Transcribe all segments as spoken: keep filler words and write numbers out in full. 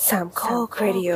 สามข้อครดิโอ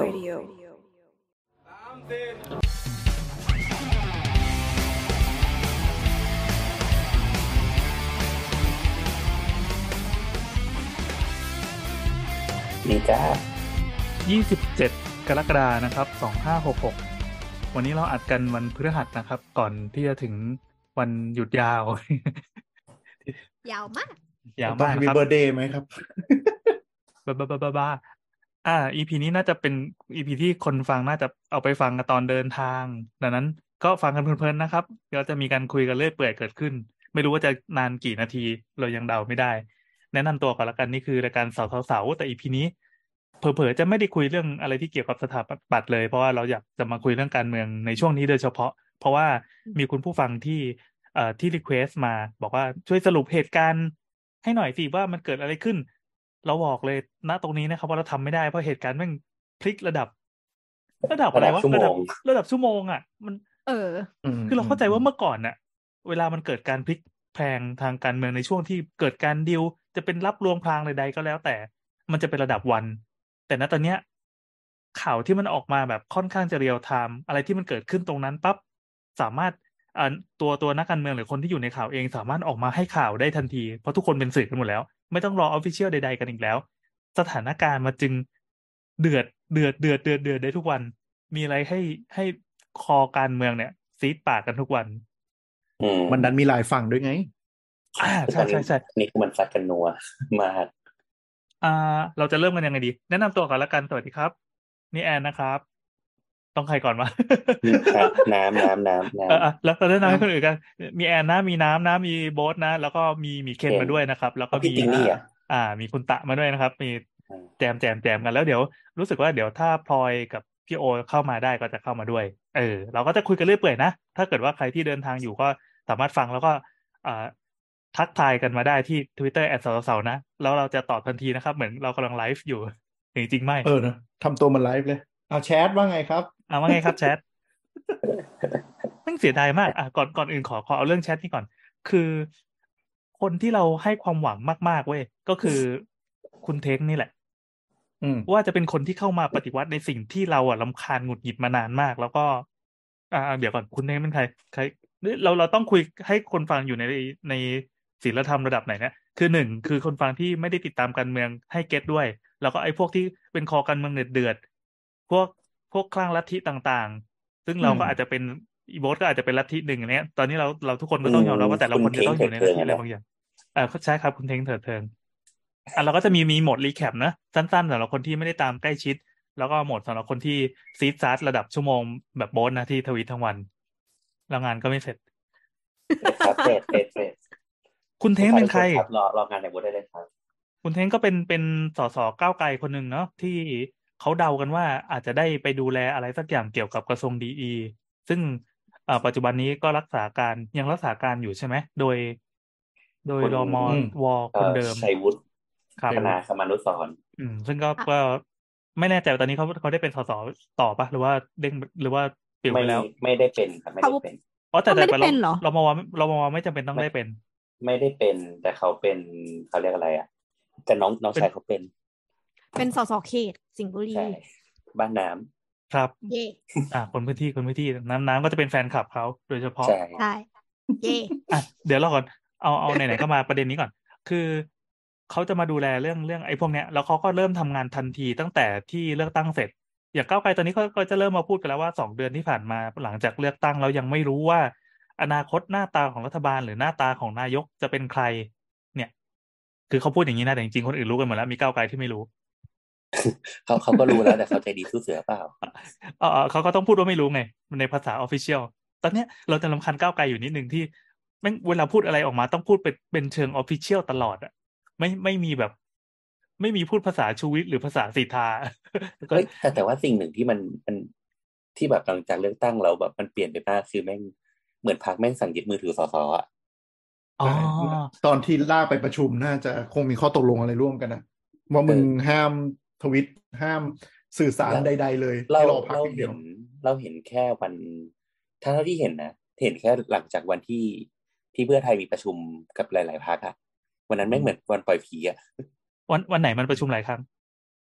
นี่จ้ายี่สิบเจ็ดกรกฎาคมนะครับสองพันห้าร้อยหกสิบหกวันนี้เราอัดกันวันพฤหัสนะครับก่อนที่จะถึงวันหยุดยาวยาวมากยาวมากมีครับเบอร์เดย์ไหมครับบ้าบ้าบ้าบ้าบ้าอ่า อี พี นี้น่าจะเป็น อี พี ที่คนฟังน่าจะเอาไปฟังกันตอนเดินทางดังนั้นก็ฟังกันเพลินๆนะครับเดี๋ยวจะมีการคุยกันเรื่อยเปื่อยเกิดขึ้นไม่รู้ว่าจะนานกี่นาทีเรายังเดาไม่ได้แนะนำตัวก่อนละกันนี่คือรายการเสาเสาแต่ อี พี นี้เผลอๆจะไม่ได้คุยเรื่องอะไรที่เกี่ยวกับสถาปัตย์เลยเพราะว่าเราอยากจะมาคุยเรื่องการเมืองในช่วงนี้โดยเฉพาะเพราะว่ามีคุณผู้ฟังที่เอ่อที่รีเควสต์มาบอกว่าช่วยสรุปเหตุการณ์ให้หน่อยสิว่ามันเกิดอะไรขึ้นเราบอกเลยณตรงนี้นะครับว่าเราทำไม่ได้เพราะเหตุการณ์แม่งพลิกระดับระดับอะไรวะระดับระดับชั่วโมงอ่ะมันเออคือเราเข้าใจว่าเมื่อก่อนน่ะเวลามันเกิดการพลิกแพลงทางการเมืองในช่วงที่เกิดการดิวจะเป็นรับลวงพรางใดๆก็แล้วแต่มันจะเป็นระดับวันแต่ณตอนเนี้ยข่าวที่มันออกมาแบบค่อนข้างจะเรียลไทม์อะไรที่มันเกิดขึ้นตรงนั้นปั๊บสามารถอ่าตัวตัวนักการเมืองหรือคนที่อยู่ในข่าวเองสามารถออกมาให้ข่าวได้ทันทีเพราะทุกคนเป็นสื่อกันหมดแล้วไม่ต้องรอออฟฟิเชียลใดๆกันอีกแล้วสถานการณ์มันจึงเดือดเดือดเดือดเดือดเดือดได้ทุกวันมีอะไรให้ให้คอการเมืองเนี่ยซีดปากกันทุกวันมันดันมีหลายฝั่งด้วยไงอ่าใช่ใช่ใช่นี่คือมันซัดกันนัวมากอ่าเราจะเริ่มกันยังไงดีแนะนำตัวก่อนละกันสวัสดีครับนี่แอนนะครับต้องใครก่อนวะน้ำน้ำน้ำน้ำเออแล้วเราแนะนำให้คนอื่นกันมีแอนนะมีน้ำนะมีโบ๊ทนะแล้วก็มีมีเคนมาด้วยนะครับแล้วก็มีอ่ามีคุณตะมาด้วยนะครับมีแจมแจมแจมกันแล้วเดี๋ยวรู้สึกว่าเดี๋ยวถ้าพลอยกับพี่โอเข้ามาได้ก็จะเข้ามาด้วยเออเราก็จะคุยกันเรื่อยเปื่อยนะถ้าเกิดว่าใครที่เดินทางอยู่ก็สามารถฟังแล้วก็อ่าทักทายกันมาได้ที่ Twitter แอท เสาๆนะแล้วเราจะตอบทันทีนะครับเหมือนเรากำลังไลฟ์อยู่จริงๆไม่เออนะทำตัวมันไลฟ์เลยเอาแชทว่าไงครับเอาว่าไงครับแชทต้องเสียดายมากอ่ะก่อนก่อนอื่นขอขอเอาเรื่องแชทนี่ก่อนคือคนที่เราให้ความหวังมากๆเว้ยก็คือคุณเทคนี่แหละว่าจะเป็นคนที่เข้ามาปฏิวัติในสิ่งที่เราอ่ะรำคาญหงุดหงิดมานานมากแล้วก็อ่าเดี๋ยวก่อนคุณเทคเป็นใครใครเราเราต้องคุยให้คนฟังอยู่ในในศีลธรรมระดับไหนเนี่ยคือหนึ่งคือคนฟังที่ไม่ได้ติดตามการเมืองให้เก็ตด้วยแล้วก็ไอ้พวกที่เป็นคอการเมืองเดือดๆพวกพวกคลั่งลัทธิต่างๆซึ่งเราก็อาจจะเป็นอีโบสก็อาจจะเป็นลัทธิหนึ่งอย่างเนี้ยตอนนี้เราเราทุกคนก็ต้องยอมรับว่าแต่ละคนจะต้องอยู่ในลัทธิอะไรบางอย่างเออใช่ครับคุณเทงเถิดเทิงอ่ะเราก็จะมีมีโหมดรีแคปนะสั้นๆสำหรับคนที่ไม่ได้ตามใกล้ชิดแล้วก็โหมดสำหรับคนที่ซีดซาร์ระดับชั่วโมงแบบโบสนะที่ทวีตทั้งวันแล้วงานก็ไม่เสร็จครับเสร็จเสร็จเสร็จคุณเทงเป็นใครรอรองานในโบสได้เลยครับคุณเทงก็เป็นเป็นสสก้าวไกลคนหนึ่งเนาะที่เขาเดากันว่าอาจจะได้ไปดูแลอะไรสักอย่างเกี่ยวกับกระทรวงดีอีซึ่งปัจจุบันนี้ก็รักษาการยังรักษาการอยู่ใช่ไหมโดยโดยรมวคนเดิมชัยวุฒิคณาคมานุสรณ์อืมซึ่งก็ก็ไม่แน่ใจตอนนี้เขาเขาได้เป็นสสต่อปะหรือว่าเด้งหรือว่าปิวไปแล้วไม่ได้เป็นครับไม่ได้เป็นอ๋อแต่แต่เราเรามองว่าเรามองว่าไม่จำเป็นต้องได้เป็นไม่ได้เป็นแต่เขาเป็นเขาเรียกอะไรอ่ะแต่น้องน้องชายเขาเป็นเป็นสสเขตสิงห์บุรีบ้านน้ำครับเย่อ่าคนพื้นที่คนพื้นที่น้ำน้ำก็จะเป็นแฟนคลับเขาโดยเฉพาะใช่ใช่เย่อ่ะเดี๋ยวเราก่อนเอาเอาไหนๆก็มาประเด็นนี้ก่อนคือเขาจะมาดูแลเรื่องเรื่องไอ้พวกเนี้ยแล้วเขาก็เริ่มทำงานทันทีตั้งแต่ที่เลือกตั้งเสร็จอย่างก้าวไกลตอนนี้เขาก็จะเริ่มมาพูดกันแล้วว่าสองเดือนที่ผ่านมาหลังจากเลือกตั้งแล้วยังไม่รู้ว่าอนาคตหน้าตาของรัฐบาลหรือหน้าตาของนายกจะเป็นใครเนี่ยคือเขาพูดอย่างนี้นะแต่จริงๆคนอื่นรู้กันหมดแล้วมีก้าวไกลที่ไม่รู้เขาเขาก็รู้แล้วแต่เขาใจดีสู้เสือเปล่าเออเขาก็ต้องพูดว่าไม่รู้ไงในภาษาออฟฟิเชียลตอนเนี้ยเราจะรำคาญก้าวไกลอยู่นิดนึงที่แม่งเวลาพูดอะไรออกมาต้องพูดเป็นเป็นเชิงออฟฟิเชียลตลอดอะไม่ไม่มีแบบไม่มีพูดภาษาชูวิทย์หรือภาษาสิทธาก็แต่แต่ว่าสิ่งหนึ่งที่มันมันที่แบบหลังจากเลือกตั้งแล้วแบบมันเปลี่ยนไปมากคือแม่งเหมือนพรรคแม่งสั่งยึดมือถือสสอ่ะอ๋อตอนที่ลากไปประชุมน่าจะคงมีข้อตกลงอะไรร่วมกันนะว่ามึงห้ามทวิตห้ามสื่อสารใดๆเลยเราเราเห็นเราเห็นแค่วันถ้าเท่าที่เห็นนะเห็นแค่หลังจากวันที่ที่เพื่อไทยมีประชุมกับหลายๆพรรคอะวันนั้นไม่เหมือนวันปล่อยผีอะวันวันไหนมันประชุมหลายครั้ง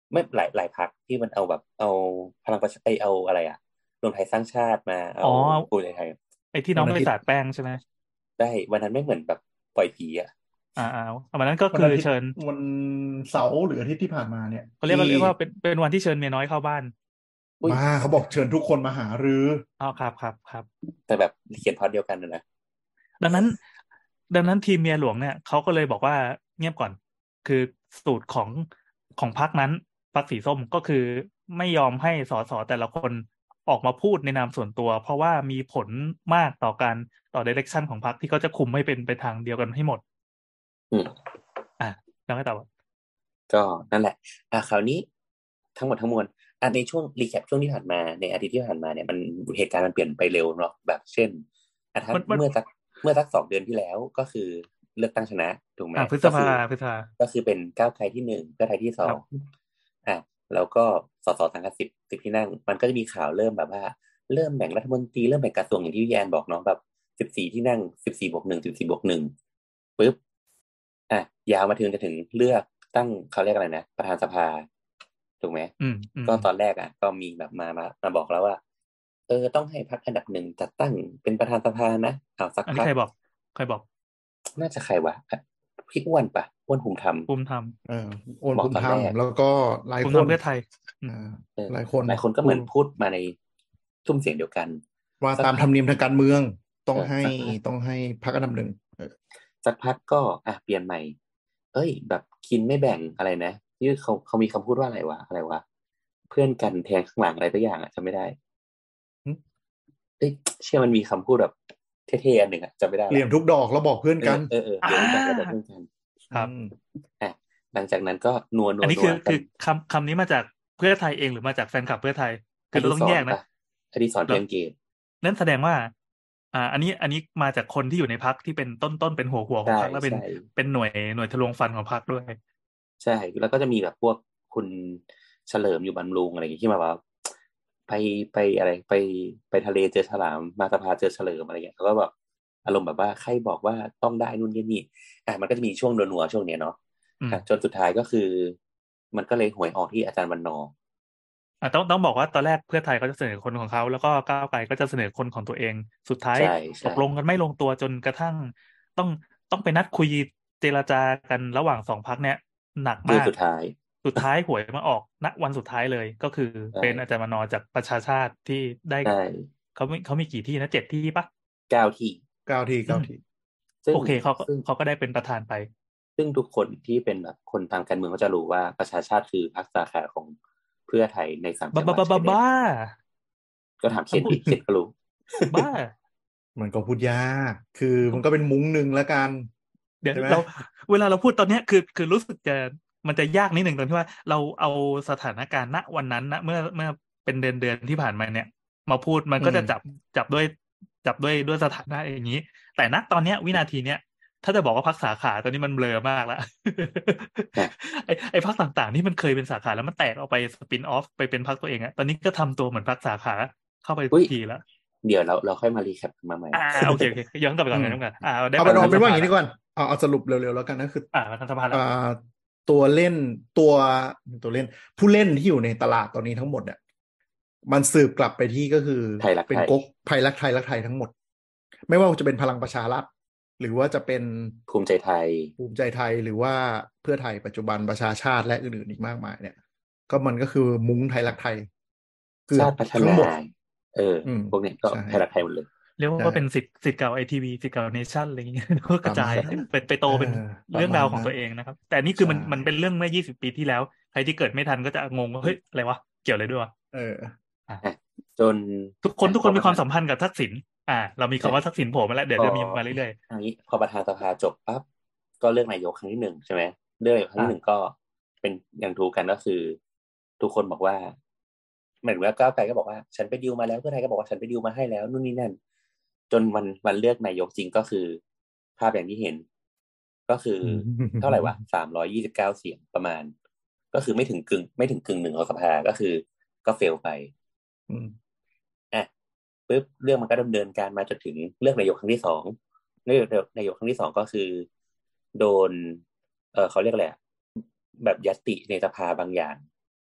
ไม่หลายหลายพรรคที่มันเอาแบบเอาพลังประชาไอเอาอะไรอะรวมไทยสร้างชาติมาเอาอ๋อภูมิใจไทยไอ้ที่น้องไปสาดแป้งใช่ไหมได้วันนั้นไม่เหมือนแบบปล่อยผีอ่ะอ่าอ่าวันนั้นก็วันคืออาทิตย์เชิญวันเสาร์หรืออาทิตย์ที่ผ่านมาเนี่ยเขาเรียกว่าที่เรียกว่าเป็นเป็นวันที่เชิญเมียน้อยเข้าบ้านอุ้ยมาเขาบอกเชิญทุกคนมาหารืออ๋อครับครับครับแต่แบบเขียนพล็อตเดียวกันนะนะดังนั้น ดังนั้นทีมเมียหลวงเนี่ยเขาก็เลยบอกว่าเงียบก่อน คือสูตรของของพรรคนั้นพรรคสีส้มก็คือไม่ยอมให้สสแต่ละคนออกมาพูดในนามส่วนตัว เพราะว่ามีผลมากต่อการต่อ direction ของพรรคที่เขาจะคุมให้เป็นไปทางเดียวกันให้หมดอืมอ่ะแล้วก็ต่อก็นั่นแหละอ่ะคราวนี้ทั้งหมดทั้งมวลอ่ะในช่วงรีแคปช่วงที่ผ่านมาในอาทิตย์ที่ผ่านมาเนี่ยมันเหตุการณ์มันเปลี่ยนไปเร็วเนาะแบบเช่นอ่ะถ้ามันมันเมื่อสักเมื่อสักสองเดือนที่แล้วก็คือเลือกตั้งชนะถูกไหมอ่ะพฤษก็ภาคือพฤษภาก็คือเป็นก้าวไกลที่หนึ่งเพื่อไทยที่สอครังบอ่ะแล้วก็สสสังกัดสิบสิบที่นั่ง มันก็จะมีข่าวเริ่มแบบว่า เริ่มแบ่งรัฐมนตรีเริ่มแบ่งกระทรวงอย่างที่พี่แอนบอกเนาะแบบสิบสี่ที่นั่งสิบสี่บวกหนึ่งสิบสี่บวกหนึ่งปุ๊บอ่ะยาวมาถึงจะถึงเลือกตั้งเขาเรียกอะไรนะประธานสภาถูกไหมอืมอืมก็ตอนแรกอ่ะ ก็มีแบบมามามาบอกแล้วว่า เออต้องให้พรรคอันดับหนึ่งจัดตั้งเป็นประธานสภานะเอาสักอันพันี้กใครบอกใครบอกน่าจะใครวะพี่อ้วนปะอ้วนภูมิธรรมภูมิธรรมเออโอนบอกภูมิตอนธรรแรมกแล้วก็หลายภูมิคธรรนมเพื่อไทย อืมอ่าเออหลายคนหลายคนก็เหมือนพูดพูดมาในทุ่มเสียงเดียวกันว่าสักตามพัธรกรมเนียมทางการเมืองต้องเออให้สักพักต้องให้พรรคอันดับหนึ่งเออสักพักก็อ่ะเปลี่ยนใหม่ เอ้ย แบบคินไม่แบ่งอะไรนะที่เขาเขามีคำพูดว่าอะไรวะอะไรวะเพื่อนกันแทงข้างหลังอะไรตัวอย่างอ่ะจำไม่ได้หึเอ้ยเชื่อมันมีคำพูดแบบเท่ๆอันหนึ่งอ่ะจำไม่ได้เหลี่ยมทุกดอกแล้วบอกเพื่อนเอกัอน เออเออเดี๋ยวบอกแล้วบอกเพื่อนกันครับอืมอ่ะหลังจากนั้นก็นัวนัอัวนนี้นัคืวอกัคืนอคำคำนี้มาจากเพื่อไทยเองหรือมาจากแฟนคลับเพื่อไทย คืออเราดิต้อศงแยรกนะปะอดิศรเทียนเกตนั่นแสดงว่า อ่า อันนี้อันนี้มาจากคนที่อยู่ในพรรคที่เป็นต้นต้นเป็นหัวหัวของใช่พรรคแล้วเป็นใช่เป็นหน่วยหน่วยทะลวงฟันของพรรคด้วยใช่แล้วก็จะมีแบบพวกคุณเฉลิมอยู่บำรุงอะไรอย่างงี้ที่มาว่า ไปไปอะไรไปไปทะเลเจอฉลามมาสภาเจอเฉลิมอะไรอย่างเงี้ยเขาก็แบบอารมณ์แบบว่าใครบอกว่าต้องได้นู่นนี่นี่อ่ะมันก็จะมีช่วงนัวๆช่วงเนี้ยเนาะอืมอ่ะจนสุดท้ายก็คือ มันก็เลยหวยออกที่อาจารย์วันนอร์อ่ะต้องต้องบอกว่าตอนแรกเพื่อไทยเขาจะเสนอคนของเขาแล้วก็ก้าวไกลก็จะเสนอคนของตัวเอง สุดท้ายใช่ตใช่กลงกันไม่ลงตัวจนกระทั่ง ต้องต้องไปนัดคุยเจรจากันระหว่างสองพรรคเนี่ยหนักคืมาอก สุดท้ายสุดท้ายหวยมาออกณวันสุดท้ายเลย ก็คือใช่เป็นอาจารย์มนอจากประชาชาติที่ได้ใช่เขามีเขามีกี่ที่นะเจ็ดที่ปะเก้าที่เก้าทีอืเก้าม ทีซึ่งโอเคเขาก็ซึ่งเขาก็ได้เป็นประธานไปซึ่งทุกคนที่เป็นแบบคนตามการเมืองก็จะรู้ว่าประชาชาติคือพรรคสาขาของเพื่อไทยในสามบ้าจังหวัดบ้าบ้าชายแดนบ้าก็ถามเคนดิเคนก็รู้บ้ามันก็พูดยาก คือมันก็เป็นมุ้งหนึ่งแล้วกันเดี๋ยวใช่ไหมเราเวลาเราพูดตอนเนี้ยคือคือรู้สึกจะมันจะยากนิดหนึ่งตรงที่ว่าเราเอาสถานการณ์ณวันนั้นนะเมื่อเมื่อเป็นเดือนเดือนที่ผ่านมาเนี่ย มาพูดมันก็จะจับจับด้วยจับด้วยด้วยสถานะอย่างนี้ แต่ณตอนเนี้ยวินาทีเนี้ยถ้าจะบอกว่าพรรคสาขาตอนนี้มันเบลอมากแล้ว ไอไอพรรคต่างๆที่มันเคยเป็นสาขาแล้วมันแตกออกไปสปินออฟไปเป็นพรรคตัวเองอะตอนนี้ก็ทำตัวเหมือนพรรคสาขาเข้าไปอุ๊ทุยกทีแล้วเดี๋ยวเราเราค่อยมารีแคปกันมาใหม่อ่าโอเคโอเคย้อนกลับไปก่อนอืมย้อนกลับไปก่อนอ่าได้เอาปเป็นระธานเป็นว่าสอย่างภานี้ดีกว่าเอาเอาสรุปเร็วๆแล้วกันก็คืออ่าประธานสภาแล้วอ่าตัวเล่นตัวตัวเล่น ผู้เล่นที่อยู่ในตลาดตอนนี้ทั้งหมดเนี่ยมันสืบกลับไปที่ก็คือไทยรักเป็นไทยก๊กไทยรักไทยรักไทยทั้งหมด ไม่ว่าจะเป็นพลังประชารัฐหรือว่าจะเป็นภูมิใจไทยภูมิใจไทยหรือว่าเพื่อไทยปัจจุบันประชาชาติและอื่นๆอีกมากมายเนี่ย ก็มันก็คือมุ้งไทยรักไทยเกือชาบติพัฒทั้งนาหมดเอออืมพวกเนี้ยก็ใช่ไทยรักไทยหมดเลยเรียกว่าใช่ก็เป็นสิทธิ์สิทธิ์เก่าไอทีวีสิทธิ์เก่าเนชั่นอะไรอย่างเงี้ย ก็กระจายประมาณนั้นไปไปโตเป็นเออเรื่องราวของประมาณนั้นตัวเองนะครับ แต่นี่คือมันใช่มันเป็นเรื่องเมื่อยี่สิบปีที่แล้ว ใครที่เกิดไม่ทันก็จะงงว่าเฮ้ยอะไรวะเกี่ยวอะไรด้วยวะเออจนทุกคนทุกคนมีความพอสัมพันธ์กับทักษิณอ่า เรามีคำว่าทักษิณโผล่มาแล้วเดี๋ยวพอจะมีมาเรื่อยอันนี้พอประธานสภาจบปั๊บก็เลือกนายกครั้งที่หนึ่งใช่ไหมเลือกนายกครั้งที่หนึ่งก็เป็นอย่างรู้กันก็คือ ทุกคนบอกว่าเหมือนว่าก้าวไกลก็บอกว่าฉันไปดิวมาแล้วเพื่อไทยก็บอกว่าฉันไปดิวมาให้แล้วนู่นนี่นั่น จนวันวันเลือกนายกจริงก็คือ ภาพอย่างที่เห็น ก็คือ เท่าไหร่วะสามร้อยยี่สิบเก้าเสียงประมาณ ก็คือไม่ถึงกึ่งไม่ถึงกึ่งหนึ่งของสภาก็คือ ก็เฟลไปอืมอ่ะปุ๊บเรื่องมันก็ดำเนินการมาจนถึงเลือกนายกครั้งที่สองเลือกนายกครั้งที่สองก็คือ โดน เออเขาเรียกอะไรอะแบบญัตติในสภาบางอย่าง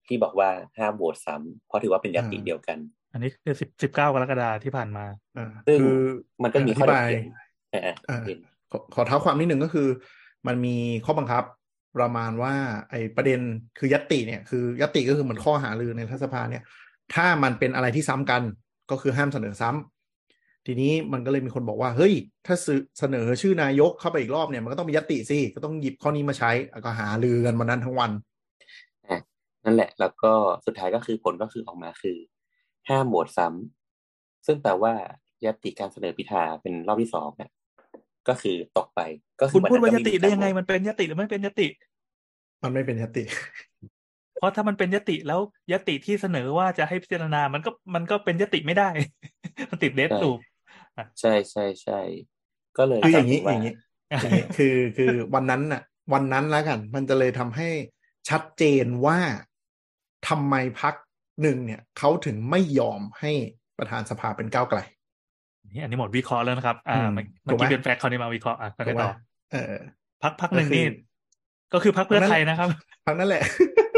ที่บอกว่าห้ามโหวตซ้ำเพราะถือว่าเป็นญัตติเดียวกันอันนี้คือสิบสิบเก้ากรกฎาคมที่ผ่านมาซึ่งคือมันก็มีข้อเถียงขอขอเท้าความนิดหนึ่งก็คือมันมีข้อบังคับประมาณว่าไอ้ประเด็นคือญัตติเนี่ยคือญัตติก็คือเหมือนข้อหารือในรัฐสภาเนี่ยถ้ามันเป็นอะไรที่ซ้ำกันก็คือห้ามเสนอซ้ำทีนี้มันก็เลยมีคนบอกว่าเฮ้ยถ้าเสนอชื่อนายกเข้าไปอีกรอบเนี่ยมันก็ต้องมีญัตติสิก็ต้องหยิบข้อนี้มาใช้ก็หารือกันวันนั้นทั้งวันอ่ะนั่นแหละแล้วก็สุดท้ายก็คือผลก็คือออกมาคือห้ามโหวตซ้ำซึ่งแปลว่าญัตติการเสนอพิธาเป็นรอบที่สองเนี่ยก็คือตกไปก็คุณพูดว่าญัตติได้ยังไงมันเป็นญัตติหรือไม่เป็นญัตติมันไม่เป็นญัตติเพราะถ้ามันเป็นญัตติแล้วญัตติที่เสนอว่าจะให้พิจารณามันก็มันก็เป็นญัตติไม่ได้ มันติดเดดลูปใช่ใช่ใช่ก็เลยคืออย่างนี้อย่างนี้อย่างนี้คือคือวันนั้นน่ะวันนั้นแล้วกันมันจะเลยทำให้ชัดเจนว่าทำไมพรรคหนึ่งเนี่ยเขาถึงไม่ยอมให้ประธานสภาเป็นก้าวไกลนี่อันนี้หมดวิเคราะห์แล้วนะครับอ่าเมื่อกี้เป็นแฟกต์คราวนี้มาวิเคราะห์อ่ะก็ต่อเออพรรคพรรคหนึ่งนี่ก็คือพรรคเพื่อไทยนะครับพรรคนั่นแหละ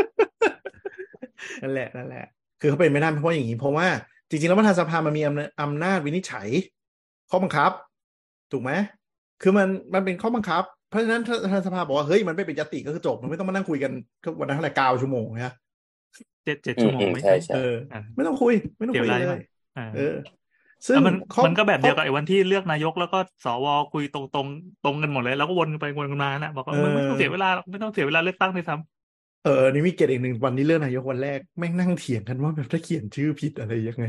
นั่นแหละนั่นแหละคือเขาเป็นไม่ได้เพราะอย่างนี้เพราะว่าจริงๆแล้วประธานสภามันมีอำนาจวินิจฉัยข้อบังคับถูกไหมคือมันมันเป็นข้อบังคับเพราะฉะนั้นถ้าประธานสภาบอกว่าเฮ้ยมันไม่เป็นญัตติก็คือจบมันไม่ต้องมานั่งคุยกันวันนั้นเท่าไหร่เก้าชั่วโมงเนี่ยเจ็ดเจ็ดชั่วโมงไม่ใช่ใช่เออไม่ต้องคุยไม่ต้องคุยเลยเออซึ่งมันมันก็แบบเดียวกับไอ้วันที่เลือกนายกแล้วก็สวคุยตรงตรงตรงกันหมดเลยแล้วก็วนไปวนกันมานะบอกว่ามึงไม่ต้องเสียเวลาไม่ต้องเสียเวลาเลือกตั้งเลยซ้ำเออนี่มีเกตอีกหนึ่งวันนี้เลือกนายกวันแรกแม่งนั่งเถียงกันว่าแบบถ้าเขียนชื่อผิดอะไรยังไง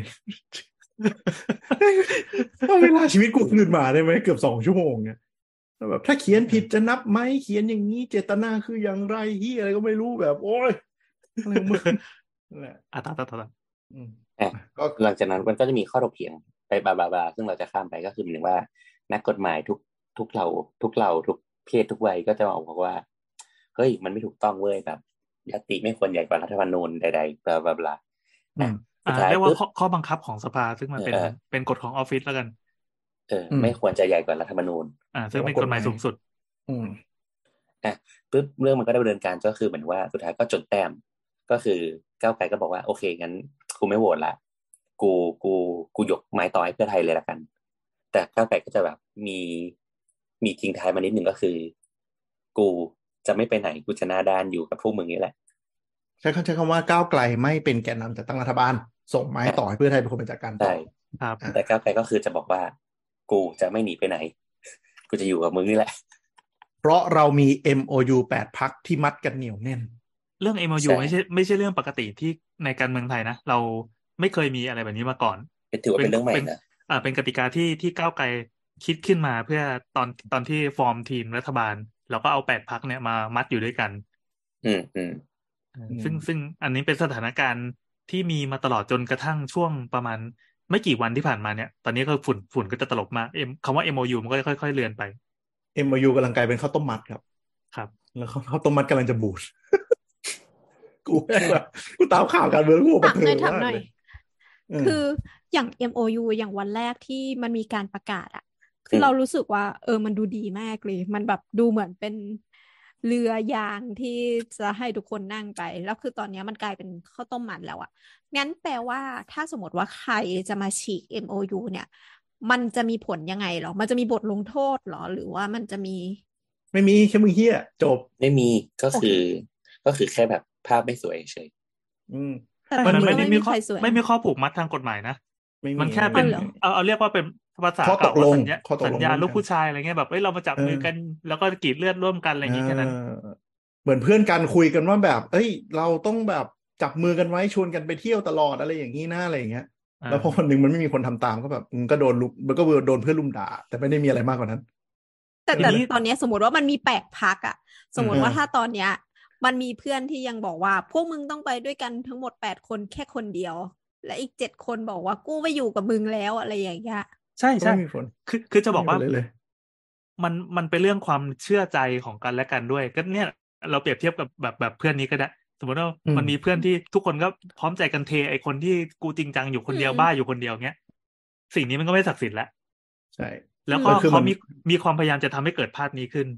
ต้องเวลาชีวิตกูคืนมาได้ไหมเกือบสองชั่วโมงเนี่ยแบบถ้าเขียนผิดจะนับไหมเขียนอย่างนี้เจตนาคืออย่างไรที่อะไรก็ไม่รู้แบบโอ้ยอะไรมึงแหละอ่ะต่อต่อต่ออ่ะก็หลังจากนั้นมันก็จะมีข้อถกเถียงไปบาบาบาซึ่งเราจะข้ามไปก็คือหมายถึงว่านักกฎหมายทุกทุกเหล่าทุกเหล่าทุกเพศทุกวัยก็จะบอกว่าเฮ้ยมันไม่ถูกต้องเว้ยแบบญัตติไม่ควรใหญ่กว่ารัฐธรรมนูญใดๆบลาบลาบลาอ่ะสุดท้ายเรียกว่าข้อบังคับของสภาซึ่งมันเป็นเป็นกฎของออฟฟิศแล้วกันเออไม่ควรจะใหญ่กว่ารัฐธรรมนูญอ่าซึ่งเป็นกฎหมายสูงสุดอืมอ่ะปึ๊บเรื่องมันก็ได้ดำเนินการก็คือเหมือนว่าสุดท้ายก็จดแต้มก็คือก้าวไกลก็บอกว่าโอเคงั้นกูไม่โหวตละกูกูกูยกไม้ต่อให้เพื่อไทยเลยละกันแต่ก้าวไกลก็จะแบบมีมีทิ้งท้ายมานิดนึงก็คือกูจะไม่ไปไหนกูจะหน้าด้านอยู่กับพวกมึงนี่แหละใช้คำใช้คำว่าก้าวไกลไม่เป็นแกนนำจัดตั้งรัฐบาลส่งไม้ต่อให้เพื่อไทยเป็นคนเป็นจัดการต่อครับแต่ก้าวไกลก็คือจะบอกว่ากูจะไม่หนีไปไหนกูจะอยู่กับมึงนี่แหละเพราะเรามี เอ็ม โอ ยู แปดพรรคที่มัดกันเหนียวแน่นเรื่อง เอ็ม โอ ยู ไม่ใช่ไม่ใช่เรื่องปกติที่ในการเมืองไทยนะเราไม่เคยมีอะไรแบบนี้มาก่อนถือว่าเป็นเรื่องใหม่นะอ่าเป็นกติกาที่ที่ก้าวไกลคิดขึ้นมาเพื่อตอนตอนที่ฟอร์มทีมรัฐบาลแล้วก็เอาแปดพรรคเนี่ยมามัดอยู่ด้วยกันอืมอืมซึ่งซึ่งอันนี้เป็นสถานการณ์ที่มีมาตลอดจนกระทั่งช่วงประมาณไม่กี่วันที่ผ่านมาเนี่ยตอนนี้ก็ฝุ่นฝุ่นก็จะตลบมากเอ็มคำว่า เอ็ม โอ ยู มันก็ค่อยๆเลือนไปเอ็ม โอ ยู กำลังกลายเป็นข้าวต้มมัดครับครับแล้วข้าวต้มมัดกำลังจะบูดกูแบบกูตามข่าวการเมืองกูบันเทิงมากเลยคืออย่าง เอ็ม โอ ยู อย่างวันแรกที่มันมีการประกาศอะคือเรารู้สึกว่าเออมันดูดีมากเลยมันแบบดูเหมือนเป็นเรือยางที่จะให้ทุกคนนั่งไปแล้วคือตอนนี้มันกลายเป็นข้าวต้มมัดแล้วอะงั้นแปลว่าถ้าสมมติว่าใครจะมาฉีก เอ็ม โอ ยู เนี่ยมันจะมีผลยังไงหรอมันจะมีบทลงโทษหรอหรือว่ามันจะมีไม่มีแค่มึงเฮี้ยจบไม่มีก็คือก็คือแค่แบบภาพไม่สวยเฉยอืมแต่มันไม่ได้มีข้อไม่มีข้อผูกมัดทางกฎหมายนะมันแค่เป็นเอาเอาเรียกว่าเป็นภาษาเก่าสัญญาสัญญาลูกผู้ชายอะไรเงี้ยแบบเอ้ยเรามาจับมือกันแล้วก็กรีดเลือดร่วมกันอะไรอย่างงี้แค่นั้นเหมือนเพื่อนกันคุยกันว่าแบบเอ้ยเราต้องแบบจับมือกันไว้ชวนกันไปเที่ยวตลอดอะไรอย่างนี้นะอะไรอย่างเงี้ยแล้วพอคนหนึ่งมันไม่มีคนทำตามก็แบบมันก็โดนลุมมันก็โดนเพื่อนลุมด่าแต่ไม่ได้มีอะไรมากกว่านั้นแต่แต่ตอนนี้สมมติว่ามันมีแปดพรรคอะสมมติว่าถ้าตอนเนี้ยมันมีเพื่อนที่ยังบอกว่าพวกมึงต้องไปด้วยกันทั้งหมดแปดคนแค่คนเดียวและอีกเจ็ดคนบอกว่ากูไม่อยู่กับมึงแล้วอะไรอย่างเงี้ยใช่ใช่คือคือจะบอกว่ามันมันเป็นเรื่องความเชื่อใจของกันและกันด้วยก็เนี่ยเราเปรียบเทียบกับแบบแบบเพื่อนนี้ก็ได้สมมติว่ามันมีเพื่อนที่ทุกคนก็พร้อมใจกันเทไอคนที่กูจริงจังอยู่คนเดียวบ้าอยู่คนเดียวเงี้ยสิ่งนี้มันก็ไม่ศักดิ์สิทธิ์แล้วใช่แล้วก็เขามีมีความพยายามจะทำให้เกิดภาพนี้ขึ้น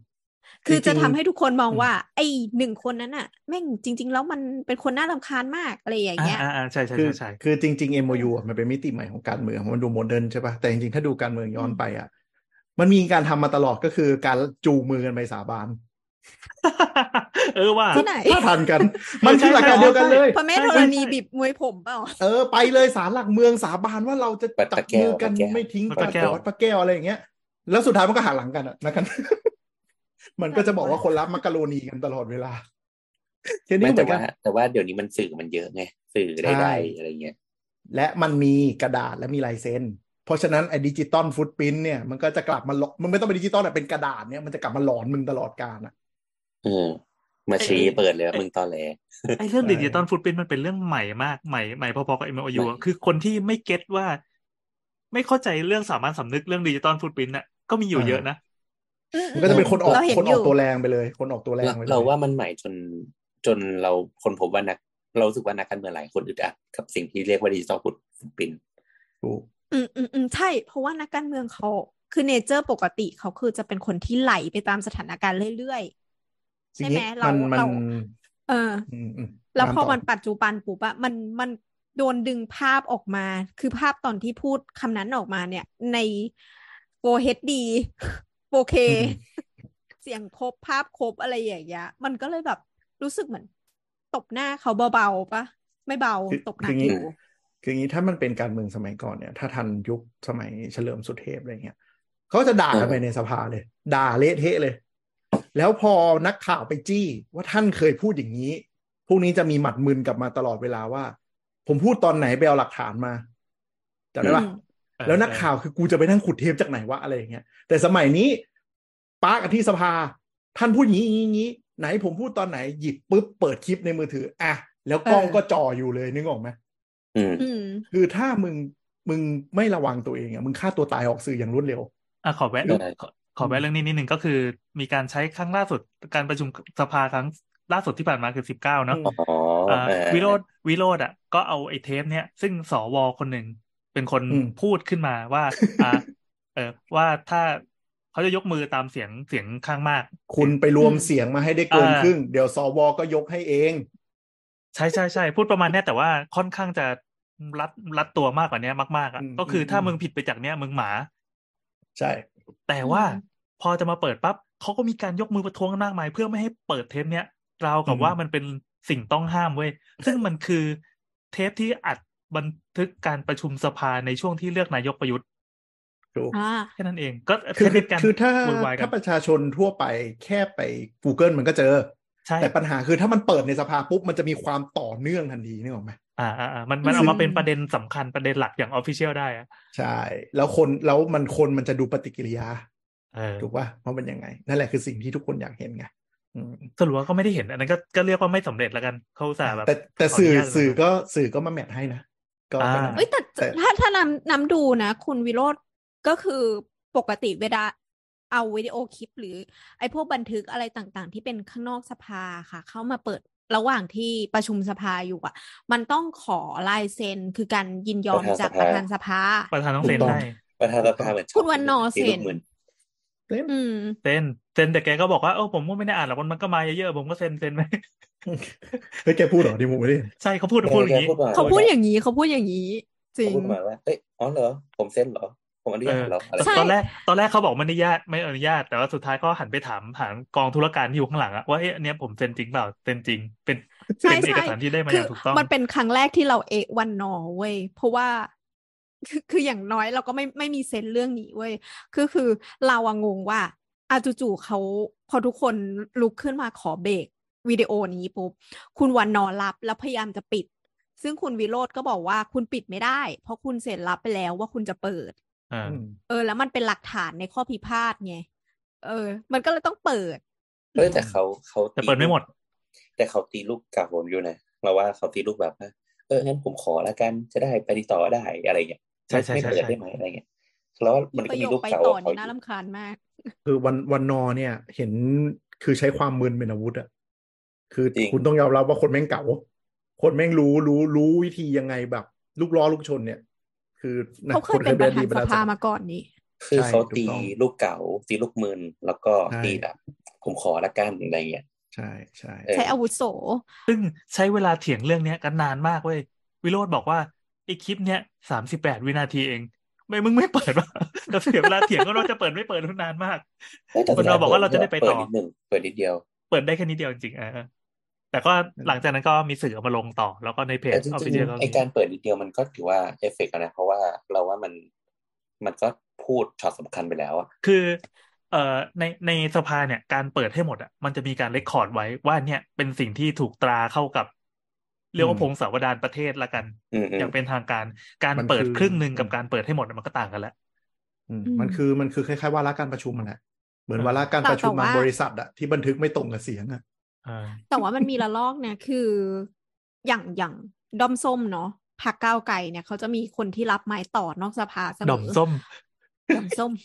คือจะทำให้ทุกคนมองว่าไอ้หนึ่งคนนั้นน่ะแม่งจริงๆแล้วมันเป็นคนน่ารำคาญมากอะไรอย่างเงี้ยอ่าอ่าใช่ใช่คือใช่คือจริงๆ เอ็ม โอ ยู อ่ะมันเป็นมิติใหม่ของการเมืองมันดูโมเดิร์นใช่ป่ะแต่จริงๆถ้าดูการเมืองย้อนไปอ่ะมันมีการทำมาตลอดก็คือการจูงมือกันไปสาบานเออว่าที่ไหนถ้าทันกัน มันคือหลักการเดียวกันเลยพระแม่ธรณีบีบมวยผมเปล่าเออไปเลยศาลหลักเมืองสาบานว่าเราจะจับมือกันไม่ทิ้งปากวัดพระแก้วอะไรอย่างเงี้ยแล้วสุดท้ายมันก็หักหลังกันอ่ะนะกัน มันก็จะบอกว่าคนรับมักกะโรนีกันตลอดเวลาแค่นี้เหมืแต่อนกัว่าน แต่ว่าเดี๋ยวนี้มันสื่อมันเยอะไงสื่อใดๆอะไรเงี้ยและมันมีกระดาษและมีลายเซ็นเพราะฉะนั้นไอ้ดิจิตอลฟุตปรินท์เนี่ยมันก็จะกลับมาหลอกมันไม่ต้องเป็นดิจิตอลแต่เป็นกระดาษเนี่ยมันจะกลับมาหลอนมึงตลอดกาลอ่ะเออมาชี้เปิดเลยว่ามึงตอแหลไอ้เรื่องดิจิตอลฟุตปรินท์มันเป็นเรื่องใหม่มากใหม่ใหม่พอๆกับ เอ็ม โอ ยู อ่ะคือคนที่ไม่เก็ตว่าไม่เข้าใจเรื่องสามัญสำนึกเรื่องดิจิตอลฟุตปรินท์น่ะก็มีอยู่เยอะนะมันก็จะเป็นคนออกคนออกตัวแรงไปเลยคนออกตัวแรงไปเลยเราว่ามันใหม่จนจนเราคนพบว่านักเรารู้สึกว่านักการเมืองหลายคนอึดอัดกับสิ่งที่เรียกว่าดิจิตอลฟุตปรินท์ถูกอืมอืมอืมใช่เพราะว่านักการเมืองเขาคือเนเจอร์ปกติเขาคือจะเป็นคนที่ไหลไปตามสถานการณ์เรื่อยๆใช่ไหมเราเราเออแล้วพอมันปัจจุบันปุ๊บอะมันมันโดนดึงภาพออกมาคือภาพตอนที่พูดคำนั้นออกมาเนี่ยใน โฟร์ เอช ดี โฟร์ เค เสียงครบภาพครบอะไรอย่างเงี้ยมันก็เลยแบบรู้สึกเหมือนตบหน้าเขาเบาๆปะไม่เบาตบหนักอยู่คืออย่างนี้ถ้ามันเป็นการเมืองสมัยก่อนเนี่ยถ้าทันยุคสมัยเฉลิมสุเทพอะไรเงี้ยเขาจะด่ากันไปในสภาเลยด่าเละเทะเลยแล้วพอนักข่าวไปจี้ว่าท่านเคยพูดอย่างนี้พวกนี้จะมีหมัดมึนกลับมาตลอดเวลาว่าผมพูดตอนไหนไปเอาหลักฐานมาจำได้ปะแล้วนักข่าวคือกูจะไปนั่งขุดเทปจากไหนวะอะไรอย่างเงี้ยแต่สมัยนี้ป้ากับที่สภาท่านพูดอย่างนี้อย่างนี้ไหนผมพูดตอนไหนหยิบปุ๊บเปิดคลิปในมือถืออ่ะแล้วกล้องก็จ่ออยู่เลยนึกออกไหมคือถ้ามึงมึงไม่ระวังตัวเองอ่ะมึงฆ่าตัวตายออกสื่ออย่างรวดเร็วอ่ะขอแวะขอขอแวะเรื่องนี้นิดนึงก็คือมีการใช้ครั้งล่าสุดการประชุมสภาครั้งล่าสุดที่ผ่านมาคือสิบเก้าเนาะวิโรจน์วิโรจน์อ่ะก็เอาไอ้เทปเนี้ยซึ่งสวคนหนึ่งเป็นคนพูดขึ้นมาว่าอ่าเออว่าถ้าเขาจะยกมือตามเสียงเสียงข้างมากคุณไปรวมเสียงมาให้ได้เกินครึ่งเดี๋ยวสวก็ยกให้เองใช่ใช่ใช่พูดประมาณนี้แต่ว่าค่อนข้างจะรัดรัดตัวมากกว่านี้มากๆอ่ะก็คือถ้ามึงผิดไปจากเนี้ยมึงหมาใช่แต่ว่าพอจะมาเปิดปั๊บเขาก็มีการยกมือประท้วงกันมากมายเพื่อไม่ให้เปิดเทปเนี้ยราวกับว่ามันเป็นสิ่งต้องห้ามเว้ยซึ่งมันคือเทปที่อัดบันทึกการประชุมสภาในช่วงที่เลือกนายกประยุทธ์แค่นั้นเองก็คือคือถ้าถ้าประชาชนทั่วไปแค่ไป Google มันก็เจอแต่ปัญหาคือถ้ามันเปิดในสภาปุ๊บมันจะมีความต่อเนื่องทันทีนึกออกไหมอ่าอ่ามันมันเอามาเป็นประเด็นสำคัญประเด็นหลักอย่าง official ได้อะใช่แล้วคนแล้วมันคนมันจะดูปฏิกิริยาถูกป่ะว่าเป็นยังไงนั่นแหละคือสิ่งที่ทุกคนอยากเห็นไงสรุปว่าก็ไม่ได้เห็นอันนั้นก็ก็เรียกว่าไม่สำเร็จแล้วกันเขาสาแบบแต่แต่สื่อสื่อก็สื่อก็มาแมทให้นะก็เอ้ยแต่ถ้าถ้านำนำดูนะคุณวิโรจน์ก็คือปกติเวลาเอาวิดีโอคลิปหรือไอ้พวกบันทึกอะไรต่างๆที่เป็นข้างนอกสภาค่ะเข้ามาเปิดระหว่างที่ประชุมสภาอยู่อ่ะมันต้องขอลายเซ็นคือการยินยอมจากประธานสภาประธานต้องเซ็นให้ประธานสภาเหมือนคุณวันนอเซ็นเซ็นเซ็นเซ็นแต่แกก็บอกว่าเออผมก็ไม่ได้อ่านหรอกมันก็มาเยอะๆผมก็เซ็นเซ็นไปเฮ้ยแกพูดเหรอดิมูไม่ได้ใช่เขาพูดพูดอย่างนี้เขาพูดอย่างนี้เขาพูดอย่างนี้จริงพูดมาว่าเอ้ยอ๋อเหรอผมเซ็นเหรอผมอนุญาตเหรอตอนแรกตอนแรกเขาบอกไม่อนุญาตไม่อนุญาตแต่ว่าสุดท้ายก็หันไปถามถามกองธุรการที่อยู่ข้างหลังอะว่าเอ๊ะอันเนี้ยผมเซ็นจริงเปล่าเซ็นจริงเป็นเป็นเอกสารที่ได้มาอย่างถูกต้องมันเป็นครั้งแรกที่เราเอะวันนอเว้ยเพราะว่าคือคืออย่างน้อยเราก็ไม่ไม่มีเซนเรื่องนี้เว้ยคือคือเราอะงงว่าอาจู่ๆเขาพอทุกคนลุกขึ้นมาขอเบรกวิดีโอนี้ปุ๊บคุณวันนอรับแล้วพยายามจะปิดซึ่งคุณวิโรจน์ก็บอกว่าคุณปิดไม่ได้เพราะคุณเซ็นรับไปแล้วว่าคุณจะเปิดเออแล้วมันเป็นหลักฐานในข้อพิพาทไงเออมันก็เลยต้องเปิดเออแต่เขาเขาแต่เปิดไม่หมดแต่เขาตีลูกกับผมอยู่นะเราว่าเขาตีลูกแบบว่าเอองั้นผมขอละกันจะได้ไปติดต่อได้อะไรเงี้ยใช่ใช่ไม่เปิดได้ไหมอะไรเงี้ยแล้วมันก็มีลูกเก่าเขาน่ารำคาญมากคือวันวันนอเนี่ยเห็นคือใช้ความมึนเป็นอาวุธอะคือคุณต้องยอมรับว่าคนแม่งเก่าคนแม่งรู้รู้รู้วิธียังไงแบบลูกล้อลูกชนเนี่ยคือเขาเคยเป็นประธานสภามาก่อนนี่คือเขาตีลูกเก่าตีลูกมืนแล้วก็ตีแบบผมขอละกันอะไรเงี้ยใช่ใช่เออใช้อาวุโสซึ่งใช้เวลาเถียงเรื่องเนี้ยกันนานมากเว้ยวิโรจน์บอกว่าไอ้คลิปเนี้ยสามสิบแปดวินาทีเองไม่มึงไม่เปิดวะ เราเสียเวลาเถียงก็ว่าจะเปิดไม่เปิดนานมากเอ้ยแต่คสุนดเราท้ายบอกเปิดว่าเราจะได้ไปเปิต่ดอนิดหนึ่งเปิดนิดเดียวเปิดได้แค่นิดเดียวจริงๆเออแต่ก็หลังจากนั้นก็มีสื่อเอามาลงต่อ แล้วก็ในเพแต่จจออฟริฟิงเชียลก็ๆไอมีการเปิดนิดเดียวมันก็ถือว่าเอฟเฟกต์นะเพราะว่าเราว่ามันมันก็พูดช็อตสำคัญไปแล้วอะคือเอ่อในในสภาเนี่ยการเปิดให้หมดอ่ะมันจะมีการเรคคอร์ดไว้ว่าเนี่ยเป็นสิ่งที่ถูกตราเข้ากับ เรียกว่าพงศาวดารประเทศละกันอืมอือมย่างเป็นทางการการมันเปิดคือครึ่งหนึ่งกับอืมการเปิดให้หมดมันก็ต่างกันแล้วอืมอืมมันคือมันคือคล้ายๆวาระการประชุมมันแหละเหมือนเออวาระการแต่ประชุมแต่บางว่าบริษัทอะที่บันทึกไม่ตรงกับเสียงอะอ่าแต่ว่ามันมีละลอกเนี่ยคืออย่างอย่างด้อมส้มเนาะพรรคก้าวไกลเนี่ยเขาจะมีคนที่รับไม้ต่อนอกสภาเสมอดอมส้มด้อมส้ม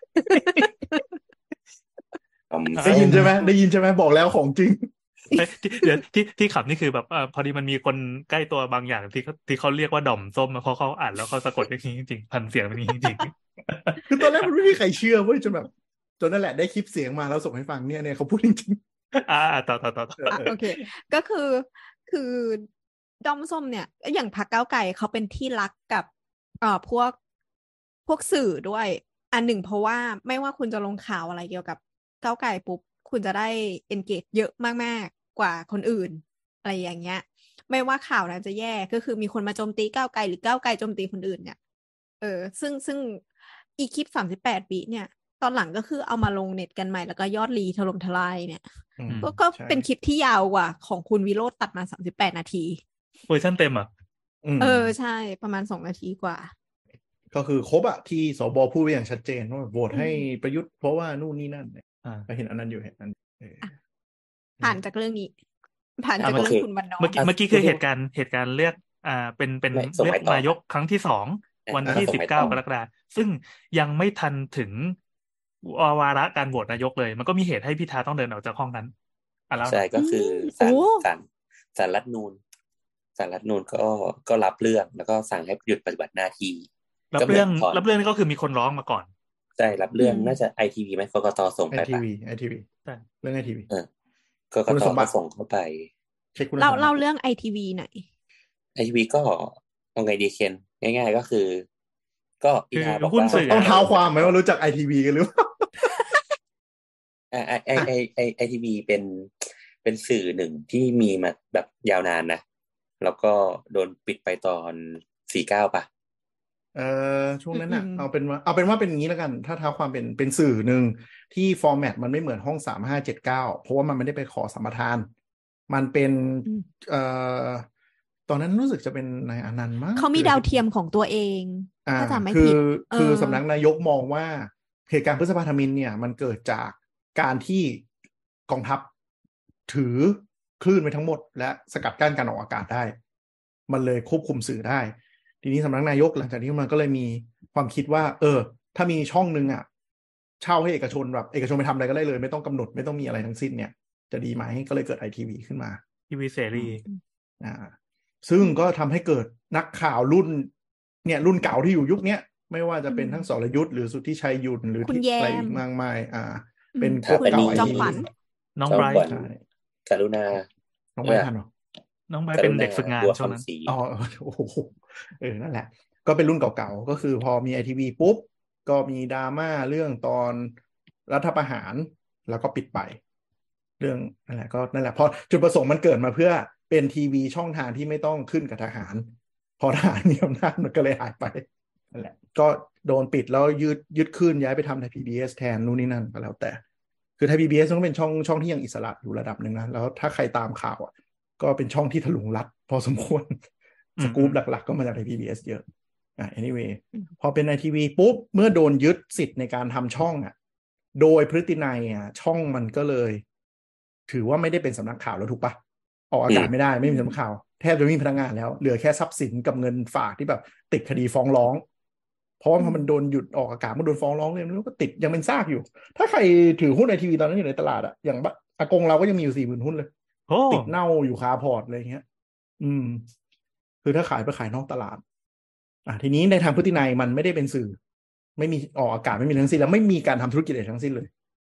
อืมได้ยินใช่ไหมได้ยินใช่ไหมบอกแล้วของจริงเอ้ยที่เดี๋ยวที่ที่ขับนี่คือแบบเออพอดีมันมีคนใกล้ตัวบางอย่างที่เขาที่เขาเรียกว่าดอมส้มเพราะเขาอ่านแล้วเขาสะกดอย่างนี้จริงๆพันเสียงแบบนี้จริงคือตอนแรกมันไม่มีใครเชื่อเว้ยจนแบบจนนั่นแหละได้คลิปเสียงมาแล้วส่งให้ฟังเนี่ยเนี่ยเขาพูดจริงๆอ่าต่อต่อต่อต่อๆเอออ่ะเออโอเค ก็คือคือด้อมส้มเนี่ยอย่างพรรคก้าวไกลเขาเป็นที่รักกับเอ่อพวกพวกสื่อด้วย อันหนึ่งเพราะว่าไม่ว่าคุณจะลงข่าวอะไรเกี่ยวกับก้าวไกลปุ๊บคุณจะได้ engage เยอะมากๆกว่าคนอื่นอะไรอย่างเงี้ย ไม่ว่าข่าวนั้นจะแย่ก็คือมีคนมาโจมตีก้าวไกลหรือก้าวไกลโจมตีคนอื่นเนี่ย เออซึ่งซึ่งอีคลิปสามสิบแปดวิเนี่ย ตอนหลังก็คือเอามาลงเน็ตกันใหม่แล้วก็ยอดรีถล่มทลายเนี่ยอืมก็ก็ใช่เป็นคลิปที่ยาวกว่าของคุณวิโรจน์ตัดมาสามสิบแปดนาทีเวอร์ชันเต็มอ่ะอืมเออใช่ประมาณสองนาทีกว่าก็คือครบอะที่สบพูดไว้อย่างชัดเจนว่าโหวตอืมให้ประยุทธ์เพราะว่านู่นนี่นั่นเนี่ยอ่าก็เห็นอันนั้นอยู่เห็นอันนั้นเออผ่านจากเรื่องนี้ ผ่านอ่ะจากโอเรื่อเคงคุณวันนอเมื่อกี้ร์เมื่อกี้คือเหตุการณ์เหตุการณ์เลือกอ่าเป็นเป็นไม่ส่งเลือกไปต่อนายกครั้งที่สองอ่ะวันแล้วที่ส่งสิบไปเก้าต่อกรกฎาคมซึ่งยังไม่ทันถึงวาระการโหวตนายกเลย มันก็มีเหตุให้พิธาต้องเดินออกจากห้องนั้นอ่ะแล้วใช่ก็คืออืมศาลโอ้ศาลศาลรัฐธรรมนูญศาลรัฐธรรมนูญก็ก็รับเรื่องแล้วก็สั่งให้หยุดปฏิบัติหน้าที่รับก็เหมืเรื่ออน งตอนรับเรื่องนี่ก็คือมีคนร้องมาก่อนใช่รับเรื่องอืมน่าจะไอทีวีไหมกกตส่งไอไปทีปะวีไอทีวีใช่เรื่องไอทีวีเออกกคุณตสมบัก็ติส่งเข้าไปเช็คคุณสมเล่าบัเล่าติเรื่องไอทีวีหน่อยไอทีวีก็เอาไงดีเคนง่ายๆก็คือ ก็พิธาคือบอกหุ้นว่าสื่อต้องเท้าความไหมว่ารู้จักไอทีวีกันหรือเปล่าอ่าไอไอไอไอไอทีวีเป็นเป็นสื่อหนึ่งที่มีมาแบบยาวนานนะแล้วก็โดนปิดไปตอนสี่เก้าป่ะเออช่วงนั้นน่ะอืมเอาเป็นว่าเอาเป็นว่าเป็นอย่างนี้แล้วกัน ถ้าเท้าความเป็นเป็นสื่อหนึ่งที่ฟอร์แมตมันไม่เหมือนห้องสามห้าเจ็ดเก้าเพราะว่ามันไม่ได้ไปขอสัมปทาน มันเป็นอืมเอ่อตอนนั้นรู้สึกจะเป็นนายอนันต์มั้งเขามีดาวเทียมของตัวเองอ่าถ้าจำไม่คืผิอดคือเออสำนักนายกมองว่าเหตุการณ์พฤษภาธมิฬเนี่ย มันเกิดจากการที่กองทัพถือคลื่นไปทั้งหมด และสกัดกั้นการออกอากาศได้ มันเลยควบคุมสื่อได้ ทีนี้สำนักนายกหลังจากนี้มันก็เลยมีความคิดว่า เออ ถ้ามีช่องหนึ่งอ่ะ เช่าให้เอกชนแบบเอกชนไปทำอะไรก็ได้เลย ไม่ต้องกำหนดไม่ต้องมีอะไรทั้งสิ้นเนี่ย จะดีไหมก็เลยเกิดไอทีวีขึ้นมาทีวีเสรีอ่าซึ่งก็ทำให้เกิดนักข่าวรุ่นเนี่ยรุ่นเก่าที่อยู่ยุคเนี้ยไม่ว่าจะเป็นทั้งสรยุทธ์หรือสุทธิชัยยุนหรือคุณที่แยมอะไรอีกมากมายอ่าอืมเป็นพถ้าวกเป็นเก่านี้ไอจอมทีขวัวีญน้องจอมไบรขวัท์ญใช่กรุณาน้องไม่ทันเหรอน้องไบรท์เป็นเด็กฝึกงานบัวช่วงนั้นคำศรีอ๋อโอ้โหเออนั่นแหละ ก็เป็นรุ่นเก่าๆก็คือพอมีไอทีวีปุ๊บก็มีดราม่าเรื่องตอนรัฐประหารแล้วก็ปิดไป เรื่องนั่นแหละก็นั่นแหละพอจุดประสงค์มันเกิดมาเพื่อเป็นทีวีช่องทางที่ไม่ต้องขึ้นกับทหาร พอทหารมีอำนาจมันก็เลยหายไปนั่นแหละก็โดนปิดแล้วยึดยึดขึ้นย้ายไปทำใน พี บี เอส แทนนู่นนี่นั่นก็แล้วแต่ คือไทย พี บี เอส ต้องเป็นช่องช่องที่ยังอิสระอยู่ระดับหนึ่งนะแล้วถ้าใครตามข่าวอ่ะก็เป็นช่องที่ถลุงรัดพอสมควรอืมสกู๊ปหลักๆก็มาจากไทย พี บี เอส เยอะอ่ะ anyway พอเป็นไอทีวีปุ๊บเมื่อโดนยึดสิทธิ์ในการทำช่องอ่ะโดยพฤตินัยอ่ะช่องมันก็เลย ถือว่าไม่ได้เป็นสำนักข่าวแล้วถูกปะออกอากาศไม่ได้ไม่มีสำนักข่าวแทบจะไม่มีพนักงานแล้วเหลือแค่ทรัพย์สินกับเงินฝากที่แบบติดคดีฟ้องร้อง เพราะว่าพอมันโดนหยุดออกอากาศมันโดนฟ้องร้องเลยมันก็ติดยังเป็นซากอยู่ ถ้าใครถือหุ้นไอทีวีตอนนั้นอยู่ในตลาดอะอย่างอากงเราก็ยังมีอยู่สี่หมื่นหุ้นเลยโอ้ติดเน่าอยู่คาพอร์ตอะไรเงี้ย อืม คือถ้าขายไปขายนอกตลาด อ่ะทีนี้ในทางพฤตินัยมันไม่ได้เป็นสื่อ ไม่มีออกอากาศไม่มีทั้งสิ้นแล้วไม่มีการทำธุรกิจอะไรทั้งสิ้นเลย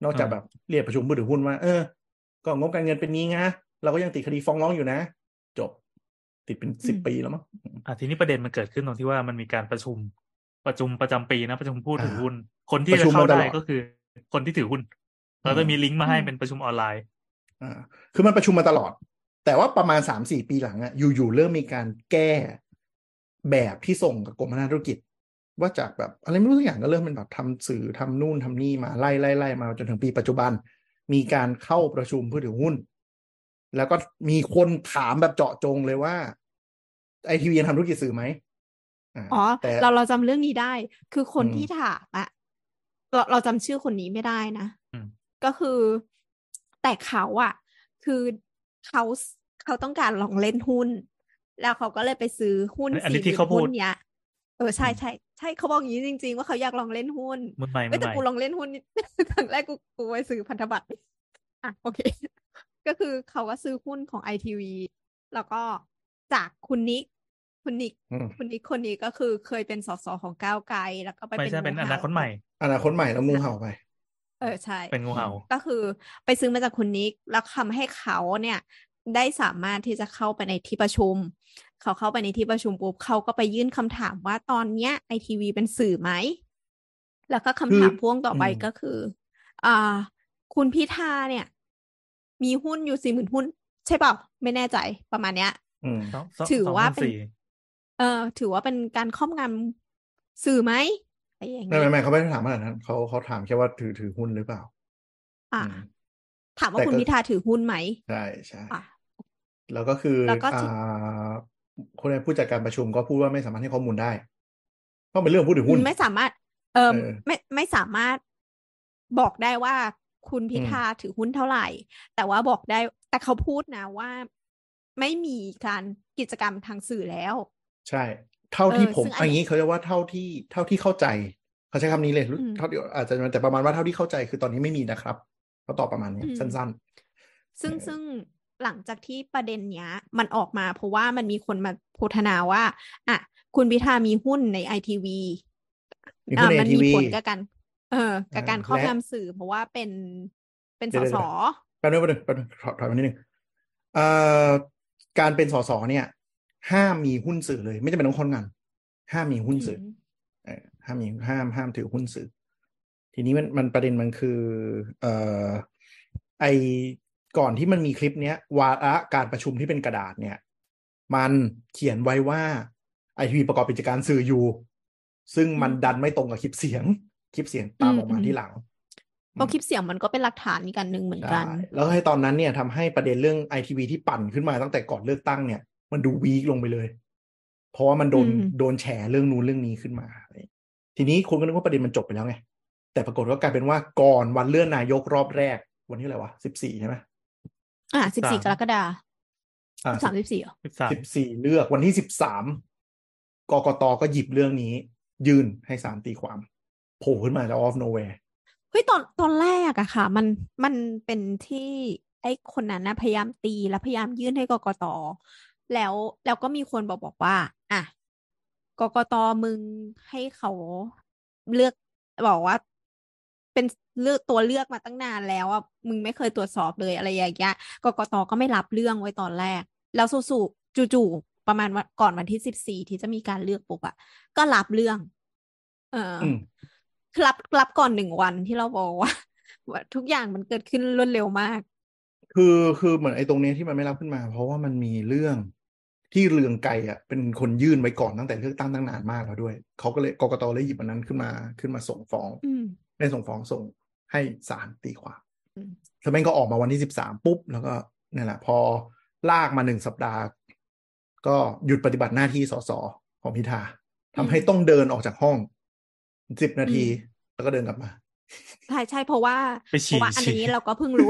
นอกจากแบบเรียกประชุมผู้ถือหุ้นว่าเออก็งบการเงินเป็นงี้นะเราก็ยังติดคดีฟ้องร้องอยู่นะจบติดเป็นสิบปีแล้วมั้งอ่ะทีนี้ประเด็นมันเกิดขึ้นตรงที่ว่ามันมีการประชุมประชุมประจำปีนะประชุมผู้ถือหุ้นคนที่จะเข้าได้ก็คือคนที่ถือหุ้นเราจะมีลิงก์มาให้เป็นประชุมออนไลน์อ่าคือมันประชุมมาตลอดแต่ว่าประมาณ สามสี่ ปีหลังอ่ะอยู่ๆเริ่มมีการแก้แบบที่ส่งกับกรมพัฒนาธุรกิจว่าจากแบบอะไรไม่รู้ทุกอย่างก็เริ่มเป็นแบบทำสื่อทำนู่นทำนี่มาไล่ไล่ไล่มาจนถึงปีปัจจุบันมีการเข้าประชุมผู้ถือหุ้นแล้วก็มีคนถามแบบเจาะจงเลยว่าไอทีวีทำธุรกิจสื่อไหมอ๋อแต่เราเราจำเรื่องนี้ได้คือคนที่ถามอะเราเราจำชื่อคนนี้ไม่ได้นะก็คือแต่เขาอะคือเขาเขาต้องการลองเล่นหุ้นแล้วเขาก็เลยไปซื้อหุ้นสี่หมื่นหุ้นเนี้ยเออใช่ใช่ใช่เขาบอกอย่างนี้จริงๆว่าเขาอยากลองเล่นหุ้นไม่แต่กูลองเล่นหุ้นครั้งแรกกูกูไปซื้อพันธบัตรอ่ะโอเคก็คือเขาก็ซื้อหุ้นของ ไอ ที วี แล้วก็จากคุณนิกคุณนิกคุณนิกคนนี้ก็คือเคยเป็นสสของก้าวไกลแล้วก็ไปเป็นไม่ใช่เป็นอนาคตใหม่อนาคตใหม่แล้วงูเห่าไปเออใช่เป็นงูเห่าก็คือไปซื้อมาจากคุณนิกแล้วทำให้เขาเนี่ยได้สามารถที่จะเข้าไปในที่ประชุมเขาเข้าไปในที่ประชุมปุ๊บเขาก็ไปยื่นคำถามว่าตอนเนี้ยไอทีวีเป็นสื่อไหมแล้วก็คำถามพ่วงต่อไปก็คืออ่าคุณพิธาเนี่ยมีหุ้นอยู่สี่หมื่นหุ้นใช่เปล่าไม่แน่ใจประมาณเนี้ยถือว่าเป็นเออถือว่าเป็นการครอบงำสื่อไหมอะไรอย่างเงี้ยไม่ไม่เขาไม่ได้ถามขนาดนั้นเขาเขาถามแค่ว่าถือถือหุ้นหรือเปล่าอ่าถามว่าคุณพิธาถือหุ้นไหมใช่ใช่แล้วก็คืออ่าคนในผู้จัดการประชุมก็พูดว่าไม่สามารถให้ข้อมูลได้เพราะเป็นเรื่องผู้ถือหุ้นไม่สามารถเออไม่ไม่สามารถบอกได้ว่าคุณพิธาถือหุ้นเท่าไหร่แต่ว่าบอกได้แต่เขาพูดนะว่าไม่มีการกิจกรรมทางสื่อแล้วใช่เท่าที่ผมอย่างนี้เขาจะว่าเท่าที่เท่าที่เข้าใจเขาใช้คำนี้เลยเท่าที่อาจจะแต่ประมาณว่าเท่าที่เข้าใจคือตอนนี้ไม่มีนะครับเขาตอบประมาณนี้สั้นๆซึ่งซึ่งหลังจากที่ประเด็นเนี้ยมันออกมาเพราะว่ามันมีคนมาโพธนาว่าอ่ะคุณพิธามีหุ้นใน ไอ ที วี อ่ามันมีผลกับการเออกับการครอบงำสื่อเพราะว่าเป็นเป็นสสแป๊บนึงแป๊บนึงแป๊บนึงถอยมานิดนึงเอ่อการเป็นสสเนี่ยห้ามมีหุ้นสื่อเลยไม่จำเป็นต้องครอบงำห้ามมีหุ้นสื่อเออห้ามมีห้ามห้ามถือหุ้นสื่อทีนี้มันมันประเด็นมันคือเอ่อไอก่อนที่มันมีคลิปเนี้ยวาระการประชุมที่เป็นกระดาษเนี่ยมันเขียนไว้ว่าไอทีวีประกอบกิจการสื่ออยู่ซึ่งมันดันไม่ตรงกับคลิปเสียงคลิปเสียงตามออกมาที่หลังเพราะคลิปเสียงมันก็เป็นหลักฐานอีกอันนึงเหมือนกันแล้วให้ตอนนั้นเนี่ยทำให้ประเด็นเรื่อง ไอ ที วี ที่ปั่นขึ้นมาตั้งแต่ก่อนเลือกตั้งเนี่ยมันดูวีคลงไปเลยเพราะว่ามันโดนโดนแฉเรื่องนู้นเรื่องนี้ขึ้นมาทีนี้คนก็นึกว่าประเด็นมันจบไปแล้วไงแต่ปรากฏว่ากลายเป็นว่าก่อนวันเลื่อนนายกรอบแรกวันที่อะไรวะสิบสี่ใช่ไหมอ่าสิบสี่กรกฎาคมสามสิบสี่เหรอสิบสี่เลือกวันที่สิบสามกกตก็หยิบเรื่องนี้ยื่นให้ศาลตีความโผล่ขึ้นมาจาก off nowhere เฮ้ยตอนตอนแรกอะค่ะมันมันเป็นที่ไอ้คนนั้นนะพยายามตีแล้วพยายามยื่นให้กกตแล้วแล้วก็มีคนบอกบอกว่าอ่ะกกตมึงให้เขาเลือกบอกว่าเป็นเลือกตัวเลือกมาตั้งนานแล้วอ่ะมึงไม่เคยตรวจสอบเลยอะไรอย่างเงี้ยกกตก็ไม่รับเรื่องไว้ตอนแรกแล้วสู่ๆจู่ๆประมาณว่าก่อนวันที่สิบสี่ที่จะมีการเลือกปุ๊บอ่ะก็รับเรื่องเออรับรับก่อนหนึ่งวันที่เราบอกว่าว่าทุกอย่างมันเกิดขึ้นรวดเร็วมากคือคือเหมือนไอ้ตรงนี้ที่มันไม่รับขึ้นมาเพราะว่ามันมีเรื่องที่เรืองไกรอ่ะเป็นคนยื่นไว้ก่อนตั้งแต่เลือกตั้งตั้งนานมากแล้วด้วยเขาก็เลยกกตเลยหยิบอันนั้นขึ้นมาขึ้นมาส่งฟ้องได้ส่งฟ้องส่งให้ศาลตีความแล้วมันก็ออกมาวันที่สิบสามปุ๊บแล้วก็นั่นแหละพอลากมาหนึ่งสัปดาห์ก็หยุดปฏิบัติหน้าที่สสของพิธาทำให้ต้องเดินออกจากห้องสิบนาทีแล้วก็เดินกลับมาใช่ใช่เพราะว่าเพราะว่าอันนี้เราก็เพิ่งรู้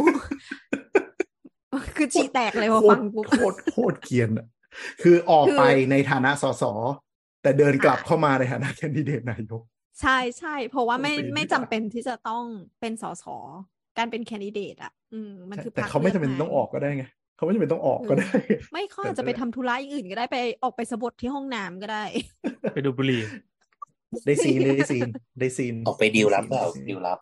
คือฉี่แตกเลยพอฟังปุ๊บโคตรโคตรเกียนอ่ะคือออกไปในฐานะสสแต่เดินกลับเข้ามาในฐานะแคนดิเดตนายกใช่ใช่เพราะว่าไม่ไม่จำเป็นที่จะต้องเป็นสสการเป็นแคนดิเดตอ่ะอืมมันคือแต่เขาไม่จำเป็นต้องออกก็ได้ไงเขาไม่จำเป็นต้องออกก็ได้ไม่เขาอาจจะไปทำธุระอย่างอื่นก็ได้ไปออกไปสะบดที่ห้องน้ำก็ได้ไปดูบุหรี่ได้ซีนได้ซีนได้ซีนออกไปดีลลับเปล่าดีลลับ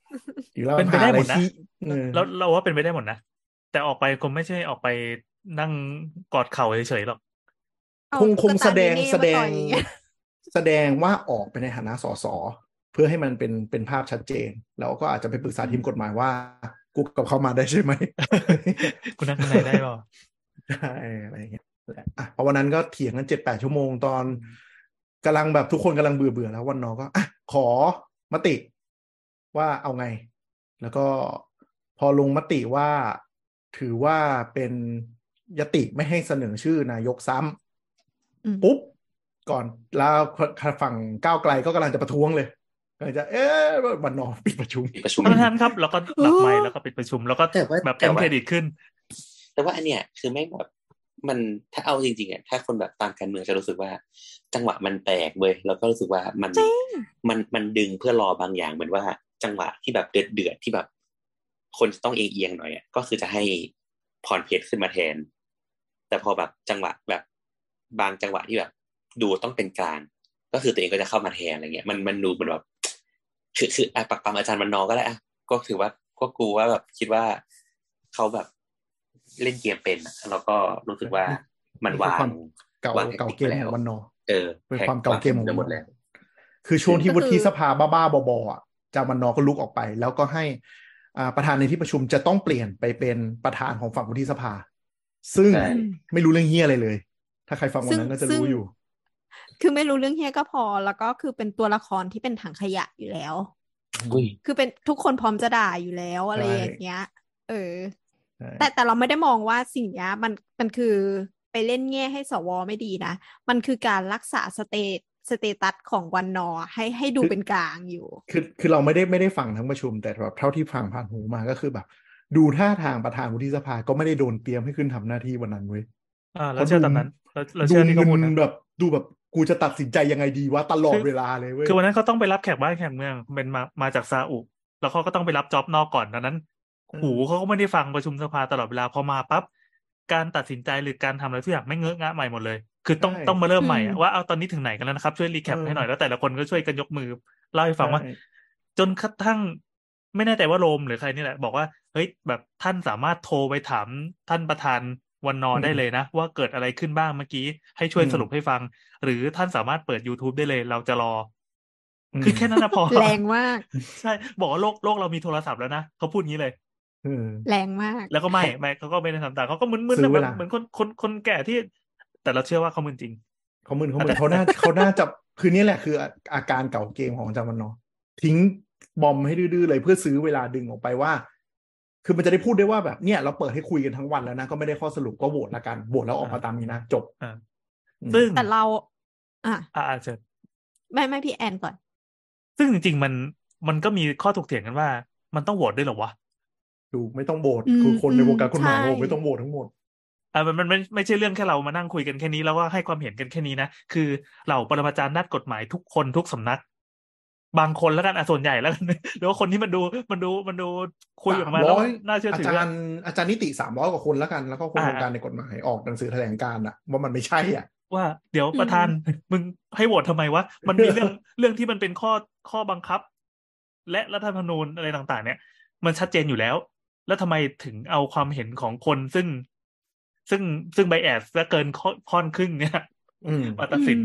อีกแล้วเป็นไปได้หมดนะที่เออแล้วเราว่าเป็นไปได้หมดนะแต่ออกไปคงไม่ใช่ออกไปนั่งกอดเข่าเฉยๆหรอกเอาคงคงตุ๊กแสตาดเนงเน่แสมาดต่อง ยอย่างเงี้ยแสดงว่าออกไปในฐานะสสเพื่อให้มันเป็นเป็นภาพชัดเจนแล้วก็อาจจะไปปรึกษาทีมกฎหมายว่ากูกับเขามาได้ใช่ไหมคุณนั่งข้างในได้เปล่าได้อะไรอย่างเงี้ยแหละอ่ะเพราะวันนั้นก็เถียงกันเจ็ดแปดชั่วโมงตอนกำลังแบบทุกคนกำลังเบื่อเบื่อแล้ววันนอก็อ่ะขอมติว่าเอาไง แล้วก็พอลงมติว่าถือว่าเป็นยติไม่ให้เสนอชื่อนายกซ้ำปุ๊บก่อนแล้วฝั่งก้าวไกลก็กำลังจะประท้วงเลยกำลังจะเอ๊ะวันนอปิดประชุมประชุมท่านประธานครับแล้วก็หลับไมค์แล้วก็ปิดประชุมแล้วก็แต่ว่าแบบแต่เต็มว่าเครดิตขึ้นแต่ว่าอันเนี้ยคือไม่แบบมันถ้าเอาจริงๆอ่ะถ้าคนแบบตามการเมืองจะรู้สึกว่าจังหวะมันแปลกเว้ยแล้วก็รู้สึกว่ามันมันมันดึงเพื่อรอบางอย่างเหมือนว่าจังหวะที่แบบเดือดเดือดที่แบบคนจะต้องเอียงๆหน่อยอ่ะก็คือจะให้พรเพชรขึ้นมาแทนแต่พอแบบจังหวะแบบบางจังหวะที่แบบดูต้องเป็นกลางก็คือตัวเองก็จะเข้ามาแทนอะไรเงี้ยมันมันดูเหมือนแบบคือคืออ่ะปักปั๊มอาจารย์มันนอก็ได้อ่ะก็ถือว่าก็กูว่าแบบคิดว่าเขาแบบเล่นเกมเป็นแล้วก็รู้สึกว่ามันวางเก่าเก่าเกมของวันนอเออเป็นความเก่าเกมของหมดแล้วคือช่วงที่วุฒิสภาบ้าๆบอๆอ่ะจามันนอก็ลุกออกไป แล้วก็ให้อ่าประธานในที่ประชุมจะต้องเปลี่ยนไปเป็นประธานของฝั่งวุฒิสภาซึ่งไม่รู้เรื่องเหี้ยอะไรเลย ถ้าใครฟังวันนั้นก็จะรู้อยู่คือไม่รู้เรื่องเฮียก็พอแล้วก็คือเป็นตัวละครที่เป็นถังขยะอยู่แล้วคือเป็นทุกคนพร้อมจะด่าอยู่แล้วอะไรอย่างเงี้ยเออแต่แต่เราไม่ได้มองว่าสิ่งนี้มันมันคือไปเล่นแง่ให้สวไม่ดีนะมันคือการรักษาสเตตสเตตัสของวันนอให้ให้ดูเป็นกลางอยู่คือคือเราไม่ได้ไม่ได้ฟังทั้งประชุมแต่แบบเท่าที่ฟังผ่านหูมาก็คือแบบดูท่าทางประธานวุฒิสภาก็ไม่ได้โดนเตรียมให้ขึ้นทำหน้าที่วันนั้นเว้ยอ่าเราเชื่อตามนั้นเราเชื่อที่เขาพูดนะแบบดูแบบกูจะตัดสินใจยังไงดีวะตลอดเวลาเลยเว้ยคือวันนั้นเขาต้องไปรับแขกบ้านแขกเมืองเป็นมามาจากซาอุแล้วเขาก็ต้องไปรับจ็อบนอกก่อนดังนั้นหูเขาก็ไม่ได้ฟังประชุมสภาตลอดเวลาพอมาปั๊บการตัดสินใจหรือการทำอะไรทุกอย่างไม่เงอะงะใหม่หมดเลยคือต้องต้องมาเริ่มใหม่ว่าเอาตอนนี้ถึงไหนกันแล้วนะครับช่วยรีแคปให้หน่อยแล้วแต่ละคนก็ช่วยกันยกมือเล่าให้ฟังว่าจนกระทั่งไม่แน่ใจว่าโรมหรือใครนี่แหละบอกว่าเฮ้ยแบบท่านสามารถโทรไปถามท่านประธานวันนอได้เลยนะว่าเกิดอะไรขึ้นบ้างเมื่อกี้ให้ช่วยสรุปให้ฟังหรือท่านสามารถเปิด YouTube ได้เลยเราจะรอคือแค่นั้นนะพอแรงมากใช่บอกว่าโลกโลกเรามีโทรศัพท์แล้วนะเขาพูดงี้เลยแรงมากแล้วก็ไม่ไม่เขาก็ไม่ได้ทำตามเขาก็มึนๆแบบเหมือนคนคนคนแก่ที่แต่เราเชื่อว่าเขามึนจริงเขามึนเขามึนเขาน่าเขาน่าจะคือนี่แหละคืออาการเก่าเกมของอาจารย์วันนอทิ้งบอมให้ดื้อๆเลยเพื่อซื้อเวลาดึงออกไปว่าคือมันจะได้พูดได้ว่าแบบเนี่ยเราเปิดให้คุยกันทั้งวันแล้วนะก็ไม่ได้ข้อสรุปก็โหวตละกันโหวตแล้วออกมาตามนี้นะจบซึ่งแต่เราอ่ะอ่าเชิญไม่ไม่พี่แอนก่อนซึ่งจริงๆมันมันก็มีข้อถกเถียงกันว่ามันต้องโหวตด้วยหรอวะดูไม่ต้องโหวตคือคนในวงการกฎหมายโหวตไม่ต้องโหวตทั้งหมดอ่ามันมันไม่ไม่ใช่เรื่องแค่เรามานั่งคุยกันแค่นี้แล้วก็ให้ความเห็นกันแค่นี้นะคือเหล่าปรมาจารย์ด้านกฎหมายทุกคนทุกสำนักบางคนแล้วกันอ่ะส่วนใหญ่แล้วกันหรือว่าคนที่มันดูมันดูมันดูคุยออกมาแล้วน่าเชื่อถืออาจารย์อาจารย์นิติสามร้อยกว่าคนแล้วกันแล้วก็คนวงการในกฎหมายออกหนังสือแถลงการณ์อะว่ามันไม่ใช่อ่ะว่าเดี๋ยวประธานมึงให้โหวตทำไมวะมันมีเรื่องเรื่องที่มันเป็นข้อข้อบังคับและรัฐธรรมนูญอะไรต่างๆเนี่ยมันชัดเจนอยู่แล้วแล้วทำไมถึงเอาความเห็นของคนซึ่งซึ่งซึ่งไบแอสและเกินค่อนครึ่งเนี่ยมาตัดสิน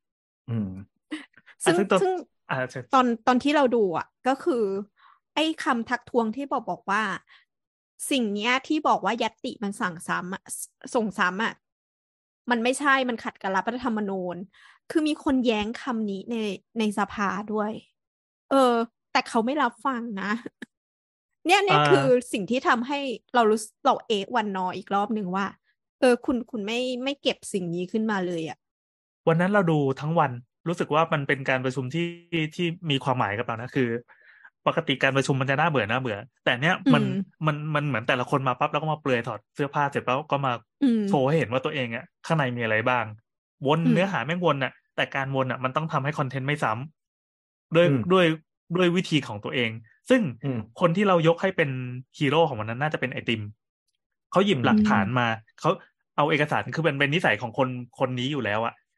ซึ่งซึ่งตอนตอนที่เราดูอ่ะก็คือไอ้คำทักท้วงที่บอกบอกว่าสิ่งเนี้ยที่บอกว่าญัตติมันสั่งซ้ำอ่ะส่งซ้ำอ่ะมันไม่ใช่มันขัดกับรัฐธรรมนูญคือมีคนแย้งคำนี้ในในสภาด้วยเออแต่เขาไม่รับฟังนะเนี่ยเนี่ยคือสิ่งที่ทำให้เรารู้เราเอะวันนออีกรอบหนึ่งว่าเออคุณคุณไม่ไม่เก็บสิ่งนี้ขึ้นมาเลยอ่ะวันนั้นเราดูทั้งวันรู้สึกว่ามันเป็นการประชุมที่ที่มีความหมายกับเรานะคือปกติการประชุมมันจะน่าเบื่อน่าเบื่อแต่เนี้ยมันมันมันเหมือนแต่ละคนมาปั๊บแล้วก็มาเปลือยถอดเสื้อผ้าเสร็จแล้วก็มาโชว์ให้เห็นว่าตัวเองอ่ะข้างในมีอะไรบ้างวนเนื้อหาแม่งวนอ่ะแต่การวนอ่ะมันต้องทำให้คอนเทนต์ไม่ซ้ำด้วยด้วยด้วยวิธีของตัวเองซึ่งคนที่เรายกให้เป็นฮีโร่ของวันนั้นน่าจะเป็นไอติมเขาหยิบหลักฐานมาเขาเอาเอกสารคือเป็นเป็นนิสัยของคนคนนี้อยู่แล้วอะ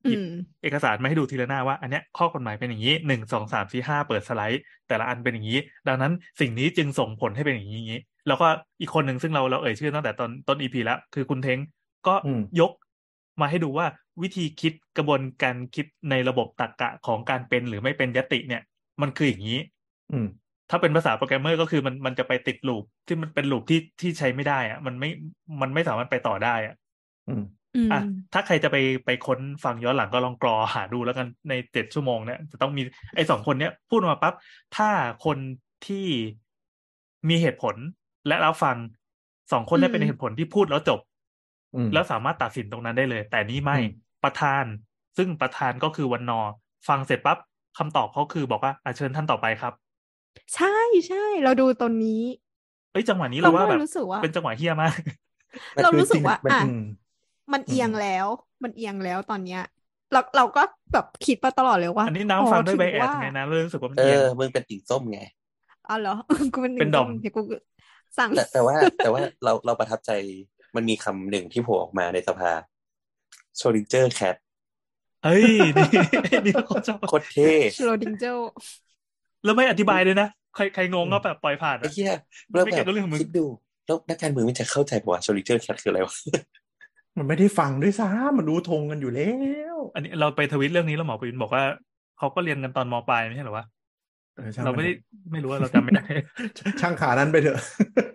หยิบเอกสารมาให้ดูทีละหน้าว่าอันเนี้ยข้อกฎหมายเป็นอย่างนี้หนึ่งสองสามสี่ห้าเปิดสไลด์แต่ละอันเป็นอย่างนี้ดังนั้นสิ่งนี้จึงส่งผลให้เป็นอย่างนี้อย่างนี้แล้วก็อีกคนหนึ่งซึ่งเราเราเอ่ยชื่อตั้งแต่ตอนต้น อี พี แล้วคือคุณเท้งก็ยกมาให้ดูว่าวิธีคิดกระบวนการคิดในระบบตรรกะของการเป็นหรือไม่เป็นญัตติเนี่ยมันคืออย่างนี้ถ้าเป็นภาษาโปรแกรมเมอร์ก็คือมันมันจะไปติดลูปที่มันเป็นลูปที่ที่ใช้ไม่ได้อะมันไม่มันไม่สามารถไปต่อได้อ่ะอ่ะถ้าใครจะไปไปค้นฟังย้อนหลังก็ลองกรอหาดูแล้วกันในเจ็ดชั่วโมงเนี่ยจะต้องมีไอ้สองคนเนี้ยพูดมาปั๊บถ้าคนที่มีเหตุผลและรับฟังสองคนนี้เป็นเหตุผลที่พูดแล้วจบแล้วสามารถตัดสินตรงนั้นได้เลยแต่นี่ไม่ประธานซึ่งประธานก็คือวันนอฟังเสร็จปั๊บคำตอบเขาคือบอกว่าเชิญท่านต่อไปครับใช่ใช่เราดูตรงนี้เอ้ยจังหวะนี้เราว่าแบบเป็นจังหวะเฮี้ยมากเรารู้สึกว่าอ่ะมันเอียงแล้วมันเอียงแล้วตอนเนี้ยเราเราก็แบบคิดมาตลอดเลยว่าอันนี้น้ำฟังด้วยใบแอดไงนะรู้สึกว่ามันเอียงเออมึงเป็นติ่งส้มไงอ๋อเหรอกูเป็นเป็นดอมกูสั่งแต่แต่ว่าแต่ว่าเราเราประทับใจมันมีคำหนึ่งที่โผล่ออกมาในสภา Schrödinger cat เอ้ยนี่นี่เขาชอบโคตรเท่ Schrödinger แล้วไม่อธิบายเลยนะใครใครงงก็แบบปล่อยผ่านไอ้เหี้ยแล้วแบบคิดดูแล้วนักการเมืองมันจะเข้าใจป่ะว่า Schrödinger cat คืออะไรวะมันไม่ได้ฟังด้วยซ้ำมันรู้ทงกันอยู่แล้วอันนี้เราไปทวิตเรื่องนี้แล้วหมอปิ่นบอกว่าเขาก็เรียนกันตอนม.ปลายไม่ใช่เหรอวะเราไม่ได้ไม่รู้ว่าเราจำไม่ได้ช่างขานั้นไปเถอะ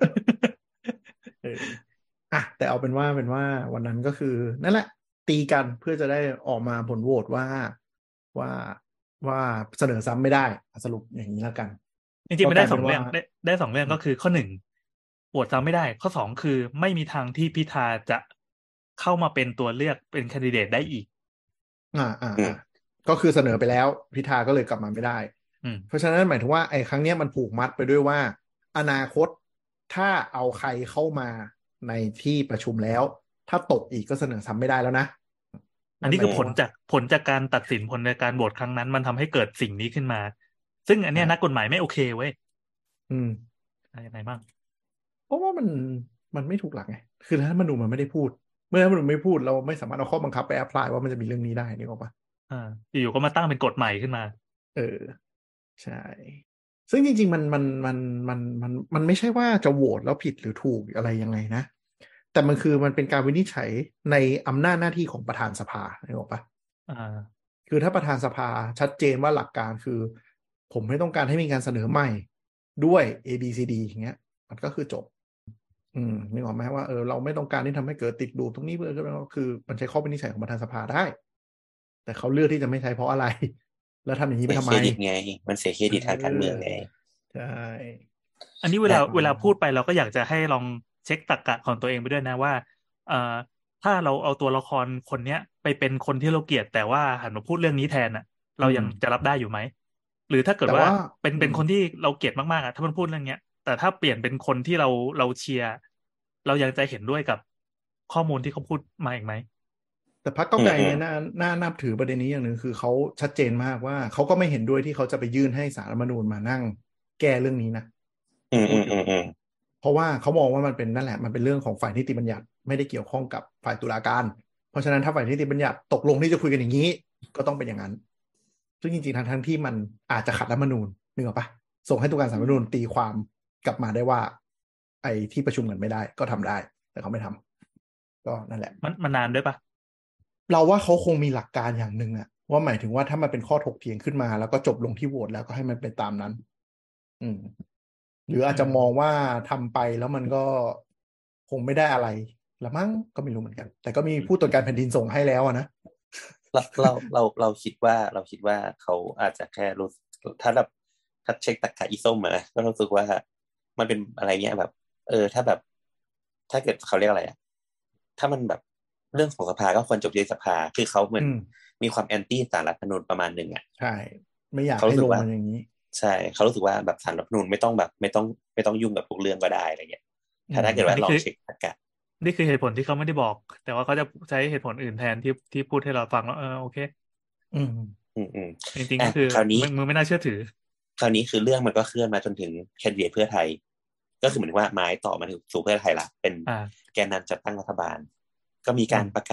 อ่ะแต่เอาเป็นว่าเป็นว่าวันนั้นก็คือนั่นแหละตีกันเพื่อจะได้ออกมาผลโหวตว่าว่าว่าเสนอซ้ำไม่ได้สรุปอย่างนี้แล้วกันจริงๆไม่ได้สองเรื่องได้ได้สองเรื่องก็คือข้อหนึ่งโหวตซ้ำไม่ได้ข้อสองคือไม่มีทางที่พิธาจะเข้ามาเป็นตัวเลือกเป็นแคนดิเดตได้อีกอ่าอ่าก็คือเสนอไปแล้วพิธาก็เลยกลับมาไม่ได้เพราะฉะนั้นหมายถึงว่าไอ้ครั้งนี้มันผูกมัดไปด้วยว่าอนาคตถ้าเอาใครเข้ามาในที่ประชุมแล้วถ้าตกอีกก็เสนอซ้ำไม่ได้แล้วนะอันนี้คือผลจากผลจากการตัดสินผลในการโหวตครั้งนั้นมันทำให้เกิดสิ่งนี้ขึ้นมาซึ่งอันนี้นักกฎหมายไม่โอเคเว้ยอืมอะไรไหนบ้างเพราะว่ามันมันไม่ถูกหลักไงคือถ้ามันดูมันไม่ได้พูดเมื่อมันไม่พูดเราไม่สามารถเอาข้อบังคับไปแอพพลายว่ามันจะมีเรื่องนี้ได้นี่หรอปะอ่าอยู่ๆก็มาตั้งเป็นกฎใหม่ขึ้นมาเออใช่ซึ่งจริงๆมันมันมันมันมันมันไม่ใช่ว่าจะโหวตแล้วผิดหรือถูกอะไรยังไงนะแต่มันคือมันเป็นการวินิจฉัยในอำนาจหน้าที่ของประธานสภานึกออกปะอ่าคือถ้าประธานสภาชัดเจนว่าหลักการคือผมไม่ต้องการให้มีการเสนอใหม่ด้วย A B C D อย่างเงี้ยมันก็คือจบอืมนึกออกไหมว่าเออเราไม่ต้องการที่ทำให้เกิดติดดูตรงนี้เพื่อก็คือมันใช้ข้อวินิจฉัยของประธานสภาได้แต่เขาเลือกที่จะไม่ใช้เพราะอะไรแล้วทำอย่างนี้ไปทำไมเครดิตไงมันเสียเครดิตทางการเมืองไงใช่อันนี้เวลาเวลาพูดไปเราก็อยากจะให้ลองเช็คตรรกะของตัวเองไปด้วยนะว่าเอ่อถ้าเราเอาตัวละครคนเนี้ยไปเป็นคนที่เราเกลียดแต่ว่าหันมาพูดเรื่องนี้แทนอ่ะเรายังจะรับได้อยู่ไหมหรือถ้าเกิดว่าเป็นเป็นคนที่เราเกลียดมากๆอ่ะถ้ามันพูดเรื่องเนี้ยแต่ถ้าเปลี่ยนเป็นคนที่เราเราเชียร์เรายังจะเห็นด้วยกับข้อมูลที่เขาพูดมาอีกไหมแต่พรรคก้าวไกลเนี่ยน่าน่านับถือประเด็นนี้อย่างหนึ่งคือเขาชัดเจนมากว่าเขาก็ไม่เห็นด้วยที่เขาจะไปยื่นให้ศาลรัฐธรรมนูญมานั่งแก้เรื่องนี้นะอืมอืมอืมอืมเพราะว่าเขามองว่ามันเป็นนั่นแหละมันเป็นเรื่องของฝ่ายนิติบัญญัติไม่ได้เกี่ยวข้องกับฝ่ายตุลาการเพราะฉะนั้นถ้าฝ่ายนิติบัญญัติตกลงที่จะคุยกันอย่างนี้ก็ต้องเป็นอย่างนั้นซึ่งจริงๆทั้งทั้งที่มันอาจจะขัดรัฐธรรมนูญนึกออกปะส่งให้ตุลาการศาลรัฐธรรมนูญตีความกลับมาได้ว่าไอ้ที่ประชุมกันไม่ได้ก็ทำได้แต่เขาไม่ทำก็นั่นแหละมันมันนานด้วยปะเราว่าเขาคงมีหลักการอย่างหนึ่งอะว่าหมายถึงว่าถ้ามันเป็นข้อถกเถียงขึ้นมาแล้วก็จบลงที่โหวตแล้วก็ให้มันเป็นตามนั้นอืมหรืออาจจะมองว่าทำไปแล้วมันก็คงไม่ได้อะไรละมั้งก็ไม่รู้เหมือนกันแต่ก็มีผู้ตรวจการแผ่นดินส่งให้แล้วนะเราเราเราเราคิดว่าเราคิดว่าเขาอาจจะแค่รู้ถ้าแบบถ้าเช็คตรรกะอีส้มมาก็รู้สึกว่ามันเป็นอะไรเงี้ยแบบเออถ้าแบบถ้าเกิดเขาเรียกอะไรอะถ้ามันแบบเรื่องของสภาก็ควรจบที่สภาคือเขาเหมือนมีความแอนตี้ศาลรัฐธรรมนูญประมาณหนึ่งอ่ะใช่ไม่อยากให้ลงมันอย่างนี้ใช่เขารู้สึกว่าแบบศาลรัฐธรรมนูญไม่ต้องแบบไม่ต้องไม่ต้องยุ่งกับทุกเรื่องก็ได้อะไรเงี้ยถ้าถ้าเกิดว่าลองเช็คตรรกะนี่คือเหตุผลที่เขาไม่ได้บอกแต่ว่าเขาจะใช้เหตุผลอื่นแทนที่ที่พูดให้เราฟังแล้วเออโอเคอืมอืมอืมจริงๆก็คือมึงไม่น่าเชื่อถือคราวนี้คือเรื่องมันก็เคลื่อนมาจนถึงแคนดิเดตเพื่อไทยก็คือเหมือนว่าไม้ต่อมาถึงสู่เพื่อไทยละเป็นแกนนำจัดตั้งรัฐบาลก็มีการประกาศ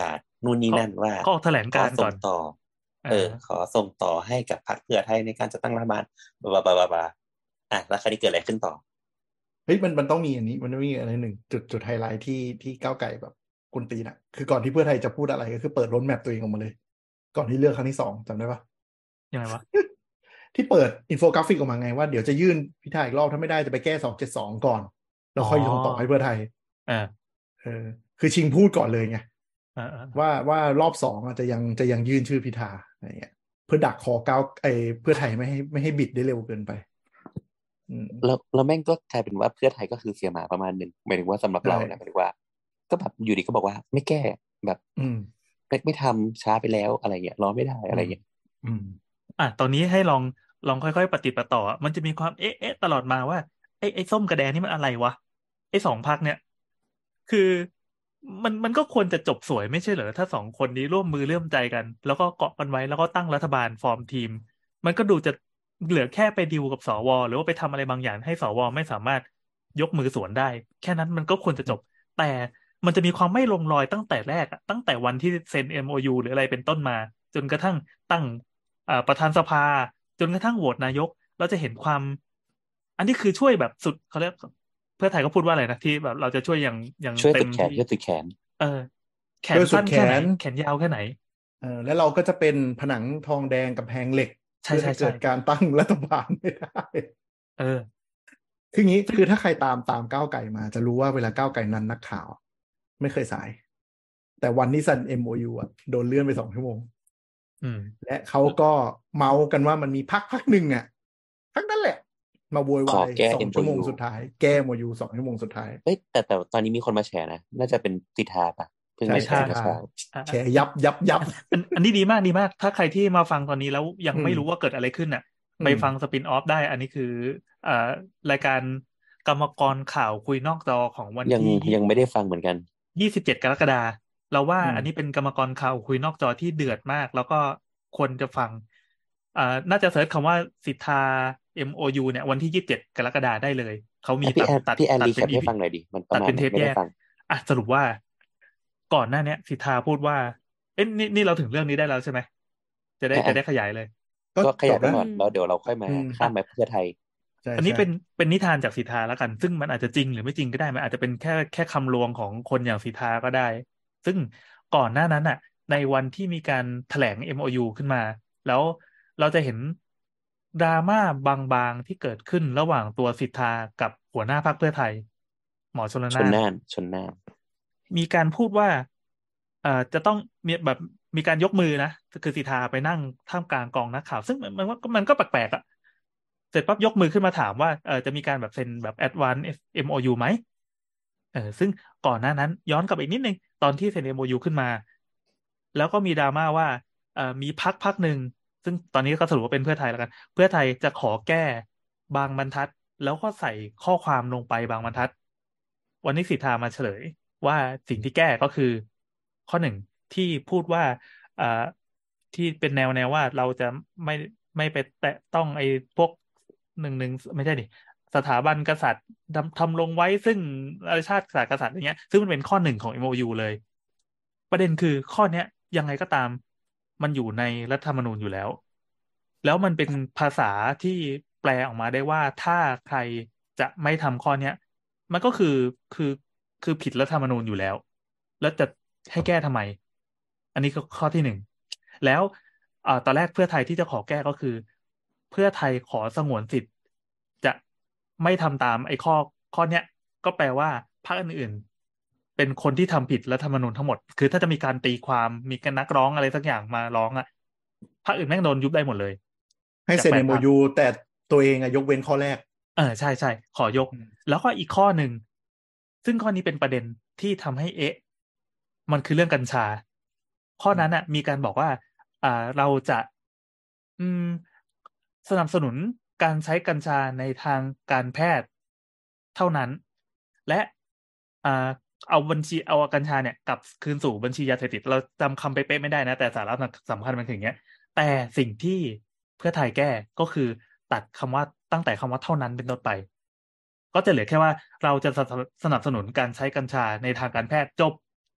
นู่นนี่นั่นว่าก็ออกแถลงการณ์ก่อนต่อเออขอส่งต่อให้กับพรรคเพื่อไทยในการจัดตั้งรัฐบาลบลาบลาบลาบลาอ่ะแล้วคราวนี้เกิดอะไรขึ้นต่อเฮ้ยมันมันต้องมีอันนี้มันต้องมีอะไรหนึ่งจุดจุดไฮไลท์ที่ที่ก้าวไกลแบบกุนตีน่ะคือก่อนที่เพื่อไทยจะพูดอะไรก็คือเปิดโรดแมปตัวเองออกมาเลยก่อนที่เลือกครั้งที่สองจำได้ปะยังไงวะที่เปิดอินโฟกราฟิกออกมาไงว่าเดี๋ยวจะยื่นพิธาอีกรอบถ้าไม่ได้จะไปแก้สองเจ็ดสองก่อนแล้วค่อยส่งต่อให้เพื่อไทยอ่าเออคือชิงพูดก่อนเลยไงอ่าว่าว่ารอบสองจะยังจะยังยื่นชื่อพิธาอะไรเงี้ยเพื่อดักคอก้าวไอเพื่อไทยไม่ให้ไม่ให้บิดได้เร็วเกินไปแล้วแล้วแม่งก็กลายเป็นว่าเพื่อไทยก็คือเสียหมาประมาณหนึ่งหมายถึงว่าสำหรับเรานะหมายถึงว่าก็แบบอยู่ดีก็บอกว่าไม่แก้แบบอืมไม่ไม่ทำช้าไปแล้วอะไรเงี้ยรอไม่ได้อะไรเงี้ยอืมอ่ะตอนนี้ให้ลองลองค่อยๆปฏิปต่อมันจะมีความเอ๊ะเอ๊ะตลอดมาว่าไอ้ไอ้ส้มกระแดงนี่มันอะไรวะไอ้สองพรรคเนี่ยคือมันมันก็ควรจะจบสวยไม่ใช่เหรอถ้าสองคนนี้ร่วมมือร่วมใจกันแล้วก็เกาะกันไว้แล้วก็ตั้งรัฐบาลฟอร์มทีมมันก็ดูจะเหลือแค่ไปดีลกับสวหรือว่าไปทำอะไรบางอย่างให้สวไม่สามารถยกมือสวนได้แค่นั้นมันก็ควรจะจบแต่มันจะมีความไม่ลงรอยตั้งแต่แรกอะตั้งแต่วันที่เซ็น เอ็ม โอ ยู หรืออะไรเป็นต้นมาจนกระทั่งตั้งอ่าประธานสภาจนกระทั่งโหวตนายกเราจะเห็นความอันนี้คือช่วยแบบสุดเขาเรียกเพื่อไทยก็พูดว่าอะไรนะที่แบบเราจะช่วยอย่างอย่างช่วยเต็สุดมแขนที่ช่วยสุดแขนเออแขนสั้นแค่ไหนแขนยาวแค่ไหนเออแล้วเราก็จะเป็นผนังทองแดงกับแพงเหล็กใช่ใช่เกิดการตั้งรัฐบาลไม่ได้เออคืองี้คือถ้าใครตามตามก้าวไกลมาจะรู้ว่าเวลาก้าวไกลนั้นนักข่าวไม่เคยสายแต่วันนี้ซัน เอ็ม โอ ยู อ่ะโดนเลื่อนไปสองชั่วโมงและเขาก็เมากันว่ามันมีพักพักหนึ่งอ่ะพักนั่นแหละมาโวยวายสองชั่วโมงสุดท้ายแก้ เอ็ม โอ ยู สองชั่วโมงสุดท้ายเอ้ยแต่แต่ตอนนี้มีคนมาแชร์นะน่าจะเป็นสิทธาปะเพิ่งมาแชร์เช้าแชร์ยับยับยับอันอันนี้ดีมากดีมากถ้าใครที่มาฟังตอนนี้แล้วยังไม่รู้ว่าเกิดอะไรขึ้นอ่ะไปฟังสปินออฟได้อันนี้คืออ่ารายการกรรมกรข่าวคุยนอกจอของวันที่ยังไม่ได้ฟังเหมือนกันยี่สิบเจ็ดกรกฎาคมเราว่าอันนี้เป็นกรรมกรข่าวคุยนอกจอที่เดือดมากแล้วก็ควรจะฟังอ่าน่าจะเสิร์ชคำว่าสิทธา เอ็ม โอ ยู เนี่ยวันที่ยี่สิบเจ็ดกรกฎาคมได้เลยเขามีตัดตัดพี่แอนรีแคตัดเป็นปให้ฟังหน่อยดิมันประตัดมาณเป็นเทปแยกอ่ะสรุปว่าก่อนหน้านี้สิทธาพูดว่าเอ๊ะนี่นี่เราถึงเรื่องนี้ได้แล้วใช่ไหมจะได้จะได้ขยายเลยก็ขยายไปก่อนแล้วเดี๋ยวเราค่อยมาข้ามไปเพื่อไทยอันนี้เป็นเป็นนิทานจากสิทธาแล้วกันซึ่งมันอาจจะจริงหรือไม่จริงก็ได้มันอาจจะเป็นแค่แค่คำลวงของคนอย่างสิทธาก็ได้ซึ่งก่อนหน้านั้นอ่ะในวันที่มีการแถลง เอ็ม โอ ยู ขึ้นมาแล้วเราจะเห็นดราม่าบางๆที่เกิดขึ้นระหว่างตัวสิทธากับหัวหน้าพรรคเพื่อไทยหมอชลชนน่านชนน่านมีการพูดว่าเอ่อจะต้องมีแบบมีการยกมือนะคือสิทธาไปนั่งท่ามกลางกองนักข่าวซึ่งมันมันมันก็แปลกๆอ่ะเสร็จปั๊บยกมือขึ้นมาถามว่าเออจะมีการแบบเซ็นแบบ Advance เอ็ม โอ ยู ไหมเออซึ่งก่อนหน้านั้นย้อนกลับอีกนิดนึงตอนที่เซ็น เอ็ม โอ ยู ขึ้นมาแล้วก็มีดราม่าว่าเอ่อมีพรรคพรรคหนึ่งซึ่งตอนนี้ก็สรุปว่าเป็นเพื่อไทยแล้วกันเพื่อไทยจะขอแก้บางบรรทัดแล้วก็ใส่ข้อความลงไปบางบรรทัดวันนี้สิทธามาเฉลยว่าสิ่งที่แก้ก็คือข้อหนึ่งที่พูดว่าอ่าที่เป็นแนวแนวว่าเราจะไม่ไม่ไปแตะต้องไอ้พวกหนึ่งหนึ่งไม่ใช่ดิสถาบันกษัตริย์ทำทำลงไว้ซึ่งอาชาติศาสตร์กษัตริย์อย่างเงี้ยซึ่งมันเป็นข้อหนึ่งของ เอ็ม โอ ยู เลยประเด็นคือข้อเนี้ยยังไงก็ตามมันอยู่ในรัฐธรรมนูญอยู่แล้วแล้วมันเป็นภาษาที่แปลออกมาได้ว่าถ้าใครจะไม่ทำข้อเนี้ยมันก็คือคือคือผิดรัฐธรรมนูญอยู่แล้วแล้วจะให้แก้ทำไมอันนี้ก็ข้อที่หนึ่งแล้วอ่าตอนแรกเพื่อไทยที่จะขอแก้ก็คือเพื่อไทยขอสงวนสิทธิ์จะไม่ทำตามไอ้ข้อข้อเนี้ยก็แปลว่าพรรคอื่นๆเป็นคนที่ทำผิดรัฐธรรมนูญทั้งหมดคือถ้าจะมีการตีความมีการนักร้องอะไรสักอย่างมาร้องอ่ะพรรคอื่นแม่งโดนยุบได้หมดเลยให้เซ็น เอ็ม โอ ยู แต่ตัวเองอะยกเว้นข้อแรกเออใช่ใช่ขอยกแล้วก็อีกข้อหนึ่งซึ่งข้อนี้เป็นประเด็นที่ทำให้เอ๊ะมันคือเรื่องกัญชาข้อนั้นอ่ะมีการบอกว่าอ่าเราจะอืมสนับสนุนการใช้กัญชาในทางการแพทย์เท่านั้นและอ่าเอาบัญชีเอากัญชาเนี่ยกลับคืนสู่บัญชียาเสพติดเราจำคำเป๊ะๆไม่ได้นะแต่สาระสำคัญมันคืออย่างเงี้ยแต่สิ่งที่เพื่อไทยแก้ก็คือตัดคำว่าตั้งแต่คำว่าเท่านั้นเป็นต้นไปก็จะเหลือแค่ว่าเราจะสนับสนุนการใช้กัญชาในทางการแพทย์จบ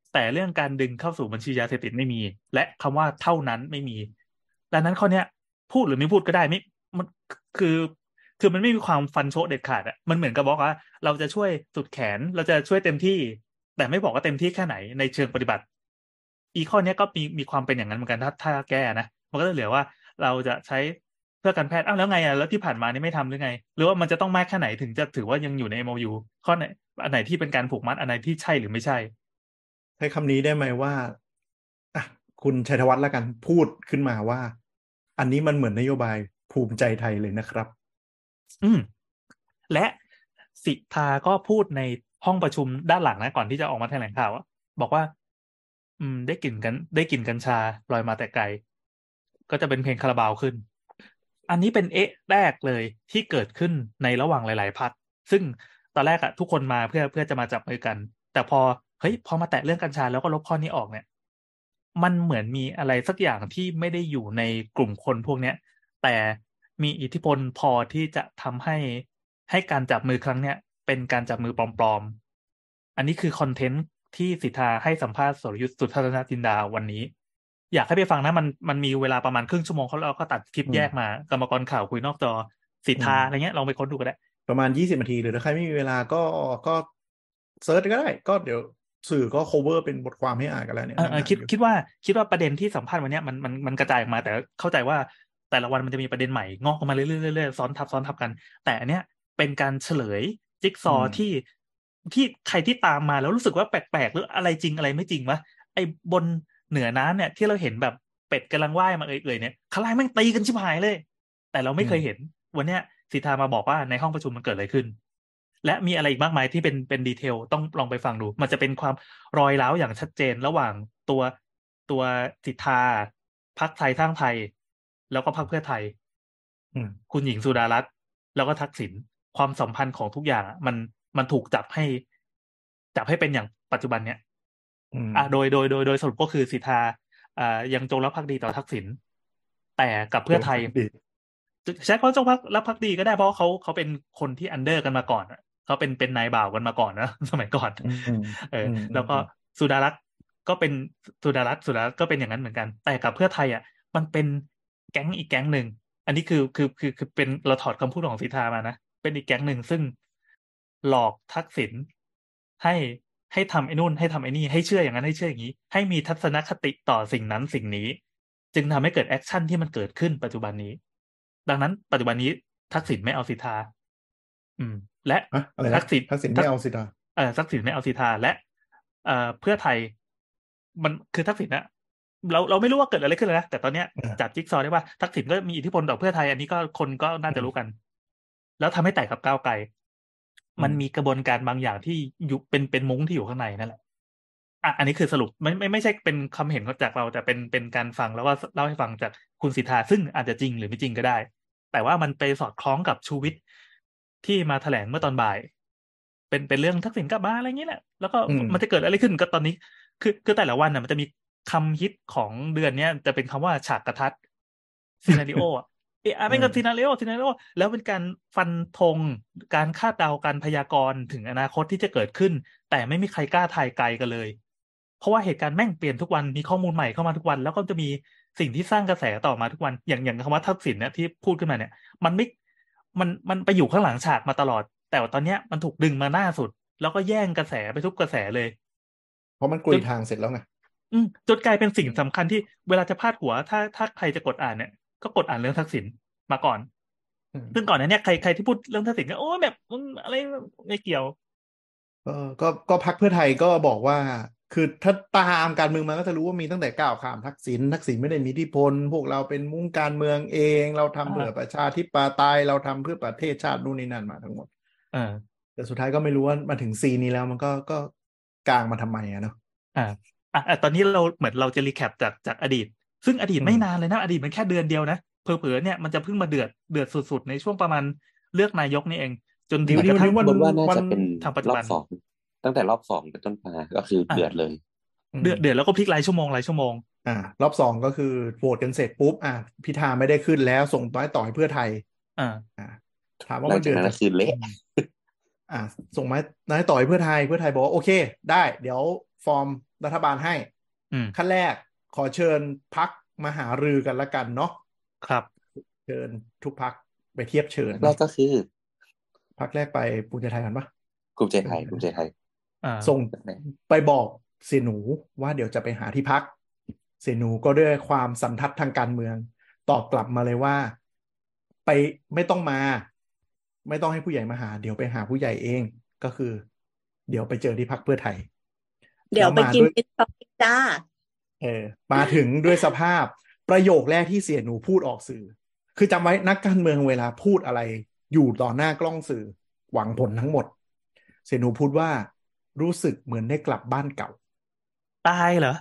แต่เรื่องการดึงเข้าสู่บัญชียาเสพติดไม่มีและคำว่าเท่านั้นไม่มีดังนั้นข้อเนี้ยพูดหรือไม่พูดก็ได้ไม่มันคือคือมันไม่มีความฟันโชะเด็ดขาดอ่ะมันเหมือนกับบอกว่าเราจะช่วยสุดแขนเราจะช่วยเต็มที่แต่ไม่บอกว่าเต็มที่แค่ไหนในเชิงปฏิบัติอีข้อเนี้ยก็มีมีความเป็นอย่างนั้นเหมือนกันถ้าถ้าแก้นะมันก็จะเหลือว่าเราจะใช้เพื่อการแพทย์อ้าวแล้วไงอ่ะแล้วที่ผ่านมานี่ไม่ทำหรือไงหรือว่ามันจะต้องมากแค่ไหนถึงจะถือว่ายังอยู่ใน เอ็ม โอ ยู ข้อไหนอันไหนที่เป็นการผูกมัดอันไหนที่ใช่หรือไม่ใช่ใช้คำนี้ได้ไหมว่าอ่ะคุณชัยธวัฒน์ละกันพูดขึ้นมาว่า อันนี้มันเหมือนนโยบายภูมิใจไทยเลยนะครับอืมและสิทธาก็พูดในห้องประชุมด้านหลังนะก่อนที่จะออกมาแถลงข่าวบอกว่าอืมได้กลิ่นกันได้กลิ่นกัญชาลอยมาแต่ไกลก็จะเป็นเพลงคาราบาวขึ้นอันนี้เป็นเอ๊ะแรกเลยที่เกิดขึ้นในระหว่างหลายๆพรรคซึ่งตอนแรกอะทุกคนมาเพื่อเพื่อจะมาจับมือกันแต่พอเฮ้ยพอมาแตะเรื่องกัญชาแล้วก็ลบข้อนี้ออกเนี่ยมันเหมือนมีอะไรสักอย่างที่ไม่ได้อยู่ในกลุ่มคนพวกเนี้ยแต่มีอิทธิพลพอที่จะทำให้ให้การจับมือครั้งเนี้ยเป็นการจับมือปลอมๆอันนี้คือคอนเทนต์ที่สิทธาให้สัมภาษณ์สรยุทธสุทัศนจินดาวันนี้อยากให้ไปฟังนะมันมันมีเวลาประมาณครึ่งชั่วโมงเขาเราก็ตัดคลิปแยกมากรรมกรข่าวคุยนอกจอสิทธาอะไรเงี้ยลองไปค้นดูก็ได้ประมาณยี่สิบนาทีหรือถ้าใครไม่มีเวลาก็ก็เซิร์ชก็ได้ก็เดี๋ยวสื่อก็ cover เป็นบทความให้อ่านกันแล้วเนี่ยคิดคิดว่าคิดว่าประเด็นที่สัมภาษณ์วันนี้มันมันมันกระจายออกมาแต่เข้าใจว่าแต่ละวันมันจะมีประเด็นใหม่งอกออกมาเรื่อยๆซ้อนทับซ้อนทับกันแต่อันเนี้ยเป็นการเฉลยจิ๊กซอที่ที่ใครที่ตามมาแล้วรู้สึกว่าแปลกๆหรืออะไรจริงอะไรไม่จริงวะไอ้บนเหนือน้ำเนี่ยที่เราเห็นแบบเป็ดกำลังว่ายมาเอ่ยๆเนี่ยข้างล่างแม่งตีกันชิบหายเลยแต่เราไม่เคยเห็นวันเนี้ยสิทธามาบอกว่าในห้องประชุมมันเกิดอะไรขึ้นและมีอะไรอีกมากมายที่เป็นเป็นดีเทลต้องลองไปฟังดูมันจะเป็นความรอยร้าวอย่างชัดเจนระหว่างตัวตัวสิทธาพรรคไทยสร้างไทยแล้วก็พรรคเพื่อไทยคุณหญิงสุดารัตน์แล้วก็ทักษิณความสัมพันธ์ของทุกอย่างมันมันถูกจับให้จับให้เป็นอย่างปัจจุบันเนี้ยอ่าโดยโดยโดยโดยสรุปก็คือสิทธาอ่ายังจงรักภักดีต่อทักษิณแต่กับเพื่อไทยใช้คำว่าจงรักรับภักดีก็ได้เพราะเขาเขาเป็นคนที่อันเดอร์กันมาก่อนเขาเป็นเป็นนายบ่าวกันมาก่อนนะสมัยก่อนเออแล้วก็สุดารัตน์ก็เป็นสุดารัตน์สุดารัตน์ก็เป็นอย่างนั้นเหมือนกันแต่กับเพื่อไทยอ่ะมันเป็นแก๊งอีกแก๊งหนึ่งอันนี้คือคือคือคือเป็นเราถอดคำพูดของสิทธามานะเป็นอีกแก๊งหนึ่งซึ่งหลอกทักษิณให้ให้ทำไอ้นู่นให้ทำไอ้นี่ให้เชื่ออย่างนั้นให้เชื่ออย่างนี้ให้มีทัศนคติต่อสิ่งนั้นสิ่งนี้จึงทำให้เกิดแอคชั่นที่มันเกิดขึ้นปัจจุบันนี้ดังนั้นปัจจุบันนี้ทักษิณไม่เอาสิทธาอืมและทักษิณทักษิณไม่เอาสิทธาเออทักษิณไม่เอาสิทธาและเอ่อเพื่อไทยมันคือทักษิณนะเราเราไม่รู้ว่าเกิดอะไรขึ้นเลยนะแต่ตอนเนี้ยจับจิ๊กซอว์ได้ว่าทักษิณก็มีอิทธิพลต่อเพื่อไทยอันนี้ก็คนก็น่าจะรู้กันแล้วทำให้แตกกับก้าวไกลมันมีกระบวนการบางอย่างที่อยู่เป็นเป็นมุ้งที่อยู่ข้างในนั่นแหละอ่ะอันนี้คือสรุปไม่ไม่ไม่ใช่เป็นคำเห็นจากเราแต่เป็นเป็นการฟังแล้วก็เล่าให้ฟังจากคุณสิทธาซึ่งอาจจะจริงหรือไม่จริงก็ได้แต่ว่ามันไปสอดคล้องกับชูวิทย์ที่มาแถลงเมื่อตอนบ่ายเป็นเป็นเรื่องทักษิณกลับมาอะไรอย่างนี้แหละแล้วก็มันจะเกิดอะไรขึ้นก็ตอนนี้คือคือแต่ละวันน่ะมันจะมีคำฮิตของเดือนนี้จะเป็นคำว่าฉากกระทัดซีนาริโอเออเป็นกับซีนาริโอซีนาริโอแล้วเป็นการฟันธงการคาดเดาการพยากรณ์ถึงอนาคตที่จะเกิดขึ้นแต่ไม่มีใครกล้าทายไกลกันเลยเพราะว่าเหตุการณ์แม่งเปลี่ยนทุกวันมีข้อมูลใหม่เข้ามาทุกวันแล้วก็จะมีสิ่งที่สร้างกระแสต่อมาทุกวันอย่างอย่างคำว่าทักษิณเนี่ยที่พูดขึ้นมาเนี่ยมันไม่มันมันไปอยู่ข้างหลังฉากมาตลอดแต่ว่าตอนเนี้ยมันถูกดึงมาหน้าสุดแล้วก็แย่งกระแสไปทุกกระแสเลยเพราะมันกลุยทางเสร็จแล้วไงอืมจนกลายเป็นสิ่งสำคัญที่เวลาจะพาดหัวถ้าถ้าใครจะกดอ่านเนี่ยก็กดอ่านเรื่องทักษิณมาก่อนซึ่งก่อนนั้นเนี่ยใครใครที่พูดเรื่องทักษิณก็โอ้แบบอะไรไม่เกี่ยวก็ก็ก็พรรคเพื่อไทยก็บอกว่าคือถ้าตามการเมืองมาก็จะรู้ว่ามีตั้งแต่ก้าวข้ามทักษิณทักษิณไม่ได้มีอิทธิพลพวกเราเป็นมุ้งการเมืองเองเราทำเพื่อประชาธิปไตยเราทำเพื่อประเทศชาตินู่นนี่นั่นมาทั้งหมดอ่าแต่สุดท้ายก็ไม่รู้ว่ามาถึงซีนี้แล้วมันก็ก็กลางมาทำไมอะเนาะอ่าอ่ะตอนนี้เราเหมือนเราจะรีแคปจากจากอดีตซึ่งอดีตไม่นานเลยนะอดีตมันแค่เดือนเดียวนะเผลอๆเนี่ยมันจะเพิ่งมาเดือดเดือดสุดๆในช่วงประมาณเลือกนายกนี่เองจนถึงกระทั่งบนว่าน่าจะเป็นรอบสองตั้งแต่รอบสองเป็นต้นมาก็คือเดือดเลยเดือดเดือดแล้วก็พลิกรายชั่วโมงรายชั่วโมงอ่ารอบสองก็คือโหวตกันเสร็จปุ๊บอ่าพิธาไม่ได้ขึ้นแล้วส่งต่อยต่อให้เพื่อไทยอ่าอ่าถามว่ามันเดือดก็คือเละอ่าส่งไม้นายต่อยเพื่อไทยเพื่อไทยบอกว่าโอเคได้เดี๋ยวฟอร์มรัฐบาลให้ขั้นแรกขอเชิญพรรคมาหารือกันละกันเนาะครับเชิญทุกพรรคไปเทียบเชิญแรกก็คือพรรคแรกไปภูมิใจไทยกันปะภูมิใจไทยภูมิใจไทยส่งไปบอกเสี่ยหนูว่าเดี๋ยวจะไปหาที่พรรคเสี่ยหนูก็ด้วยความสันทัดทางการเมืองตอบกลับมาเลยว่าไปไม่ต้องมาไม่ต้องให้ผู้ใหญ่มาหาเดี๋ยวไปหาผู้ใหญ่เองก็คือเดี๋ยวไปเจอที่พรรคเพื่อไทยเดี๋ยวไปกินเป็นปาปิจ้าเออมาถึงด้วยสภาพประโยคแรกที่เสี่ยหนูพูดออกสื่อคือจำไว้นักการเมืองเวลาพูดอะไรอยู่ต่อหน้ากล้องสื่อหวังผลทั้งหมดเสี่ยหนูพูดว่ารู้สึกเหมือนได้กลับบ้านเก่าตายเหรอ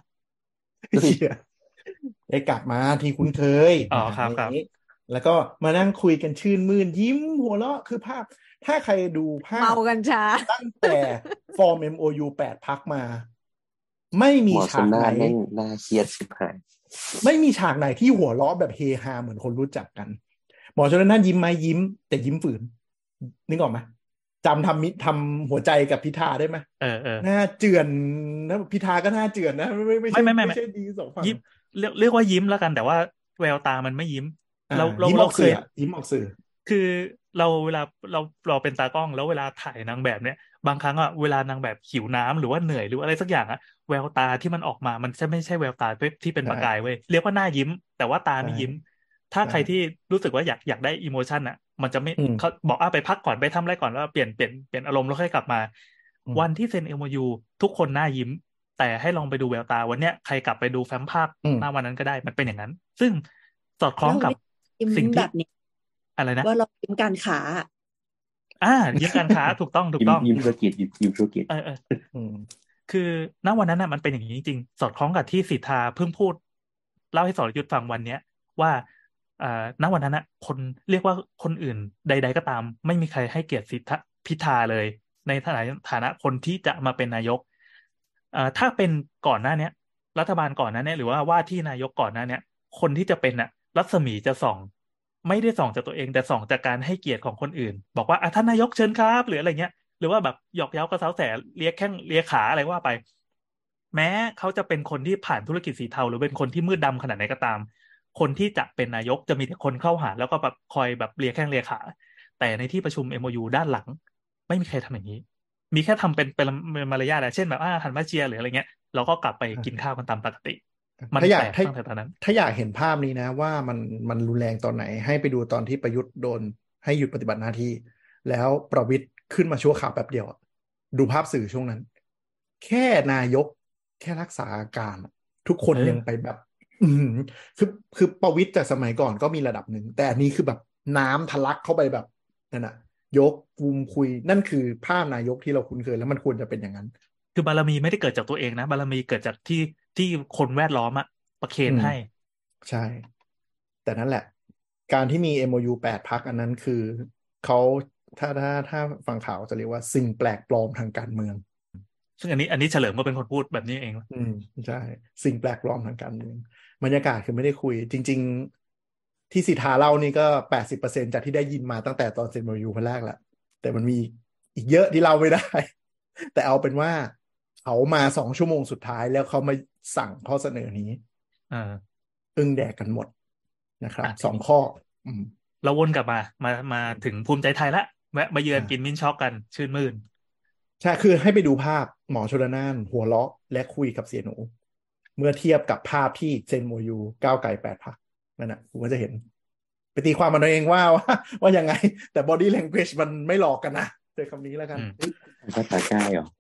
ได้กลับมาที่คุ้นเคยอ๋อครับครับแล้วก็มานั่งคุยกันชื่นมื่นยิ้มหัวเราะคือภาพถ้าใครดูภาพเมากันช้าตั้งแต่ฟอร์ม เอ็ม โอ ยู แปดพรรคมาไม่มีฉากไหนน่าเครียดชิบหายไม่มีฉากไหนที่หัวเราะแบบเฮฮาเหมือนคนรู้จักกันหมอชลน่านยิ้มไหมยิ้มแต่ยิ้มฝืนนึกออกไหมจำทำมิทำหัวใจกับพิธาได้ไหมเออเออหน้าเจือนนะพิธาก็หน้าเจือนนะไม่ไม่ใช่ไม่ใช่ดีสองฝั่งยิ้มเรียกเรียกว่ายิ้มแล้วกันแต่ว่าแววตามันไม่ยิ้มเราเราเราเคยยิ้มออกสื่อคือเราเวลาเราเราเป็นตากล้องแล้วเวลาถ่ายนางแบบเนี้ยบางครั้งอ่ะเวลานางแบบหิวน้ำหรือว่าเหนื่อยหรืออะไรสักอย่างอ่ะแววตาที่มันออกมามันจะไม่ใช่แววตาที่เป็นประกายเว้ยเรียกว่าหน้ายิ้มแต่ว่าตาไม่ยิ้มถ้าใครที่รู้สึกว่าอยากอยากได้อิโมชันอ่ะมันจะไม่เขาบอกอ่ะไปพักก่อนไปทำอะไรก่อนแล้วเปลี่ยนเปลี่ยนเปลี่ยนอารมณ์แล้วค่อยกลับมาวันที่เซ็น เอ็ม โอ ยู ทุกคนหน้ายิ้มแต่ให้ลองไปดูแววตาวันเนี้ยใครกลับไปดูแฟ้มภาพหน้าวันนั้นก็ได้มันเป็นอย่างนั้นซึ่งสอดคล้องกับสิ่งที่อะไรนะว่าเราเป็นการค้าอ่ายิ้มการค้าถูกต้องถูกต้องยิ้มธุรกิจยิ้มธุรกิจเออเออคือณวันนั้นน่ะมันเป็นอย่างนี้จริงๆสอดคล้องกับที่สิทธาเพิ่งพูดเล่าให้สรยุทธฟังวันเนี้ยว่าอ่าณวันนั้นน่ะคนเรียกว่าคนอื่นใดๆก็ตามไม่มีใครให้เกียรติสิทธาพิธาเลยในฐานะฐานะคนที่จะมาเป็นนายกอ่าถ้าเป็นก่อนหน้านี้รัฐบาลก่อนหน้านี้หรือว่าว่าที่นายกก่อนหน้านี้คนที่จะเป็นน่ะรัศมีจะส่องไม่ได้ส่องจากตัวเองแต่ส่องจากการให้เกียรติของคนอื่นบอกว่าอ่ะท่านนายกเชิญครับหรืออะไรเงี้ยหรือว่าแบบหยอกเย้ากระเซ้าแสเลียแข้งเลียขาอะไรว่าไปแม้เขาจะเป็นคนที่ผ่านธุรกิจสีเทาหรือเป็นคนที่มืดดำขนาดไหนก็ตามคนที่จะเป็นนายกจะมีแต่คนเข้าหาแล้วก็แบบคอยแบบเลียแข้งเลียขาแต่ในที่ประชุม เอ็ม โอ ยู ด้านหลังไม่มีใครทำอย่างนี้มีแค่ทำเป็นเป็นมารยาทเช่นแบบอ่าหันมาเชียร์หรืออะไรเงี้ยเราก็กลับไปกินข้าวกันตามปกติถ้าอยากถ้าถ้าอยากเห็นภาพนี้นะว่ามันมันรุนแรงตอนไหนให้ไปดูตอนที่ประยุทธ์โดนให้หยุดปฏิบัติหน้าที่แล้วประวิตรขึ้นมาชั่วข่าวแป๊บเดียวดูภาพสื่อช่วงนั้นแค่นายกแค่รักษาอาการทุกคนยังไปแบบอืมคือคือประวิตรจากสมัยก่อนก็มีระดับหนึ่งแต่อันนี้คือแบบน้ำทะลักเข้าไปแบบนั่นน่ะยกกุมคุยนั่นคือภาพนายกที่เราคุ้นเคยแล้วมันควรจะเป็นอย่างนั้นคือบารมีไม่ได้เกิดจากตัวเองนะบารมีเกิดจากที่ที่คนแวดล้อมอะประเคนให้ใช่แต่นั่นแหละการที่มี เอ็ม โอ ยู แปดพรรคอันนั้นคือเขาถ้าถ้าถ้าฟังข่าวจะเรียกว่าสิ่งแปลกปลอมทางการเมืองซึ่งอันนี้อันนี้เฉลิมก็เป็นคนพูดแบบนี้เองอืมใช่สิ่งแปลกปลอมทางการเมืองบรรยากาศคือไม่ได้คุยจริงๆที่สิทธาเล่านี่ก็ แปดสิบเปอร์เซ็นต์ จากที่ได้ยินมาตั้งแต่ตอนเซ็น เอ็ม โอ ยู คนแรกแหละแต่มันมีอีกเยอะที่เล่าไม่ได้แต่เอาเป็นว่าเขามาสองชั่วโมงสุดท้ายแล้วเขามาสั่งข้อเสนอนี้อ่าอึ้งแดกกันหมดนะครับสองข้ออืมเราวนกลับมามามาถึงภูมิใจไทยละแวะมาเยือนกินมิ้นช็อกกันชื่นมื่นใช่คือให้ไปดูภาพหมอชลน่านหัวเราะและคุยกับเสียหนูเมื่อเทียบกับภาพที่เซ็นโมยูก้าวไกลแปดพรรคนั่นน่ะคุณก็จะเห็นไปตีความมันเองว่าว่าว่ายังไงแต่ body language มันไม่หลอกกันนะใช้คำนี้แล้วกันภาษาใกล้เหรอ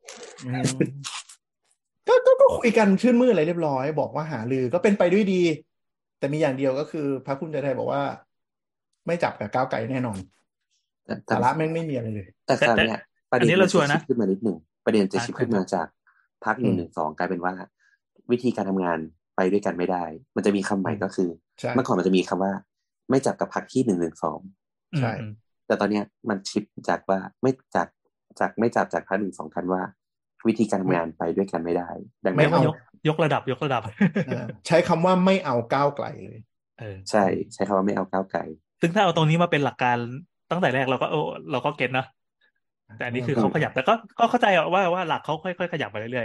ก็ก็ก็คุยกันชื่นมื่นอะไรเรียบร้อยบอกว่าหาลือก็เป็นไปด้วยดีแต่มีอย่างเดียวก็คือพรรคภูมิใจไทยบอกว่าไม่จับกับก้าวไกลแน่นอนสาระแม่งไม่มีอะไรเลยแต่คราวนี้ประเด็นมันชิปขึ้นมานิดหนึ่งประเด็นจะชิปขึ้นมาจากพรรคหนึ่งหนึ่งสองกลายเป็นว่าวิธีการทำงานไปด้วยกันไม่ได้มันจะมีคำใหม่ก็คือเมื่อก่อนมันจะมีคำว่าไม่จับกับพรรคที่หนึ่งหนึ่งสองใช่แต่ตอนนี้มันชิปจากว่าไม่จับจากไม่จับจากพรรคหนึ่งสองกันว่าวิธีการทำงานไปด้วยกันไม่ได้ดังนั้นยกยกระดับยกระดับใช้คำว่าไม่เอาก้าวไกลเลยใช่ใช้คำว่าไม่เอาก้าวไกลซึ่งถ้าเอาตรงนี้มาเป็นหลักการตั้งแต่แรกเราก็โอ้เราก็เก็ตนะแต่อันนี้คือเขาขยับแต่ก็ก็เข้าใจว่าว่าหลักเขาค่อยๆขยับไปเรื่อย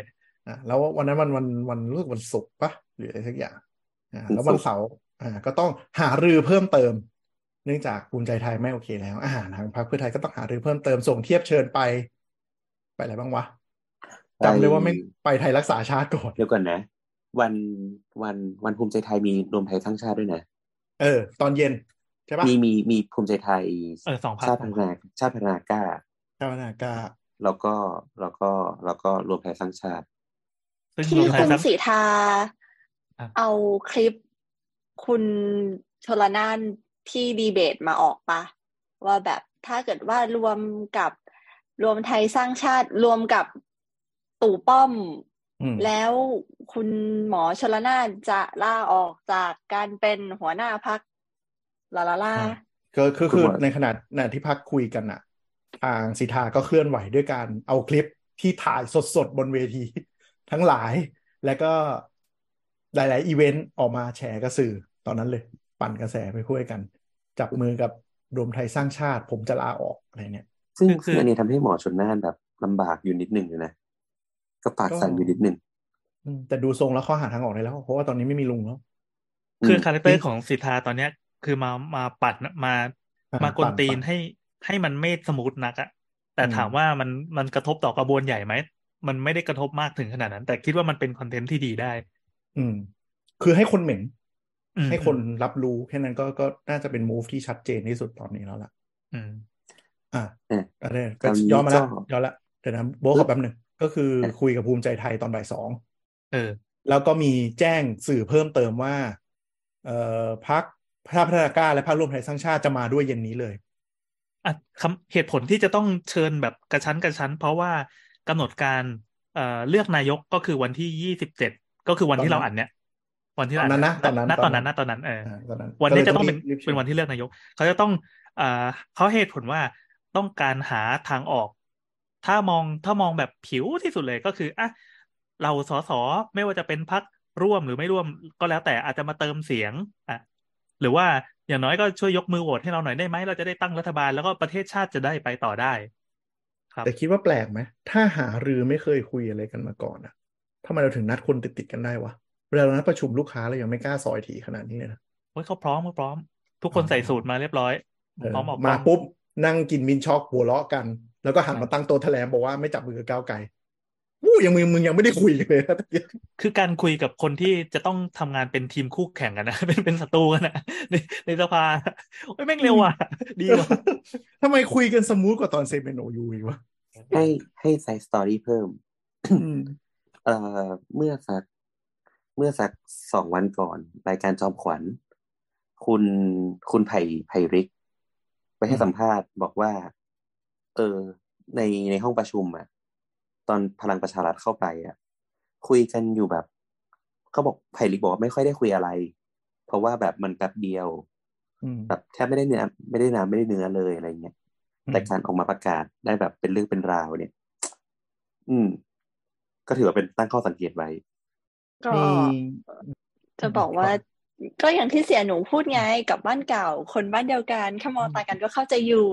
อ่าแล้ววันนั้นวันวันวันรู้สึกวันศุกร์ปะหรืออะไรสักอย่างอ่าวันแล้ววัศุนกร์เสาร์อ่าก็ต้องหารือเพิ่มเติม เนื่องจากภูมิใจไทยไม่โอเคแล้วอ่าทางพรรคเพื่อไทยก็ต้องหารือเพิ่มเติมส่งเทียบเชิญไป ไปอะไรบ้างวะไปจำได้ว่าไม่ไปไทยรักษาชาติก่อนเดี๋ยวก่อนนะ วันวันวันภูมิใจไทยมีรวมไทยสร้างชาติด้วยนะเออ ตอนเย็นใช่ปะมีมีมีภูมิใจไทยเออสองพรรคชาติสพัองฒพรรนาคชาติพัฒนากล้าเจ้าหน้ากล้าแล้วก็แล้วก็แล้วก็รวมไทยสร้างชาติซึ่งรที่วมไทคุยณสร้างสีทาอ่ะเอาคลิปคุณชลน่านที่ดีเบตมาออกปะว่าแบบถ้าเกิดว่ารวมกับรวมไทยสร้างชาติรวมกับตู่ป้อมอืมแล้วคุณหมอชลน่านจะลาออกจากการเป็นหัวหน้าพรรคลาลาลาอ่าก็คือคุณคือหมอในขณะขณะที่พักคุยกันอะทางสิทธาก็เคลื่อนไหวด้วยการเอาคลิปที่ถ่ายสดๆบนเวที ทั้งหลาย แล้วก็หลายๆอีเวนต์ออกมาแชร์กับสื่อตอนนั้นเลย ปั่นกระแสไปคุยกัน จับมือกับรวมไทยสร้างชาติ ผมจะลาออกอะไรเนี่ยซึ่งคือคืซึ่งออันนี้ทำให้หมอชลน่านแบบลำบากอยู่นิดหนึ่งเลยนะ ก็ปากก็สั่นอยู่นิดหนึ่งอืมแต่ดูทรงแล้วเขาหาทางออกได้แล้ว เพราะว่าตอนนี้ไม่มีลุงแล้วอืคือมคาแรคเตอร์ของสิทธาตอนเนี้ย คือมามาปัดมาอ่ามากวนปั่นตีนปั่นให้ให้มันไม่สมูทนักอะแต่อืมถามว่ามันมันกระทบต่อกระบวนใหญ่ไหมมันไม่ได้กระทบมากถึงขนาดนั้น แต่คิดว่ามันเป็นคอนเทนต์ที่ดีได้อืม คือให้คนเหม็นอืมให้อืคนมรับรู้แค่นั้นก็ก็น่าจะเป็น move ที่ชัดเจนที่สุดตอนนี้แล้วล่ะอืมอ่ะอ่ะอันนี้คก็ราวนี้ย้อนมาก็ละย้อนละเดี๋ยวนะโบ๊ทขปึ๊อบ แป๊บหนึ่งก็คืออ่ะคุยกับภูมิใจไทยตอนบ่ายสองเออแล้วก็มีแจ้งสื่อเพิ่มเติมว่า เอ่อพรรคชาติพัฒนากล้าและพรรครวมไทยสร้างชาติจะมาด้วยเย็นนี้เลยอ่ะคำเหตุผลที่จะต้องเชิญแบบกระชั้นกระชั้น เพราะว่ากำหนดการเอ่อเลือกนายกก็คือวันที่ยี่สิบเจ็ดก็คือวันตอนที่เรานั้นอัดเนี้ยวันที่ตอเรานอัดนั้นเนี้ยนะตอนนั้นณตตออน นนั้นั้น นณตอนนั้นเอออ่าตอนนั้นวันก็นี้เลยจะต้ต้ออง งรีเป็นบรีบเป็เชินญวันที่เลือกนายกเขาจะต้องอ่าเขาเหตุผลว่าต้องการหาทางออก ถ้ามองถ้ามองแบบผิวที่สุดเลยก็คืออ่ะเราสสไม่ว่าจะเป็นพรรคร่วมหรือไม่ร่วมก็แล้วแต่อาจจะมาเติมเสียงอ่ะหรือว่าอย่างน้อยก็ช่วยยกมือโหวตให้เราหน่อยได้ไหมเราจะได้ตั้งรัฐบาลแล้วก็ประเทศชาติจะได้ไปต่อได้ ครับแต่คิดว่าแปลกไหมถ้าหารือไม่เคยคุยอะไรกันมาก่อนอะทำไมเราถึงนัดคนติดๆกันได้วะเวลาเรานัดประชุมลูกค้าเรายังไม่กล้าซอยถี่ขนาดนี้เลยนะโอ้ยเขาพร้อมเขาพร้อม ทุกอ๋คอนใส่สูตรมาเรียบร้อยเออพร้อมออกกมาล้องปุ๊บนั่งกินมินช็อกหัวเราะกัน แล้วก็หันใช่มาตั้งโต๊ะแถลงบอกว่าไม่จับมือกับก้าวไกลวู้ยังมึงมึงยังไม่ได้คุยกันเลยนะคือการคุยกับคนที่จะต้องทำงานเป็นทีมคู่แข่งกันนะ เป็นเป็นศัตรูกันนะในในสภาโอ้ยแม่งเร็วว่ะ ดีว่ะทำไมคุยกันสมูทกว่าตอนเซ็นเป็นโอยูอีกวะให้ให้ไซส์สตอรี่เพิ่มอืมเอ่อเมื่อสักเมื่อสักสองวันก่อน รายการจอมขวัญ คุณคุณไผ่ไผ่ริก ไปให้อืมสัมภาษณ์บอกว่า เออ ในในห้องประชุมอะตอนพลังประชารัฐเข้าไปอะคุยกันอยู่แบบเขาบอกไผ่ริกบอกว่าไม่ค่อยได้คุยอะไร เพราะว่าแบบมันแป๊บเดียวอืมแบบแทบไม่ได้เนื้อไม่ได้น้ำไม่ได้เนื้อเลยอะไรเงี้ยอืมแต่การออกมาประกาศได้แบบเป็นเรื่องเป็นราวเนี่ย อืม ก็ถือว่าเป็นตั้งข้อสังเกตไว้ก็มีจะบอกว่า ก็อย่างที่เสียหนูพูดไงกับบ้านเก่า คนบ้านเดียวกันแค่มองตากันก็เข้าใจอยู่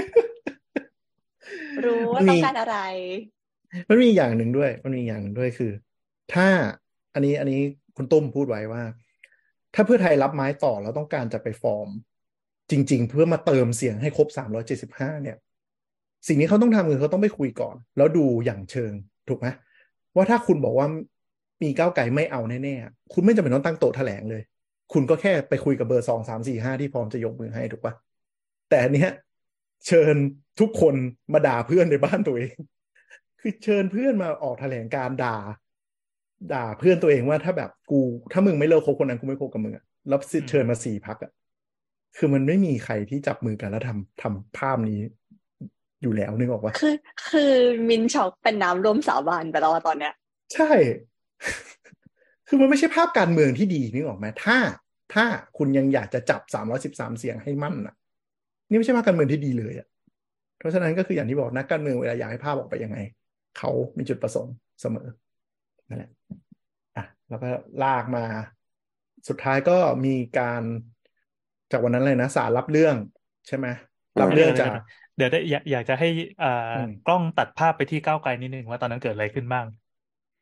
รู้ว่ามันมีต้องการอะไรมันมีอย่างหนึ่งด้วย มันมีอย่างหนึ่งด้วยคือ ถ้าอันนี้อันนี้คุณตุ้มพูดไว้ว่า ถ้าเพื่อไทยรับไม้ต่อแล้วต้องการจะไปฟอร์ม จริง ๆ เพื่อมาเติมเสียงให้ครบสามร้อยเจ็ดสิบห้าเนี่ย สิ่งนี้เขาต้องทำคือเขาต้องไปคุยก่อน แล้วดูอย่างเชิงถูกไหมว่าถ้าคุณบอกว่ามีก้าวไกลไม่เอาแน่ๆคุณไม่จำเป็นต้องตั้งโต๊ะแถลงเลย คุณก็แค่ไปคุยกับเบอร์สองสามสี่ห้าที่พร้อมจะยกมือให้ถูกปะแต่อันเนี้ยเชิญทุกคนมาด่าเพื่อนในบ้านตัวเอง คือเชิญเพื่อนมาออกแถลงการด่า ด่าเพื่อนตัวเองว่าถ้าแบบกูถ้ามึงไม่เลิกคบคนนั้นกูไม่คบกับมึงอะแล้วเชิญมาสี่พักอะคือมันไม่มีใครที่จับมือกันแล้วทำทำภาพนี้อยู่แล้วนึกออกปะคือคือมินช็อกเป็นน้ำร่วมสาบานไปแล้วอะตอนเนี้ยใช่ คือมันไม่ใช่ภาพการเมืองที่ดีนึกออกไหมถ้าถ้าคุณยังอยากจะจับสามร้อยสิบสามเสียงให้มั่นน่ะ นี่ไม่ใช่ภาพการเมืองที่ดีเลยอ่ะเพราะฉะนั้นก็คืออย่างที่บอกนักการเมืองเวลาอยากให้ภาพออกไปยังไงเขามีจุดประสงค์เสมอนั่นแหละอ่ะแล้วก็ลากมา สุดท้ายก็มีการจากวันนั้นเลยนะศาลรับเรื่องใช่ไหมรับเรื่องจากเดี๋ยวได้อยากอยากจะให้อ่าอืมกล้องตัดภาพไปที่ก้าวไกลนิดนึงว่าตอนนั้นเกิดอะไรขึ้นบ้าง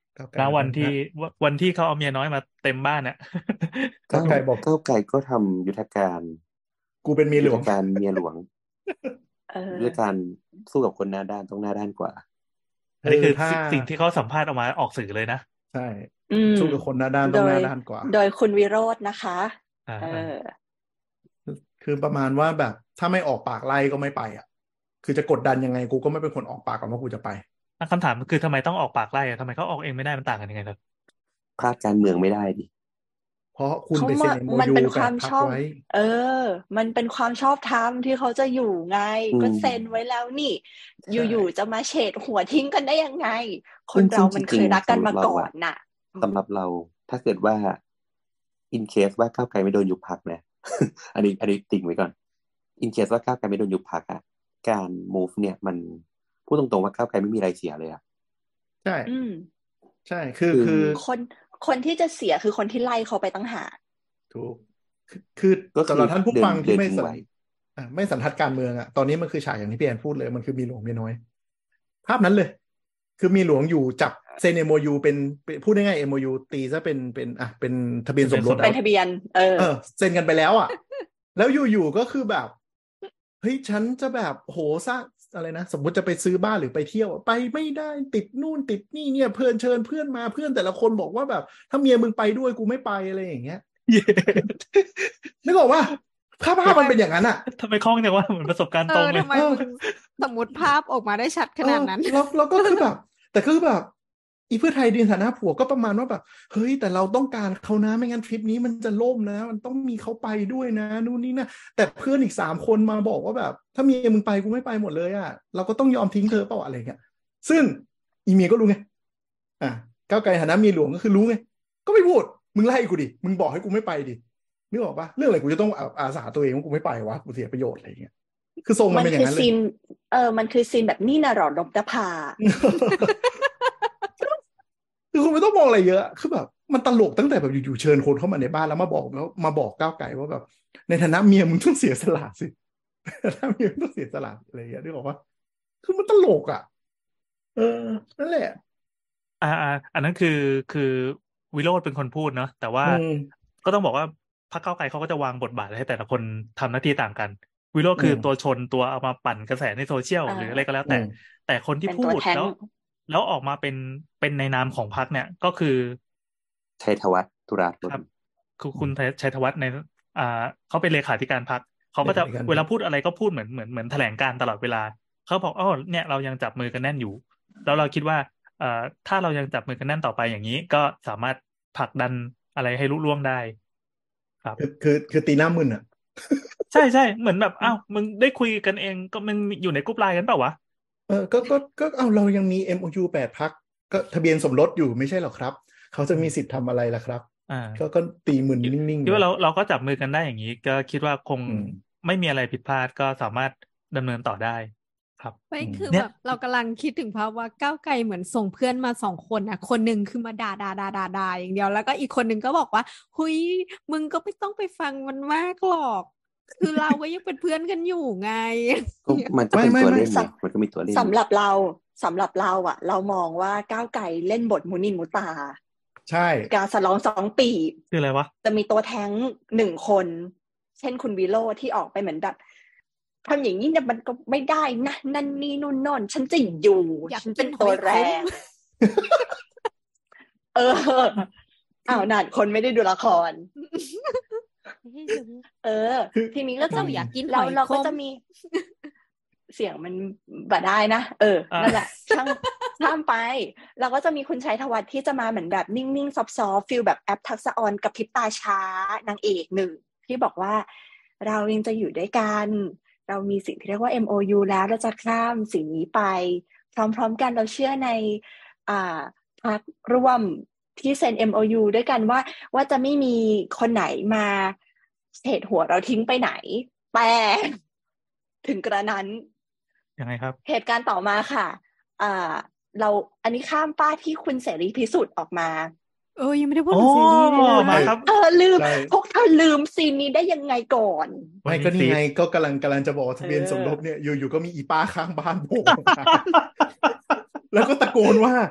ก้าวไกลณวันนะที่วันที่เขาเอาเมียน้อยมาเต็มบ้านอ่ะก้าวไกลบอกก้าวไกลก็ทำยุทธการกูเป็นเมียหลยุทวธงการเมียหลวงเออยุทธการสู้กับคนหน้าด้านต้องหน้าด้านกว่าอันนี้คือถ้าสิ่งสิ่งที่เขาสัมภาษณ์ออกมาออกสื่อเลยนะใช่อืมสู้กับคนหน้าด้านต้องหน้าด้านกว่าโดยคุณวิโรจน์นะคะอ่าเออคือประมาณว่าแบบถ้าไม่ออกปากไล่ก็ไม่ไปอ่ะ คือจะกดดันยังไงกูก็ไม่เป็นคนออกปากก่อนว่ากูจะไปอ่ะคำถามคือทำไมต้องออกปากไล่อะทำไมเขาออกเองไม่ได้มันต่างกันยังไงครับพลาดการเมืองไม่ได้ดิเพราะคุณเขาไปเซ็นมาเอ็ม โอมันยูเป็นคแปวาดมพักชอบไว้เออ มันเป็นความชอบธรรมที่เขาจะอยู่ไงอืมก็เซ็นไว้แล้วนี่ใช่อยู่ๆจะมาเฉดหัวทิ้งกันได้ยังไง คซึ่นงเราซึ่งมันจเคริงยรักๆกันสำหรัมาบเราก่ออะนน่ะสำหรับเราถ้าเกิดว่า in case ว่าก้าวไกลไม่โดนยุบพรรคนะ อันนี้อันนี้ติ่งไว้ก่อน in case ว่าก้าวไกลไม่โดนยุบพรรคอะการ move เนี่ยมันพูดตรงๆว่าก้าวไกลไม่มีอะไรเสียเลยอะใช่อืมใช่ คือคือคือคนคนที่จะเสียคือคนที่ไล่เขาไปตั้งหากถูกคือคือก็สำคืหรัอบท่านผู้เดินฟังเดิที่นไม่ทิ้งสันไว้อ่ะไม่สันทัดการเมืองอ่ะ ตอนนี้มันคือฉากอย่างที่พี่แอนพูดเลย มันคือมีหลวงมีน้อย ภาพนั้นเลย คือมีหลวงอยู่จับเซ็น เอ็ม โอ ยู เป็นเป็นพูดง่ายๆ เอ็ม โอ ยู ตีซะเป็นเป็นอ่ะเป็นทะเบียนสมรสเป็นอะทะเบียน เออเออเซ็นกันไปแล้วอ่ะ แล้วอยู่ๆก็คือแบบเฮ้ยฉันจะแบบโหสร้างอะไรนะสมมติจะไปซื้อบ้านหรือไปเที่ยวอะไปไม่ได้ติดนู่นติดนี่เนี่ยเพื่อนเชิญเพื่อนมาเพื่อนแต่ละคนบอกว่าแบบถ้าเมียมึงไปด้วยกูไม่ไปอะไรอย่างเงี้ยเย้นึกออกว่าภาพภาพมันเป็นอย่างนั้นอ่ะทำไมคล่องจังว่าเหมือนประสบการณ์เอตรงอเลยทำไมมึงสมมติภาพออกมาได้ชัดขนาดนั้นเออแล้วแล้วก็คือแบบ แต่คือแบบอีเพื่อไทยในฐานะผัวก็ประมาณว่าแบบเฮ้ยแต่เราต้องการเขานะไม่งั้นทริปนี้มันจะล่มนะมันต้องมีเขาไปด้วยนะนู่นนี่นะแต่เพื่อนอีกสามคนมาบอกว่าแบบถ้ามีมึงไปกูไม่ไปหมดเลยอ่ะเราก็ต้องยอมทิ้งเธอเปล่าอะไรเงี้ยซึ่งอีเมียก็รู้ไงอ่ะก้าวไกลฐานะเมียหลวงก็คือรู้ไงก็ไม่พูดมึงไล่กูดิมึงบอกให้กูไม่ไปดินึกออกปะเรื่องอะไรกูจะต้องอาสาตัวเองว่ากูไม่ไปวะกูเสียประโยชน์อะไรเงี้ยคือทรงมัมัน นเป็นอย่าคืงอนั้นเลซียน เออ มันคือซีนแบบนี่นะหรอนพนภาคือคุณไม่ต้องมองอะไรเยอะ คือแบบมันตลกตั้งแต่แบบอยู่ๆเชิญคนเข้ามาในบ้านแล้วมาบอกแล้วมาบอกก้าวไกลว่าแบบในฐานะเมียมึงต้องเสียสละสิถ้าเมียมึงต้องเสียสละอะไรอย่างเงี้ยนึกออกปะคือมันตลกอ่ะ เออนั่นแหละอ่าอ่าอันนั้นคือคือวิโรจน์เป็นคนพูดเนาะแต่ว่าอืมก็ต้องบอกว่าพรรคก้าวไกลเขาก็จะวางบทบาทให้แต่ละคนทำหน้าที่ต่างกัน วิโรจน์คืออืมตัวชนตัวเอามาปั่นกระแสในโซเชียลอ่าหรืออะไรก็แล้วอืแต่มแต่คนที่เป็นพูตัวดแท้งแล้ว แล้วออกมาเป็นเป็นในนามของพรรคเนี่ยก็คือชัยธวัฒน์ตุลาธนครับคือคุณชัยธวัฒน์ในอ่าเขาเป็นเลขาธิการพรรคเขาก็จะเลขาธิการพรรคเวลาพูดอะไรก็พูดเหมือนเหมือนเหมือนแถลงการณ์ตลอดเวลาเขาบอกอ๋อเนี่ยเรายังจับมือกันแน่นอยู่ แล้วเราคิดว่าเอ่อถ้าเรายังจับมือกันแน่นต่อไปอย่างนี้ ก็สามารถผลักดันอะไรให้ลุล่วงได้ ครับคือคือคือตีหน้ามึนอ่ะใช่ใช่เหมือนแบบอ้าวมึงได้คุยกันเองก็มึงอยู่ในกรุ๊ปไลน์กันเปล่าวะเออก็ก็ก็เอาเรายังมี เอ็ม โอ ยู แปดพักก็ทะเบียนสมรสอยู่ไม่ใช่หรอครับ เขาจะมีสิทธิ์ทำอะไรล่ะครับอ่าก็ก็ตีมึนนิ่งๆคิดว่าเราเราก็จับมือกันได้อย่างนี้ ก็คิดว่าคงอืมไม่มีอะไรผิดพลาดก็สามารถดำเนินต่อได้ครับไม่อืมคือเนี่ยแบบเรากำลังคิดถึงภาพว่าก้าวไกลเหมือนส่งเพื่อนมาสองคนอ่ะ คนหนึ่งคือมาด่าด่าด่าด่าด่าอย่างเดียวแล้วก็อีกคนหนึ่งก็บอกว่าหุยมึงก็ไม่ต้องไปฟังมันมากหรอก คือเราก็ยังเป็นเพื่อนกันอยู่ไงก็มันก็เป็นไม่ตัวไม่เล่นไม่ไงมันก็มีตัวเล่นสำหรับเราสำหรับเราอ่ะ เรามองว่าก้าวไกลเล่นบทมุนินมุตาใช่การสลองสองปีคืออะไรวะจะมีตัวแท้งหนึ่งคน เช่นคุณวิโรจน์ที่ออกไปเหมือนแบบทำอย่างนี้เนี่ยมันก็ไม่ได้นะนั่นนี่นู่นโน่นฉันจะอยู่อยากฉันเป็นกินตัวหอยขมแรง เอออ้าวนั่นคนไม่ได้ดูละคร เออคือทีนี้ก็จะเจ้าอยากกินหเราอยเราก็ขมจะมี เสียงมันบ่ได้นะเอออ่านั่นั่นแหละช่างข้ามไป เราก็จะมีคุณชัยธวัฒน์ที่จะมาเหมือนแบบนิ่งๆซอฟต์ๆฟีลแบบแอปทักษะออนกับพริบตาช้านางเอกหนึ่งที่บอกว่าเรายังจะอยู่ด้วยกัน เรามีสิ่งที่เรียกว่า เอ็ม โอ ยู แล้วเราจะข้ามสิ่งนี้ไป พร้อมๆกันเราเชื่อในอ่าพรรคร่วมที่เซ็น เอ็ม โอ ยู ด้วยกันว่าว่าจะไม่มีคนไหนมาเฉดหัวเราทิ้งไปไหน แต่ถึงกระนั้นยังไงครับเหตุการณ์ต่อมาค่ะ อ่า เราอันนี้ข้ามป้าที่คุณเสรีพิสุทธิ์ออกมาเออยังไม่ได้พูดโอ้ถึงซีรีส์เลยมานะครับเธอลืมใช่พวกเธอลืมซีนนี้ได้ยังไงก่อนไม่ก็นี่ไงก็กำลังกำลังจะบอกว่าทะเบียนสมรสเนี่ยอยู่ๆก็มีอีป้าข้างบ้านโผล่ออกมา แล้วก็ตะโกนว่า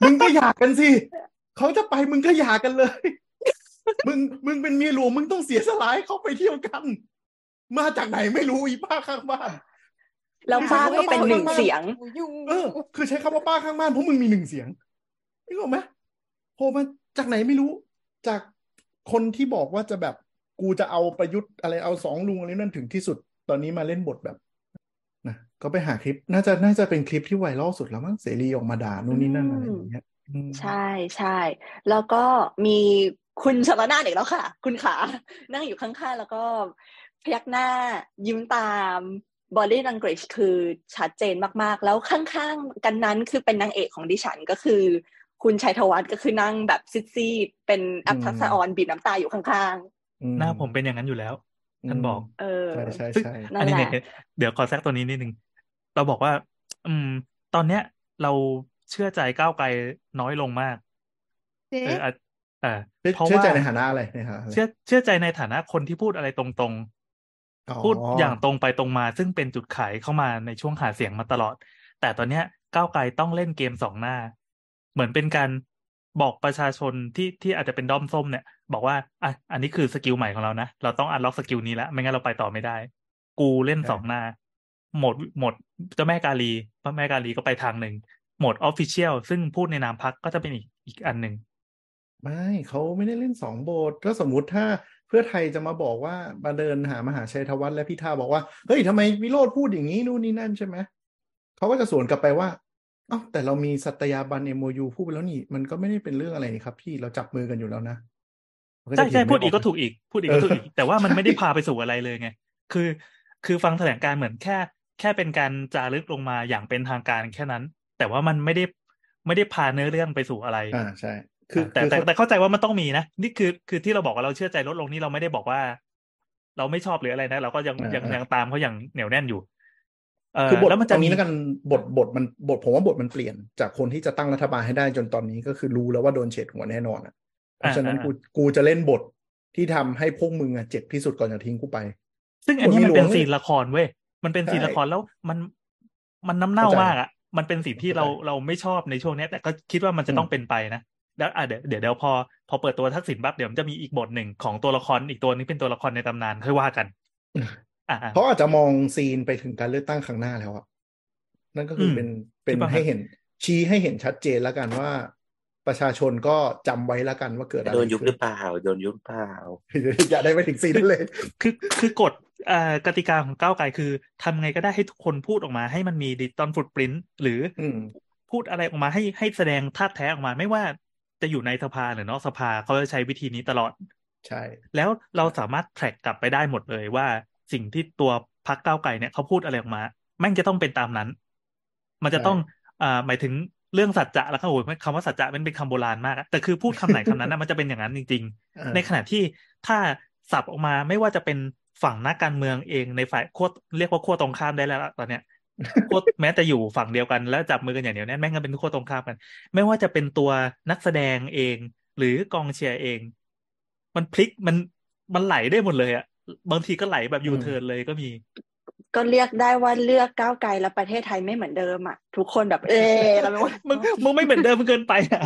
มึงก็หย่ากันสิเขาจะไปมึงก็หย่ากันเลยมึงมึงเป็นเมียหลวงมึงต้องเสียสละให้เขาไปเที่ยวกันมาจากไหนไม่รู้อีป้าข้างบ้านแล้วป้าก็เป็นหนึ่งเสียงเออคือใช้คำว่าป้าข้างบ้านเพราะมึงมีหนึ่งเสียงนึกออกไหมโผล่มาจากไหนไม่รู้จากคนที่บอกว่าจะแบบกูจะเอาประยุทธ์อะไรเอาสองลุงอะไรนั่นถึงที่สุดตอนนี้มาเล่นบทแบบนะก็ไปหาคลิปน่าจะน่าจะเป็นคลิปที่ไวรัลสุดแล้วมั้งเสรีออกมาด่านู่นนี่นั่นอะไรอย่างเงี้ยใช่ใช่แล้วก็มีคุณชลนาถอีกแล้วค่ะคุณขานั่งอยู่ข้างๆแล้วก็พยักหน้ายิ้มตามbody language คือชัดเจนมากๆแล้วข้างๆกันนั้นคือเป็นนางเอกของดิฉันก็คือคุณชัยธวัฒน์ก็คือนั่งแบบซีดๆเป็นอัพทักษะออนบีบน้ำตาอยู่ข้างๆหน้าผมเป็นอย่างนั้นอยู่แล้วท่านบอกเออใช่ใช่อันนี้เนี่ยเดี๋ยวขอแทรกตัวนี้นิดนึงเราบอกว่าอืมตอนเนี้ยเราเชื่อใจก้าวไกลน้อยลงมากเอออ่าเพราะว่าเชื่อใจในฐานะอะไรนะฮะเชื่อเชื่อใจในฐานะคนที่พูดอะไรตรงๆพูดอย่างตรงไปตรงมาซึ่งเป็นจุดขายเข้ามาในช่วงหาเสียงมาตลอดแต่ตอนเนี้ยก้าวไกลต้องเล่นเกมสองหน้าเหมือนเป็นการบอกประชาชนที่ที่อาจจะเป็นด้อมส้มเนี่ยบอกว่าอ่ะอันนี้คือสกิลใหม่ของเรานะเราต้องอันล็อกสกิลนี้แล้วไม่งั้นเราไปต่อไม่ได้กูเล่นสองหน้าโหมดโหมดเจ้าแม่กาลีพระแม่กาลีก็ไปทางหนึ่งโหมดออฟฟิเชียลซึ่งพูดในนามพรรคก็จะเป็นอีกอีกอันหนึ่งไม่เขาไม่ได้เล่นสองบทก็สมมุติถ้าเพื่อไทยจะมาบอกว่ามาเดินหามหาชัยธวัฒน์และพิธาบอกว่าเฮ้ยทำไมวิโรจน์พูดอย่างนี้นู่นนี่นั่นใช่ไหมเขาก็จะสวนกลับไปว่าเอ้าแต่เรามีสัตยาบัน เอ็ม โอ ยู พูดไปแล้วนี่มันก็ไม่ได้เป็นเรื่องอะไรนี่ครับพี่เราจับมือกันอยู่แล้วนะใช่ใช่พูดอีกก็ถูกอีกพูดอีกก็ถูกอีกแต่ว่ามันไม่ได้พาไปสู่อะไรเลยไงคือคือฟังแถลงการเหมือนแค่แค่เป็นการจารึกลงมาอย่างเป็นทางการแค่นั้นแต่ว่ามันไม่ได้ไม่ได้พาเนื้อเรื่องไปสู่อะไรอ่าใช่คือแต่แต่แต่เข้าใจว่ามันต้องมีนะนี่คือคือที่เราบอกว่าเราเชื่อใจลดลงนี่เราไม่ได้บอกว่าเราไม่ชอบหรืออะไรนะเราก็ยังยังยังตามเขาอย่างเหนียวแน่นอยู่คือบทตรงนี้แล้วกันบทบทมันบทผมว่าบทมันเปลี่ยนจากคนที่จะตั้งรัฐบาลให้ได้จนตอนนี้ก็คือรู้แล้วว่าโดนเฉดหัวแน่นอนอ่ะเพราะฉะนั้นกูกูจะเล่นบทที่ทำให้พวกมึงอ่ะเจ็บที่สุดก่อนจะทิ้งกูไปซึ่งอันนี้มันเป็นซีนละครเว้ยมันเป็นซีนละครแล้วมันมันน้ำเน่ามากอ่ะมันเป็นสิ่งที่เราเราไม่ชอบในช่วงนี้แต่ก็คิดว่ามันจะต้องเป็นไปนะแล้วอ่ะเดี๋ยวเดี๋ยวเดี๋ยวพอพอเปิดตัวทักษิณปั๊บเดี๋ยวมันจะมีอีกบทหนึ่งของตัวละครอีกตัวนี้เป็นตัวละครในตำนานค่อยว่ากันเขาอาจจะมองซีนไปถึงการเลือกตั้งครั้งหน้าแล้วอ่ะนั่นก็คือเป็นเป็นให้เห็นชี้ให้เห็นชัดเจนแล้วกันว่าประชาชนก็จำไว้แล้วกันว่าเกิดอะไรโดนยุบหรือเปล่าโดนยุบเปล่าอย่าได้ไปถึงซีนนั้นเลยคือคือกฎอ่ากติกาของก้าวไกลคือทำไงก็ได้ให้ทุกคนพูดออกมาให้มันมีดิจิตอลฟุตปรินท์หรือพูดอะไรออกมาให้ให้แสดงธาตุแท้ออกมาไม่ว่าจะอยู่ในสภาหรือนอกสภาเขาจะใช้วิธีนี้ตลอดใช่แล้วเราสามารถแทร็กกลับไปได้หมดเลยว่าสิ่งที่ตัวพรรคก้าวไกลเนี่ยเขาพูดอะไรออกมาแม่งจะต้องเป็นตามนั้นมันจะต้องอ่าหมายถึงเรื่องสัจจะแล้วก็โอ้ยคำว่าสัจจะมันเป็นคำโบราณมากแต่คือพูดคำไหนคำนั้นนะมันจะเป็นอย่างนั้นจริงๆในขณะที่ถ้าสับออกมาไม่ว่าจะเป็นฝั่งนักการเมืองเองในฝ่ายขั้วเรียกว่าขั้วตรงข้ามได้แล้วตอนเนี้ยขั้วแม้แต่อยู่ฝั่งเดียวกันแล้วจับมือกันอย่างเดียวแน่นแม่งก็เป็นขั้วตรงข้ามกันไม่ว่าจะเป็นตัวนักแสดงเองหรือกองเชียร์เองมันพลิกมันมันไหลได้หมดเลยอ่ะบางทีก็ไหลแบบยูเทิร์นเลยก็มีก็เรียกได้ว่าเลือกก้าวไกลแล้วประเทศไทยไม่เหมือนเดิมอ่ะทุกคนแบบเออแล้วมึงมึงไม่เหมือนเดิมมันเกินไปอ่ะ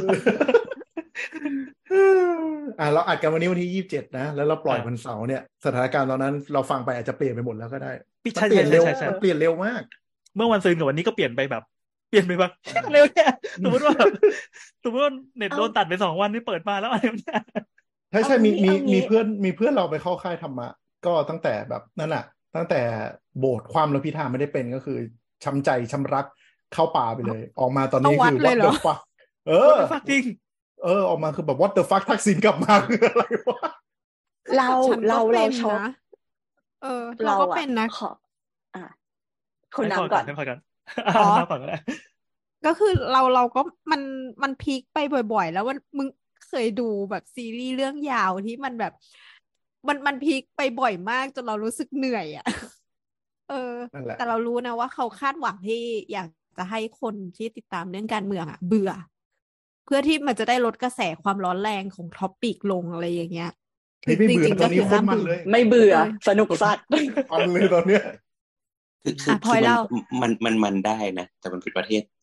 อ่ะเราอัดกันวันนี้วันที่ยี่สิบเจ็ดนะแล้วเราปล่อยวันเสาร์เนี่ยสถานการณ์ตอนนั้นเราฟังไปอาจจะเปลี่ยนไปหมดแล้วก็ได้เปลี่ยนเร็วเปลี่ยนเร็วมากเมื่อวันซืนกับวันนี้ก็เปลี่ยนไปแบบเปลี่ยนไปแบบเร็วเนี่ยสมมติว่าสมมติว่าเน็ตโดนตัดไปสองวันนี่เปิดมาแล้วอะไรเนี่ยใช่ใช่มีมีมีเพื่อนมีเพื่อนเราไปเข้าค่ายธรรมะก็ตั้งแต่แบบนั่นแหละตั้งแต่โบสถ์ความแล้วพิธาไม่ได้เป็นก็คือช้ำใจช้ำรักเข้าป่าไปเลยออกมาตอนนี้คือ what the fuck เออ what the fuck จริงเออออกมาคือแบบ what the fuck ทักษิณกลับมาคืออะไรวะเราเราเราช็อกเออเราก็เป็นนะขออ่ะคนน้ำก่อนให้พอก่อนอ๋อก่อนก็ได้ก็คือเราเราก็มันมันพีคไปบ่อยๆแล้วมันมึงเคยดูแบบซีรีส์เรื่องยาวที่มันแบบมันมันพีคไปบ่อยมากจนเรารู้สึกเหนื่อยอ่ะเออแต่เรารู้นะว่าเขาคาดหวังที่อยากจะให้คนที่ติดตามเรื่องการเมืองอ่ะเบื่อเพื่อที่มันจะได้ลดกระแสความร้อนแรงของท็อปปิกลงอะไรอย่างเงี้ยจริงๆตอนนี้คนมันเลยไม่เบื่อสนุกสัตว์อันเลยตอนเนี้ยคือคือมันมันมันได้นะแต่มันผิดประเทศ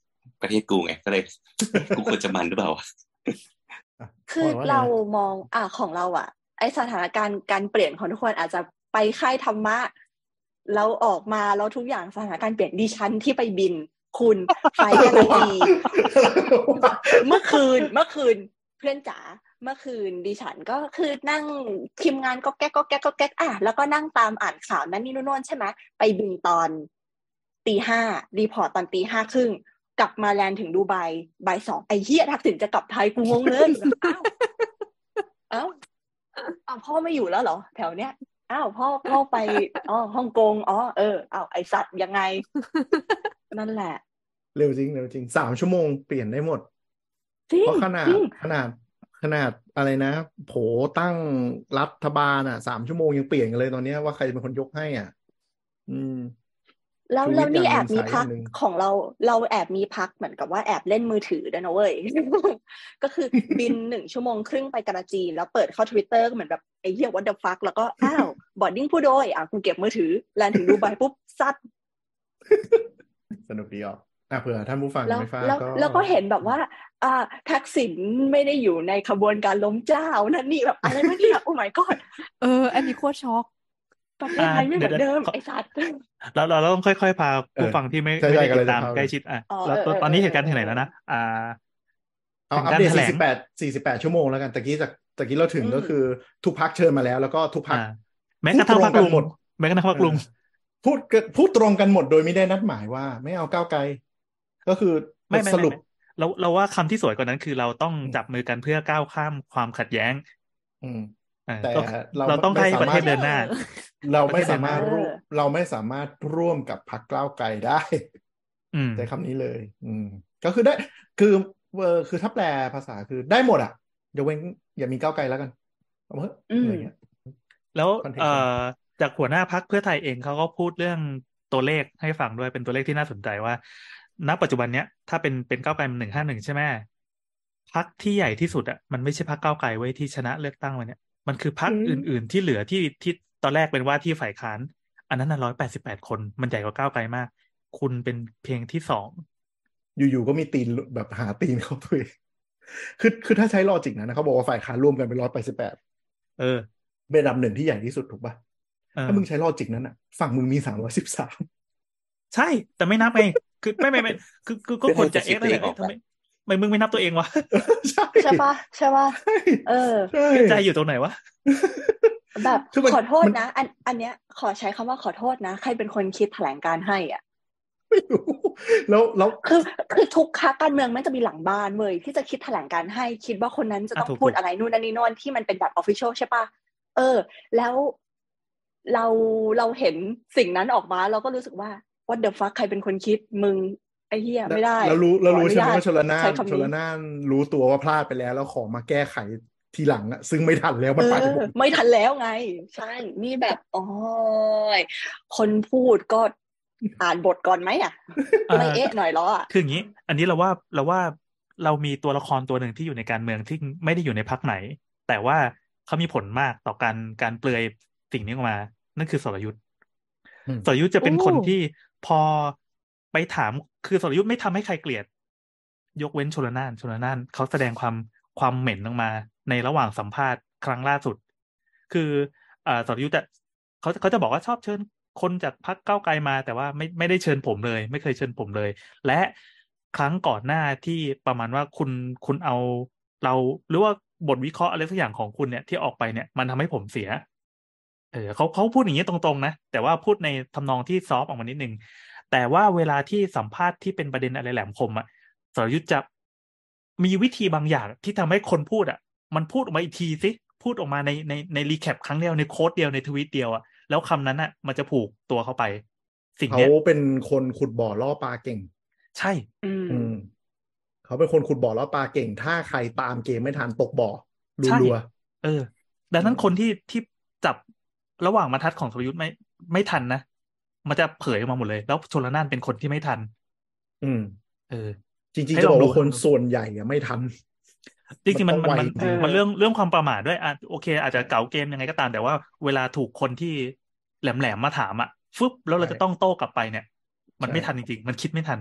ประเทศกูไงก็เลย กูควรจะมันหรือเปล่าคือเรามองอ่ะของเราอ่ะไอสถานการณ์การเปลี่ยนของทุกคนอาจจะไปค่ายธรรมะแล้วออกมาแล้วทุกอย่างสถานการณ์เปลี่ยนดิฉันที่ไปบินคุณไฟล์แค่นาทีเมื่อคืนเมื่อคืนเพื่อนจ๋าเมื่อคืนดิฉันก็คือนั่งทีมงานก็แก๊กก็แก๊กก็แก๊กอ่ะแล้วก็นั่งตามอ่านข่าวนั่นนี่นู่นใช่ไหมไปบินตอนตีห้ารีพอร์ตตอนตีห้าครึ่งกลับมาแลนด์ถึงดูไบบ่ายสองไอ้เหี้ยทักษิณจะกลับไทยกูงงเลยอ้าวอ้าวพ่อไม่อยู่แล้วเหรอแถวเนี้ยอ้าวพ่อพ่อไปอ๋อฮ่องกงอ๋อเอออ้าวไอสัตว์ยังไงนั่นแหละเร็วจริงเร็วจริงสามชั่วโมงเปลี่ยนได้หมดเพราะขนาดขนาดขนาดอะไรนะโผตั้งรัฐบาลอ่ะสามชั่วโมงยังเปลี่ยนกันเลยตอนนี้ว่าใครเป็นคนยกให้อ่ะอืมแล้วแล้วนี่แอบมีพักของเราเราแอบมีพักเหมือนกับว่าแอบเล่นมือถือด้วยนะเว้ย ก็คือบินหนึ่งชั่วโมงครึ่งไปกระจีนแล้วเปิดเข้า Twitter ก็เหมือนแบบไอ้เหี้ย what the fuck แล้วก็อ้าวบอร์ดดิ้งผู้โดยอ่ะกูเก็บมือถือแลนถึงดูไบปุ๊บซัดสนุกดีอ่ะอ่ะเผื่อท่านผู้ฟังไม่ฟังก็แล้วก็เห็นแบบว่าอ่าทักษิณไม่ได้อยู่ในขบวนการล้มเจ้านั่นนี่แบบอะไรไม่เนี่ยโอ้ my god เอออันนี้โคตรช็อกประเทศไทยไม่เหมือนเดิมไอ้สัตว์เราเราต้องค่อยๆพาผู้ฟังที่ไม่ไม่ได้ติดตามใกล้ชิดอ่ะแล้วตอนนี้เหตุการณ์ที่ไหนแล้วนะอ่าเอาอัปเดตสี่สิบแปด สี่สิบแปดชั่วโมงแล้วกันตะกี้จากตะกี้เราถึงก็คือทุกพรรคเชิญมาแล้วแล้วก็ทุกพรรคแม้กระทั่งพรรคลุงหมดแม้กระทั่งพรรคลุงพูดพูดตรงกันหมดโดยไม่ได้นัดหมายว่าไม่เอาก้าวไกลก็คือไม่สรุปเราเราว่าคำที่สวยกว่านั้นคือเราต้องจับมือกันเพื่อก้าวข้ามความขัดแย้งอืมแต่เราต้องให้ประเทศเดินหน้าเราไม่สามารถเราไม่สามารถร่วมกับพรรคก้าวไกลได้ใช้คำนี้เลยอืมก็คือได้คือเออคือถ้าแปลภาษาคือได้หมดอ่ะยกเว้นอย่ามีก้าวไกลแล้วกันเอาเถอะอะไรเงี้ยแล้วเอ่อจากหัวหน้าพรรคเพื่อไทยเองเขาก็พูดเรื่องตัวเลขให้ฟังด้วยเป็นตัวเลขที่น่าสนใจว่าณปัจจุบันเนี้ยถ้าเป็นเป็นก้าวไกลมันหนึ่งห้าหนึ่งใช่ไหมพรรคที่ใหญ่ที่สุดอ่ะมันไม่ใช่พรรคก้าวไกลไว้ที่ชนะเลือกตั้งมาเนี่ยมันคือพรรคอื่นๆที่เหลือที่ที่ตอนแรกเป็นว่าที่ฝ่ายค้านอันนั้นน่ะร้อยแปดสิบแปดคนมันใหญ่กว่าก้าวไกลมากคุณเป็นเพียงที่สองอยู่ๆก็มีตีนแบบหาตีนเข้าตัวเองคือคือถ้าใช้ลอจิกนะเขาบอกว่าฝ่ายค้านร่วมกันเป็นร้อยแปดสิบแปดเออเป็นอันดับหนึ่งที่ใหญ่ที่สุดถูกป่ะถ้ามึงใช้ลอจิกนั้นอ่ะฝั่งมึงมีสามร้อยสิบสามใช่แต่ไม่นับไงคือไม่ไม่ไม่คือคือก็ควรจะเอ็กซ์นั่นแหละทำไมไม่มึงไม่นับตัวเองวะใช่ป่ะใช่ป่ะเออใจอยู่ตรงไหนวะแบบขอโทษนะอันอันเนี้ยขอใช้คำว่าขอโทษนะใครเป็นคนคิดแถลงการให้อ่ะไม่รู้แล้วแล้วคือคือทุกพรรคการเมืองมันจะมีหลังบ้านเว้ยที่จะคิดแถลงการให้คิดว่าคนนั้นจะต้องพูดอะไรนู่นนั่นนี่โน่นที่มันเป็นแบบ official ใช่ป่ะเออแล้วเราเราเห็นสิ่งนั้นออกมาเราก็รู้สึกว่า what the fuck ใครเป็นคนคิดมึงไอ้เหี้ยไม่ได้เรารู้เรารู้ใช่ไหมว่าชลน่านชลน่านรู้ตัวว่าพลาดไปแล้วแล้วขอมาแก้ไขทีหลังอะซึ่งไม่ทันแล้วมันไปไม่ทันแล้วไงใช่นี่แบบอ๋อคนพูดก็อ่านบทก่อนไหมอ่ะไม่เอ๊ะหน่อยหรออ่ะคืออย่างนี้อันนี้เราว่าเราว่าเรามีตัวละครตัวหนึ่งที่อยู่ในการเมืองที่ไม่ได้อยู่ในพรรคไหนแต่ว่าเขามีผลมากต่อการการเปลือยสิ่งนี้ออกมานั่นคือสรยุทธสรยุทธจะเป็นคนที่พอไปถามคือสรยุทธไม่ทำให้ใครเกลียดยกเว้นชลน่านชลน่านเขาแสดงความความเหม็นออกมาในระหว่างสัมภาษณ์ครั้งล่าสุดคืออ่าสรยุทธเขาเขาจะบอกว่าชอบเชิญคนจากพรรคก้าวไกลมาแต่ว่าไม่ไม่ได้เชิญผมเลยไม่เคยเชิญผมเลยและครั้งก่อนหน้าที่ประมาณว่าคุณคุณเอาเราหรือว่าบทวิเคราะห์อะไรสักอย่างของคุณเนี่ยที่ออกไปเนี่ยมันทำให้ผมเสียเออเขาเขาพูดอย่างนี้ตรงๆนะแต่ว่าพูดในทำนองที่ซอฟต์ออกมานิดนึงแต่ว่าเวลาที่สัมภาษณ์ที่เป็นประเด็นอะไรแหลมคมอ่ะสรยุทธจะมีวิธีบางอย่างที่ทำให้คนพูดอ่ะมันพูดออกมาอีกทีสิพูดออกมาในในในรีแคปครั้งเดียวในโค้ดเดียวในทวีตเดียวอ่ะแล้วคำนั้นอ่ะมันจะผูกตัวเข้าไปสิ่งนี้เขาเป็นคนขุดบ่อล่อปลาเก่งใช่อืมเขาเป็นคนขุดบ่อล่อปลาเก่งถ้าใครตามเกมไม่ทันตกบ่อรัวๆเออดังนั้นคนที่ที่จับระหว่างบรรทัดของสรยุทธไม่ไม่ทันนะมันจะเผยออกมาหมดเลยแล้วชลน่านเป็นคนที่ไม่ทันอืมเออจริงๆจะบอกว่าคนส่วนใหญ่อะไม่ทันจริงๆมันมันมันเรื่องเรื่องความประมาทด้วยอ่ะโอเคอาจจะเก่าเกมยังไงก็ตามแต่ว่าเวลาถูกคนที่แหลมๆมาถามอ่ะฟึบแล้วเราจะต้องโต้กลับไปเนี่ยมันไม่ทันจริงๆมันคิดไม่ทัน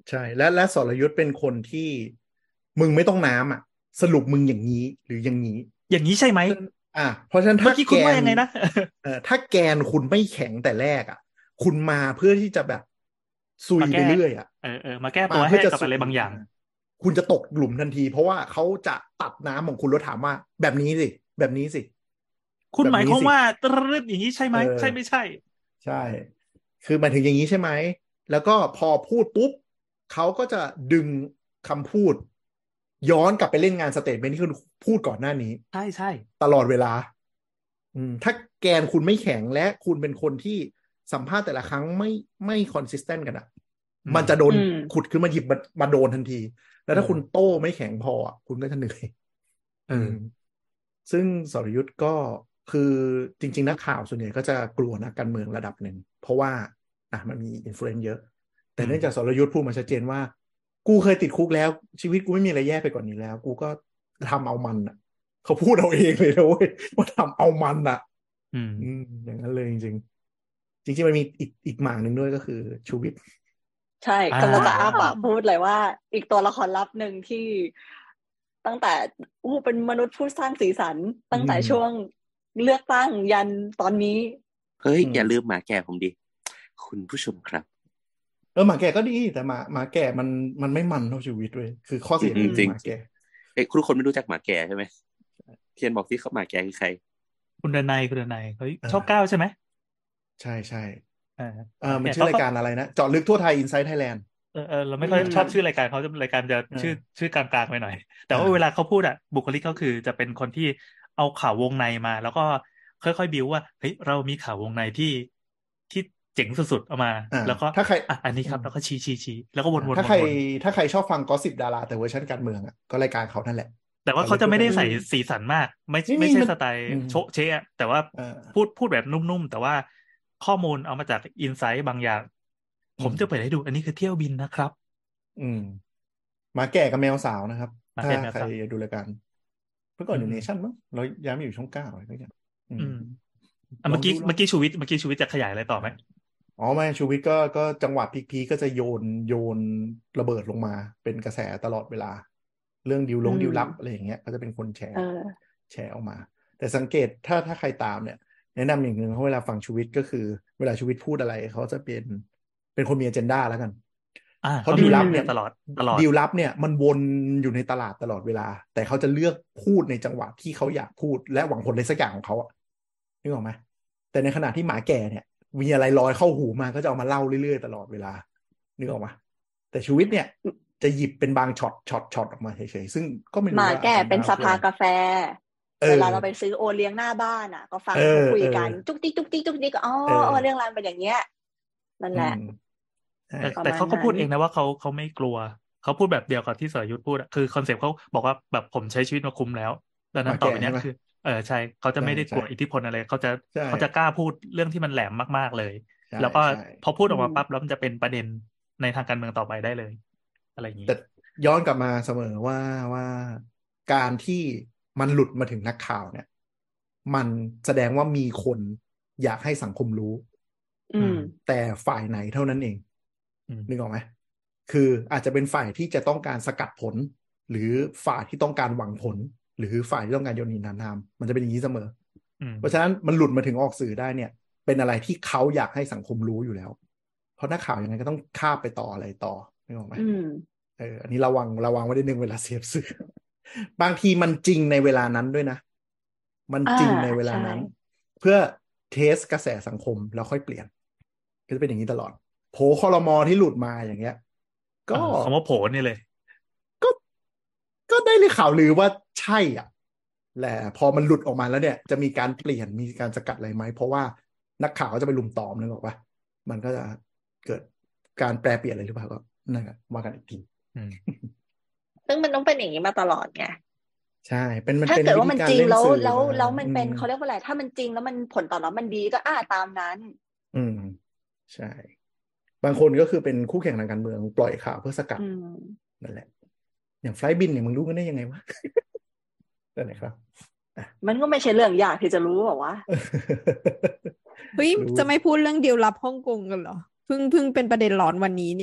ใช่และและสรยุทธเป็นคนที่มึงไม่ต้องน้ำอ่ะสรุปมึงอย่างนี้หรืออย่างนี้อย่างนี้ใช่ไหมอ่ะเพราะฉะนั้นเมื่ถ้าอกี้แกคุณว่าน ยังไงนะเออถ้าแกนคุณไม่แข็งแต่แรกอ่ะคุณมาเพื่อที่จะแบบซุยมาไปแก้เรื่อยอ่ะเออเออมาแก้ตัวมาให้เพื่อจะกับซุอะไรยบางอย่างคุณจะตกหลุมทันที เพราะว่าเขาจะตัดน้ำของคุณแล้วถามว่าแบบนี้สิแบบนี้สิคุณแบบหมายนี้ความสิว่าตรึดอย่างนี้ใช่ไหมเออใช่ไม่ใช่ใช่ คือหมายถึงอย่างนี้ใช่ไหม แล้วก็พอพูดปุ๊บเขาก็จะดึงคำพูด ย้อนกลับไปเล่นงานสเตทเมนต์ที่คุณพูดก่อนหน้านี้ใช่ใช่ตลอดเวลา อืม ถ้าแกนคุณไม่แข็งและคุณเป็นคนที่สัมภาษณ์แต่ละครั้งไม่ไม่คอนสิสเทนต์กันอ่ะอืมมันจะโดนอืมขุดขึ้นมาหยิบมามาโดนทันที แล้วถ้าเออคุณโต้ไม่แข็งพออ่ะคุณก็จะเหนื่อยเออมซึ่งสรยุทธก็คือจริงๆนักข่าวส่วนใหญ่ก็จะกลัวนักการเมืองระดับหนึ่งเพราะว่าอ่ะมันมีอิทธิพลเยอะ แต่เนื่องจากสรยุทธพูดมาชัดเจนว่า กูเคยติดคุกแล้วชีวิตกูไม่มีอะไรแย่ไปกว่านี้แล้ว กูก็ทำเอามันอ่ะเขาพูดเอาเองเลยนะเว้ยว่าทำเอามันอ่ะอืมอืมอย่างนั้นเลยจริงๆจริงๆมันมีอีกอีกหมากหนึ่งด้วยก็คือชูวิทย์ใช่อ่ากำลังจะอ้าปากพูดเลยว่า อีกตัวละครลับหนึ่งที่ตั้งแต่อู้เป็นมนุษย์ผู้สร้างสีสัน ตั้งแต่อืมช่วงเลือกตั้งยันตอนนี้เฮ้ยอืมอย่าลืมหมาแก่ผมดิ คุณผู้ชมครับเออหมาแก่ก็ดีแต่หมาหมาแก่มันมันไม่มันเท่าชีวิตเว้ยคือข้อเสียอืขมองจริงหมาแก่เอ้ยคุณคนไม่รู้จักหมาแก่ใช่ไหมเทียนบอกที่เขาหมาแก่คือใครคุณดนัยคุณดนัยเฮ้ยอ่าช่องเก้าใช่ไหมใช่ใช่เออเออมันเนี่ยชื่อเขารายก็การอะไรนะเจาะลึกทั่วไทย Inside Thailand เออเออเราไม่ค่อยอืมชอบชื่อรายการเขาจะรายการจะเออชื่อชื่อกลางๆไปหน่อย แต่ว่าอ่าเวลาเขาพูดอะบุคลิกเขาคือจะเป็นคนที่เอาข่าววงในมา แล้วก็ค่อยๆบิวว่าเฮ้ยเรามีข่าววงในที่ที่เจ๋งสุดๆเอามาอ่าแล้วก็ถ้าใครอ่ะอันนี้ครับแล้วก็ชี้ชี้ชี้แล้วก็วนๆวนถ้าใครวนถ้าใครชอบฟังกอสซิปดาราแต่เวอร์ชันการเมืองอ่ะก็รายการเขานั่นแหละแต่ว่าเขาจะไม่ได้ใส่อืมสีสันมาก ไม่ไม่มีไม่ใช่มันสไตล์อืมโชะเชะอะแต่ว่าเออพูดพูดแบบนุ่มๆ แต่ว่าข้อมูลเอามาจากอินไซต์บางอย่างอืมผมจะเปิดให้ดู อันนี้คือเที่ยวบินนะครับอืมหมาแก่กับแมวสาวนะครับหมาถ้าแก่แมวใครสาวดูรายการเมื่อก่อนอยู่อืมเนชั่นมั้งเราย้ายมาอยู่ช่องเก้าอะไรสักอย่างอือืมมอ่ะลเมื่ออง กี้ดูลอเมื่งอกี้ชูวิทย์เมื่อกี้ชูวิทย์จะขยายอะไรต่อไหมอ๋อไม่ชูวิทย์ก็ก็จังหวะพีคๆก็จะโยนโยนระเบิดลงมาเป็นกระแสตลอดเวลา เรื่องดิวลงอืมดิวลับอะไรอย่างเงี้ยก็จะเป็นคนแชร์เออแชร์ออกมา แต่สังเกตถ้าถ้าใครตามเนี่ยแนะนำอย่างหนึ่งเพราะเวลาฟังชูวิทย์ก็คือ เวลาชูวิทย์พูดอะไรเขาจะเป็นเป็นคนมี agenda แล้วกันอ่าเพราะเขาดิมีวเรื่ลัอบ งเนี่ยตลอดตลอดดิวลับเนี่ยมันวนอยู่ในตลาดตลอดเวลา แต่เขาจะเลือกพูดในจังหวะที่เขาอยากพูดและหวังผลอะไรสักอย่างของเขาอะนึกออกไหมแต่ในขณะที่หมาแก่เนี่ยมีอะไรลอยเข้าหูมาก็จะเอามาเล่าเรื่อยๆตลอดเวลานึกออกไหมแต่ชูวิทย์เนี่ยจะหยิบเป็นบางช็อตช็อตช็อตออกมาเฉยๆซึ่งก็ไม่รู้หมาว่าแก่เป็นส agenda ภากาแฟเอเวอลาเราไปซื้อโอเลี้ยงหน้าบ้านอ่ะ ก็ฟังเออเขาคุยเออกันจุกจิกจุกจิกจุกจิกอ๋อเออเออเรื่องราวเป็นอย่างเงี้ยนั่นแหอืละมใช่แต่ประแต่มาณเขาก็พูดนั้นเองนะว่าเขาเขาไม่กลัว เขาพูดแบบเดียวกับที่สรยุทธ์พูดอะคือคอนเซปต์เขาบอกว่าแบบผมใช้ชีวิตมาคุ้มแล้วดังนั้นหมาต่อแก่ไปเนี้ยใช่ไหมคือ เออใช่เขาจะใช่ไม่ได้กลัวใช่อิทธิพลอะไรเขาจะใช่เขาจะกล้าพูดเรื่องที่มันแหลมมากๆเลยใช่แล้วก็ใช่พอพูดออกมาอืมปั๊บแล้วมันจะเป็นประเด็นในทางการเมืองต่อไปได้เลย อะไรอย่างนี้แต่ย้อนกลับมาเสมอว่าว่าการที่มันหลุดมาถึงนักข่าวเนี่ย มันแสดงว่ามีคนอยากให้สังคมรู้อืมแต่ฝ่ายไหนเท่านั้นเองอืมนึกออกไหมคืออาจจะเป็นฝ่ายที่จะต้องการสกัดผล หรือฝ่ายที่ต้องการหวังผล หรือฝ่ายที่ต้องการโยนหินถามทางมันจะเป็นอย่างนี้เสมออืมเพราะฉะนั้นมันหลุดมาถึงออกสื่อได้เนี่ย เป็นอะไรที่เขาอยากให้สังคมรู้อยู่แล้ว เพราะนักข่าวยังไงก็ต้องคาบไปต่ออะไรต่อนึกออกไหมอืมเอออันนี้ระวังระวังไว้ได้หนึ่งเวลาเสพสื่อ บางทีมันจริงในเวลานั้นด้วยนะ มันจริงอ่าในเวลาใช่นั้น เพื่อเทสกระแสสังคมแล้วค่อยเปลี่ยน ก็จะเป็นอย่างนี้ตลอดโผครม.ที่หลุดมาอย่างเงี้ย ก็อ่าคำว่าโผล่นี่เลยก็ก็ได้เลยข่าวลือว่าใช่อ่ะแหละพอมันหลุดออกมาแล้วเนี่ย จะมีการเปลี่ยนมีการสกัดอะไรไหมเพราะว่านักข่าวก็จะไปลุมตอมนึกออกปะมันก็จะเกิดการแปรเปลี่ยนอะไรหรือเปล่าก็นั่นแหละว่ากันอีกทีอืมซึ่งมันต้องเป็นอย่างนี้มาตลอดไงใช่เป็นมันถ้าเป็นเกิดว่ามันธีจริงเล่นแล้วสื่อแล้วมาแล้วมันเป็นอืเขาเรียกว่าอะไรถ้ามันจริงแล้วมันผลตอบรับมันดีก็อ่าตามนั้นอืมใช่ บางคนก็คือเป็นคู่แข่งทางการเมืองปล่อยข่าวเพื่อสกัดอืมนั่นแหละ อย่างไฟล์บินเนี่ยมึงรู้กันได้ยังไงวะ นั่นแหละครับมันก็ไม่ใช่เรื่องยากที่จะรู้บอกว่าเฮ้ยรู้จะไม่พูดเรื่องดีลลับฮ่องกงกันเหรอเพิ่งเพิ่งเป็นประเด็นร้อนวันนี้นี่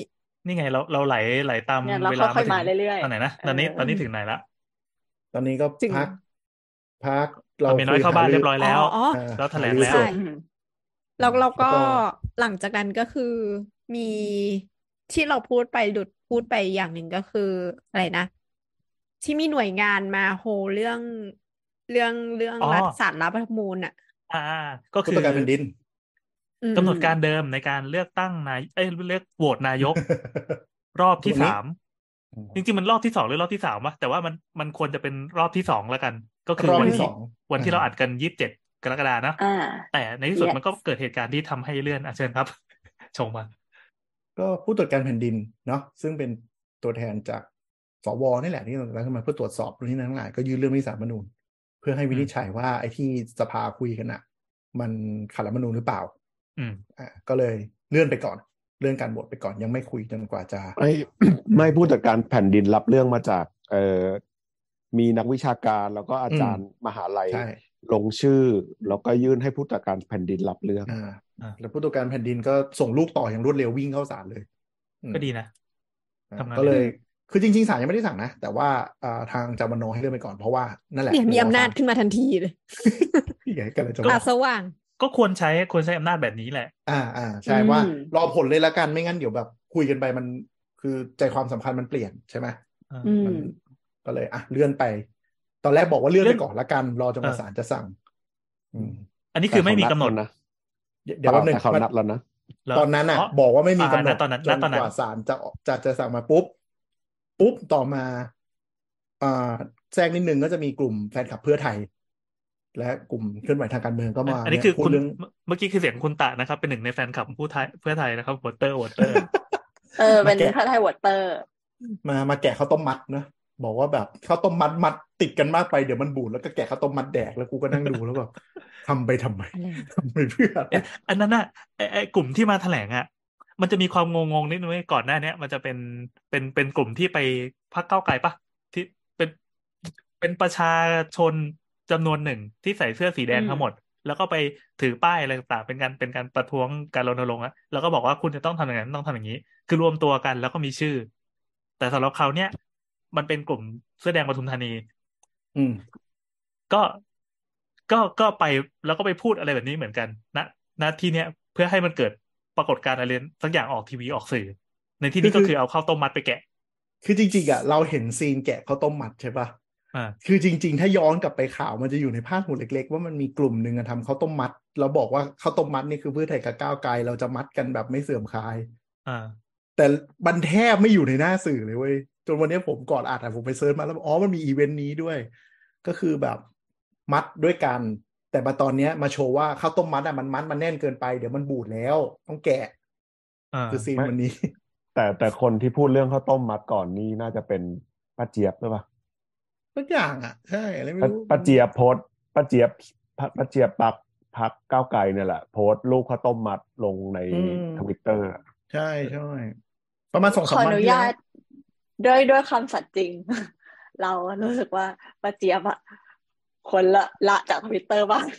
นี่ไงเราเราไหลไหลตามเนี่ยเราเวลาค่มาอยๆถึมาง เรื่อยตอนไหนนะๆเอตอนนี้อตอนนี้ถึงไหนละตอนนี้ก็ถึงพักพักเราอ่ะเมียน้คุอยยเข้าหาบ้านรืเรีอยบร้อยอ๋อแล้วอ๋ออ่าแล้วแถลหาง รือแล้วเสร็ใช่จอืมแล้วเราแล้วก็ก็หลังจากนั้นก็คือมีที่เราพูดไปหลุดพูดไปอย่างหนึ่งก็คืออะไรนะ ที่มีหน่วยงานมาโฮเรื่องเรื่องเรื่องอ๋อรัฐศาสตร์รัฐธรรมนูญอ่ะอ่าๆก็ผู้คืตรวอจการแผ่นดินอืมกำหนดการเดิมในการเลือกตั้งนายเอ้ยเลือกโหวตนายก รอบตรที่งนี้สาม จริงๆมันรอบที่สองหรือรอบที่สามวะแต่ว่ามันมันควรจะเป็นรอบที่สองแล้วกัน ก็คือรอบวันที่ที่สองวันที่อ่าเราอัดกันยี่สิบเจ็ดกรกฎาคมนะอ่าแต่ในที่สุด yes มันก็เกิดเหตุการณ์ที่ทำให้เลื่อนอ่ะเชิญครับ ชงมาก็ผู้ตรวจการแผ่นดินเนาะซึ่งเป็นตัวแทนจากสวนี่แหละที่ตั้งขึ้นมาเพื่อตรวจสอบเรื่องนี้ทั้งหลายก็ยื่นเรื่องที่ศาลรัฐธรรมนูญเพื่อให้วินิจฉัยว่าไอ้ที่สภาคุยกันอ่ะ มันขัดรัฐธรรมนูญหรือเปล่าอืมอ่าก็เลยเลื่อนไปก่อนเลื่อนการโหวตไปก่อนยังไม่คุยจนกว่าจะไม่ ไม่ผู้จัดการแผ่นดินรับเรื่องมาจากเอ่อมีนักวิชาการแล้วก็อาจารย์มหาลัยใช่ลงชื่อ แล้วก็ยื่นให้ผู้จัดการแผ่นดินรับเรื่องอ่าอ่าแล้วผู้ตรวจการแผ่นดินก็ส่งลูกต่ออย่างรวดเร็ววิ่งเข้าศาลเลยอืมก็ดีนะอ่าทำงานก็เลยได้คือจริงๆศาลยังไม่ได้สั่งนะ แต่ว่าอ่าทางจามโนให้เลื่อนไปก่อนเพราะว่านั่นแหละเนี่ยมีเดี๋ยวรอำนาจศลขึ้นมาทันทีเลยพี่ใหญ่กันเลยจะตาว่าสว่างก็ควรใช้ควรใช้อำนาจแบบนี้แหละอ่าอ่าใช่อืมว่ารอผลเลยละกันไม่งั้นเดี๋ยวแบบคุยกันไปมันคือใจความสำคัญมันเปลี่ยนใช่ไหมอ่าอืมัมนก็เลยอ่ะเลื่อนไป ตอนแรกบอกว่าเลื่อนเลื่ไปอนก่อนละกันรอจนกว่าเออศาลจะสั่ง อืมอันนี้คือไม่มีกำหนดนะเดี๋ยวเดี๋ยวแป๊บนึงแต่เขามันนัดแล้วนะแล้วตอนนั้นอ่ะอ๋อบอกว่าไม่มีกำหนดอ่าณตอนนั้นจณนตอนนั้นกว่าศาลจะออกจะจะสั่งมาปุ๊บปุ๊บต่อมาอ่าแทรกนิดนึงก็จะมีกลุ่มแฟนคลับเพื่อไทย และกลุ่มเคลื่อนไหวทางการเมืองก็มาอันนี้เนี่ยคือพูคุดณเรื่องเมื่อกี้คือเสียงคุณตะนะครับ เป็นหนึ่งในแฟนคลับผู้ไทยเพื่อไทยนะครับวอเตอร์วอเตอร์เออ เป็นมาแกะพระไทยวอเตอร์มามาแกะข้าวต้มมัดนะบอกว่าแบบข้าวต้มมัดมัดติดกันมากไปเดี๋ยวมันบูดแล้วก็แกะข้าวต้มมัดแดกแล้วกูก็นั่งดูแล้วแบบทำไปทำไมอะไรทำไปเพื่ออะไรเอ๊ะอันนั้นน่ะไอ้ไอ้กลุ่มที่มาแถลงอ่ะ มันจะมีความงงๆนิดนึงเว้ยก่อนหน้าเนี้ยมันจะเป็นเป็นเป็นกลุ่มที่ไปพรรคก้าวไกลปะที่เป็นเป็นประชาชนจำนวนหนึ่งที่ใส่เสื้อสีแดงอืมทั้งหมด แล้วก็ไปถือป้ายอะไรต่างๆเป็นการเป็นการประท้วงการรณรงค์อะแล้วก็บอกว่าคุณจะต้องทำอย่างนั้นต้องทำอย่างนี้ คือรวมตัวกันแล้วก็มีชื่อ แต่สำหรับเขาเนี่ยมันเป็นกลุ่มเสื้อแดงปทุมธานีอืมก็ก็ก็ไปแล้วก็ไปพูดอะไรแบบนี้เหมือนกันนะณที่เนี้ยเพื่อให้มันเกิดปรากฏการณ์อะไรสักอย่างออกทีวีออกสื่อ ในที่นี้คืก็อคือเอาข้าวต้มมัดไปแกะคือจริงๆอ่ะเราเห็นซีนแกะข้าวต้มมัดใช่ปะอ่าคือจริง ๆ ถ้าย้อนกลับไปข่าวมันจะอยู่ในพาดหัวเล็ก ๆ ว่ามันมีกลุ่มหนึ่งอะทำข้าวต้มมัดแล้วบอกว่าข้าวต้มมัดนี่คือเพื่อไทยกับก้าวไกลเราจะมัดกันแบบไม่เสื่อมคลายอ่าแต่มันแทบไม่อยู่ในหน้าสื่อเลยเว้ยจนวันนี้ผมก่อนอ่านอะผมไปเซิร์ชมาแล้วอ๋อมันมีอีเวนต์นี้ด้วย ก็คือแบบมัดด้วยกัน แต่มาตอนเนี้ยมาโชว์ว่าข้าวต้มมัดอะมันมัดมันแน่นเกินไปเดี๋ยวมันบูดแล้วต้องแกะอ่าคือซีนวันนี้แต่แต่คนที่พูดเรื่องข้าวต้มมัดก่อนนี่น่าจะเป็นป้าเจี๊ยบหรือเปล่าทุกอย่างอ่ะใช่อะไรไม่ป้ารู้ป้าเจี๊ยบโพสต์ป้าเจี๊ยบป้าป้าเจี๊ยบปักพักก้าวไกลเนี่ยแหละ โพสต์รูปข้าวต้มมัดลงในอืมทวิตเตอร์ใช่ใช่ประมาณสองขสามออวันนุที่ญาแล้วตด้วยด้วยคำสัตย์จริง เรารู้สึกว่าป้าเจี๊ยบอะคนละละจากทวิตเตอร์บ้าง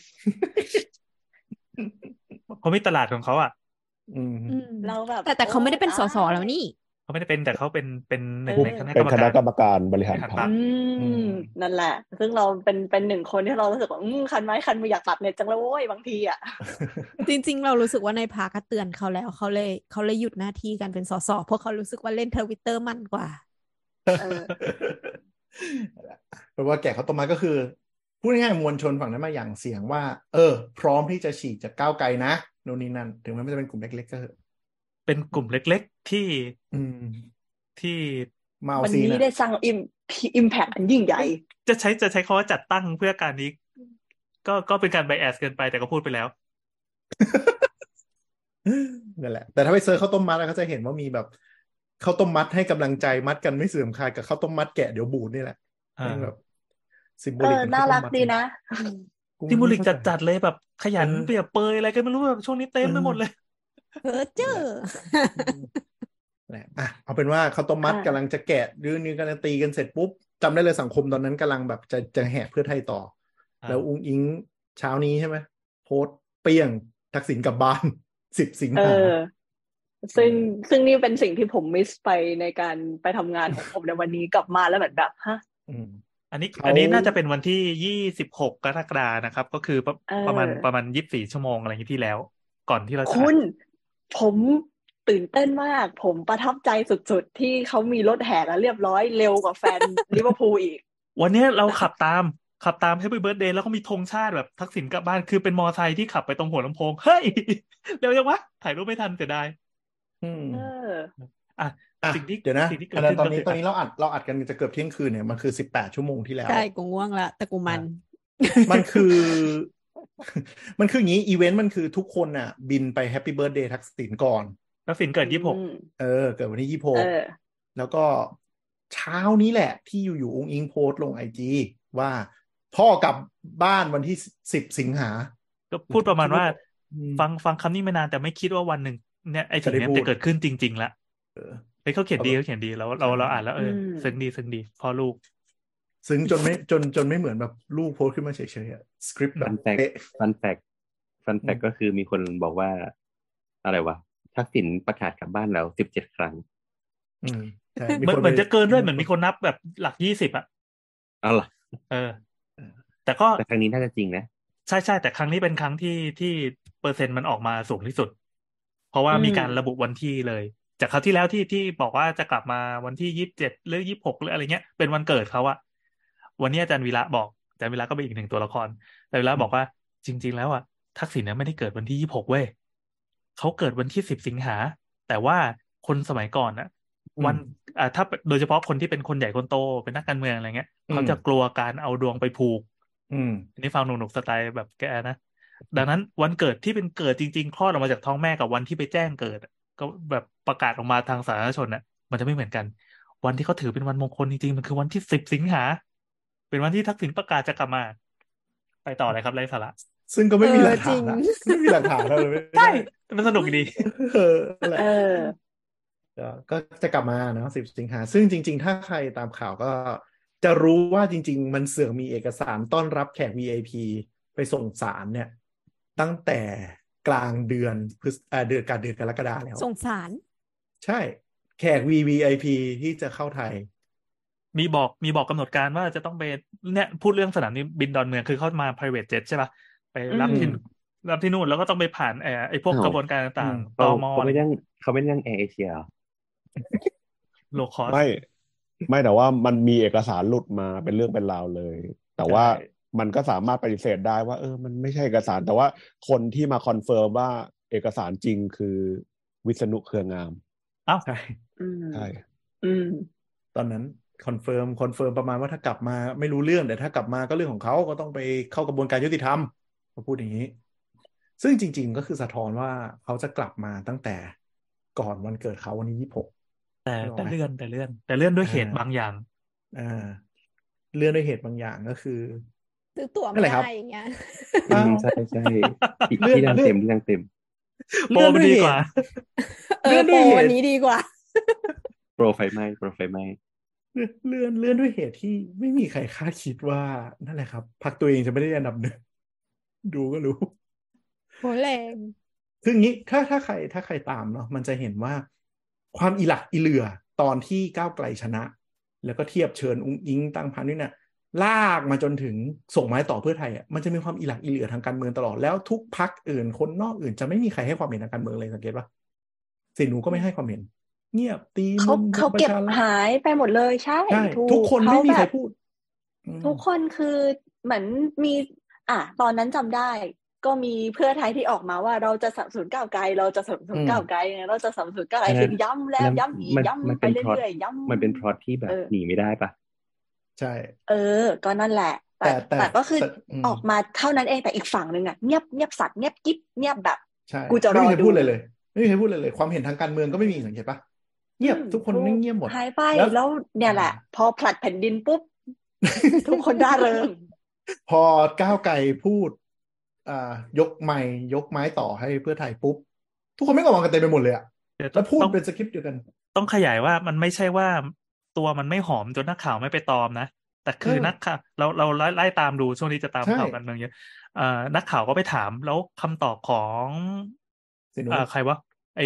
เขามีตลาดของเขาอ่ะอืมอืมเราแบบแต่แต่เขาไม่ได้เป็นโอ้สสตายแล้วนี่เขาไม่ได้เป็นแต่เขาเป็นเป็นหนึ่งเออในคณะกเป็รนรมคกาณะรกรรมการบริหารบริหารพรพรรรคคอือืมมนั่นแหละ ซึ่งเราเป็นเป็นหนึ่งคนที่เรารู้สึกว่าอืมคันไม้คันมืออยากตัดเน็ตจังเลยโว้ยบางทีอ่ะจริง ๆ เรารู้สึกว่าในพาร์คเตือนเขาแล้วเขาเลยเขาเลยหยุดหน้าที่การเป็นสสเพราะเขารู้สึกว่าเล่นทวิตเตอร์มันกว่าเออแปลว่าแกะข้าวต้มมัดก็คือพูดง่ายๆมวลชนฝั่งนั้นมาอย่างเสียงว่า เออ พร้อมที่จะฉีกจากก้าวไกลนะโน่นนี่นั่นถึงแม้มันจะเป็นกลุ่มเล็กๆก็เถอะเป็นกลุ่มเล็กๆที่อืมที่มาเอาวันซีนนี้อะได้สร้างอิมอิมแพคอันยิ่งใหญ่จะใช้จะใช้คำว่าจัดตั้งเพื่อการนี้ ก็ก็เป็นการไบแอสเกินไปแต่ก็พูดไปแล้วนั่นแหละแต่ถ้าไปเซิร์ชข้าวต้มมัดแล้วก็จะเห็นว่ามีแบบข้าวต้มมัดให้กำลังใจมัดกันไม่เสื่อมคลายกับข้าวต้มมัดแกะเดี๋ยวบูดนี่แหละอ่าแม่งแบบซิมโบเอลิกอเป็นน่าข้าวต้รัมกมัดดีนะกูที่มูลิกไเข้าใจจัดๆเลยแบบขยันเออเปรียบเปยอะไรก็ไม่รู้แบบช่วงนี้เต็มไปหมดเลยเพอเจอแหละอ่ะเอาเป็นว่าข้าวต้มมัดอ่ากำลังจะแกะหรือนี่กำลังตีกันเสร็จปุ๊บจำได้เลยสังคมตอนนั้นกำลังแบบจะจะแห่เพื่อไทยต่ออ่าแล้วอุ้งอิงเช้านี้ใช่ไหมโพสต์เปี้ยงทักษิณกลับบ้าน สิบสิงเอหาอซึ่งซึ่งนี่เป็นสิ่งที่ผมมิสไปในการไปทำงานของผมในวันนี้กลับมาแล้วเหมือนแบบฮะอันนี้อันนี้น่าจะเป็นวันที่ยี่สิบหกกรกฎาคมนะครับก็คือประมาณประมาณยี่สิบสี่ชั่วโมงอะไรอย่างที่แล้วก่อนที่เราจะคุณผมตื่นเต้นมากผมประทับใจสุดๆที่เขามีรถแห่แล้วเรียบร้อยเร็วกว่าแฟนลิเวอร์พูลอีกวันนี้เราขับตามขับตามแฮปปี้เบิร์ธเดย์แล้วก็มีธงชาติแบบทักษิณกลับบ้านคือเป็นมอไซค์ที่ขับไปตรงหัวลำโพงเฮ้ยเร็วจังวะถ่ายรูปไม่ทันเสียดายอืมเอออ่ะสิ่งที่เดี๋ยวนะสิ่งที่เกิอัดนนั้ขึ้นนตอนนี้ก็ตคืออนนี้เราอัดเราอัดกันจะเกือบเที่ยงคืนเนี่ยมันคือสิบแปดชั่วโมงที่แล้วใช่กูง่วงละแต่กูมันมันคือ มันคืออย่างนี้อีเวนต์มันคือทุกคนน่ะบินไปแฮปปี้เบิร์ธเดย์ทักษิณก่อนทักษิณเกิดยี่สิบหกเออเกิดวันที่ยี่สิบหกเออแล้วก็เช้านี้แหละที่อยู่ๆอุ้งอิงโพสต์ลงไอจีว่าพ่อกลับบ้านวันที่สิบสิงหาก็พูดประมาณว่าฟังฟังคำนี้ไม่นานแต่ไม่คิดว่าวันหนึ่งเนี่ยไอ้สิ่งนี้จะเกิดขึ้นจริงๆละเออเฮ้ยเขาเขียนดีเขาเขียนดีแล้วเราเราอ่านแล้วเออซึ้งดีซึ้งดีพ่อลูกซึ้งจนไม่จนจนไม่เหมือนแบบลูกโพสต์ขึ้นมาเฉยๆอ่ะสคริปต์แบบเป๊ะฟันแฟกฟันแฟกก็คือมีคนบอกว่าอะไรวะทักษิณประกาศกลับบ้านแล้วสิบเจ็ดครั้งอืมใช่เหมือนเหมือนจะเกินด้วยเหมือนมีคนนับแบบหลักยี่สิบอ่ะอ๋อเหรอเออแต่ก็แต่ครั้งนี้น่าจะจริงนะใช่ใช่แต่ครั้งนี้เป็นครั้งที่ที่เปอร์เซ็นต์มันออกมาสูงที่สุดเพราะว่ามีการระบุวันที่เลยจากคราวที่แล้วที่ที่บอกว่าจะกลับมาวันที่ยี่สิบเจ็ดหรือยี่สิบหกหรืออะไรเงี้ยเป็นวันเกิดเขาอะวันนี้อาจารย์วีระบอกอาจารย์วีระก็เป็นอีกหนึ่งตัวละครอาจารย์วีระบอกว่าจริงๆแล้วอะทักษิณเนี่ยไม่ได้เกิดวันที่ยี่สิบหกเว้ยเขาเกิดวันที่สิบสิงหาแต่ว่าคนสมัยก่อนอะวันอ่าถ้าโดยเฉพาะคนที่เป็นคนใหญ่คนโตเป็นนักการเมืองอะไรเงี้ยเขาจะกลัวการเอาดวงไปผูกอันนี้ฟังหนุกๆสไตล์แบบแกนะดังนั้นวันเกิดที่เป็นเกิดจริงๆคลอดออกมาจากท้องแม่กับวันที่ไปแจ้งเกิดก็แบบประกาศออกมาทางสาธารณชนน่ะมันจะไม่เหมือนกันวันที่เขาถือเป็นวันมงคลจริงๆมันคือวันที่สิบสิงหาเป็นวันที่ทักษิณประกาศจะกลับมาไปต่อเลยครับไร้สาระซึ่งก็ไม่มีหลักฐานนะไม่มีหลักฐานเลยใช่แต่มันสนุกดีเออเออก็จะกลับมาเนาะสิบสิงหาซึ่งจริงๆถ้าใครตามข่าวก็จะรู้ว่าจริงๆมันเสื่อมมีเอกสารต้อนรับแขก วี ไอ พี ไปส่งศาลเนี่ยตั้งแต่กลางเดือนพฤษเดือนการเดือนกรกฎาคมแล้วส่งศาลใช่แขก วี วี ไอ พี ที่จะเข้าไทยมีบอกมีบอกกำหนดการว่าจะต้องไปเนี่ยพูดเรื่องสนามบินดอนเมืองคือเข้ามา private jet ใช่ป่ะไปรับที่รับที่นู่นแล้วก็ต้องไปผ่านไอ้ไอ้พวกกระบวนการต่างๆตม. เขาไม่นั่งเขาไม่นั่งแอร์เอเชียโลคอสไม่ไม่แต่ว่ามันมีเอกสารหลุดมาเป็นเรื่องเป็นราวเลยแต่ว่ามันก็สามารถปฏิเสธได้ว่าเออมันไม่ใช่เอกสารแต่ว่าคนที่มาคอนเฟิร์มว่าเอกสารจริงคือวิษณุเครืองามอ้าวใช่ใช่ตอนนั้นคอนเฟิร์มคอนเฟิร์มประมาณว่าถ้ากลับมาไม่รู้เรื่องแต่ถ้ากลับมาก็เรื่องของเขาก็ต้องไปเข้ากระบวนการยุติธรรมเขาพูดอย่างนี้ซึ่งจริงๆก็คือสะท้อนว่าเขาจะกลับมาตั้งแต่ก่อนวันเกิดเขาวันที่ยี่สิบหกแต่แต่เลื่อนแต่เลื่อนแต่เลื่อนด้วยเหตุบางอย่างอ่าเลื่อนด้วยเหตุบางอย่างก็คือซื้อตั๋วไม่ได้อย่างเงี้ยใช่ใช่ที่นั่งเต็มที่นั่งเต็มโปรมันดีกว่าเออโปรวันนี้ดีกว่าโปรไฟไหม้โปรไฟไหม้เลื่อนเลื่อนด้วยเหตุที่ไม่มีใครคาดคิดว่านั่นแหละครับพรรคตัวเองจะไม่ได้อันดับหนึ่งดูก็รู้โหแรงคืองี้ถ้าถ้าใครถ้าใครตามเนาะมันจะเห็นว่าความอีหลักอีเหลือตอนที่ก้าวไกลชนะแล้วก็เทียบเชิญอุ้งอิงตั้งพรรคนี่นะลากมาจนถึงส่งไม้ต่อเพื่อไทยอ่ะมันจะมีความอีหลักอีเหลือทางการเมืองตลอดแล้วทุกพรรคอื่นคนนอกอื่นจะไม่มีใครให้ความเห็นทางการเมืองเลยสังเกตป่ะเสนูก็ไม่ให้ความเห็นเงียบตีเขาเขาเก็บหายไปหมดเลยใช่ทุกคนไม่มีใครพูดทุกคนคือเหมือนมีอ่ะตอนนั้นจำได้ก็มีเพื่อไทยที่ออกมาว่าเราจะสนับสนุนก้าวไกลเราจะสนับสนุนก้าวไกลเราจะสนับสนุนก้าวไกลคือย้ำแล้วย้ำอีกย้ำไปเรื่อยๆย้ำมันเป็นพล็อตที่แบบหนีไม่ได้ปะใช่เออก็นั่นแหละแต่แต่ก็คือออกมาเท่านั้นเองแต่อีกฝั่งนึงอ่ะเงียบเงียบสัตว์เงียบกิ๊บเงียบแบบกูจะรอดูไม่มีใครพูดเลยเลยไม่มีใครพูดเลยเลยความเห็นทางการเมืองก็ไม่มีสังเกตปะเงียบทุกคนนิ่งเงียบหมดหายไปแล้วเนี่ยแหละพอผลัดแผ่นดินปุ๊บทุกคนร่าเริงพอก้าวไกลพูดอ่ายกไม้ยกไม้ต่อให้เพื่อไทยปุ๊บทุกคนไม่ออกมากันเต็มไปหมดเลยอะแล้วพูดเป็นสคริปต์เดียวกันต้องขยายว่ามันไม่ใช่ว่าตัวมันไม่หอมจนนักข่าวไม่ไปตอมนะแต่คือนักข่าวเราเราไล่ตามดูช่วงนี้จะตามข่าวกันเมืองเยอะอ่านักข่าวก็ไปถามแล้วคำตอบของอ่าใครวะไอ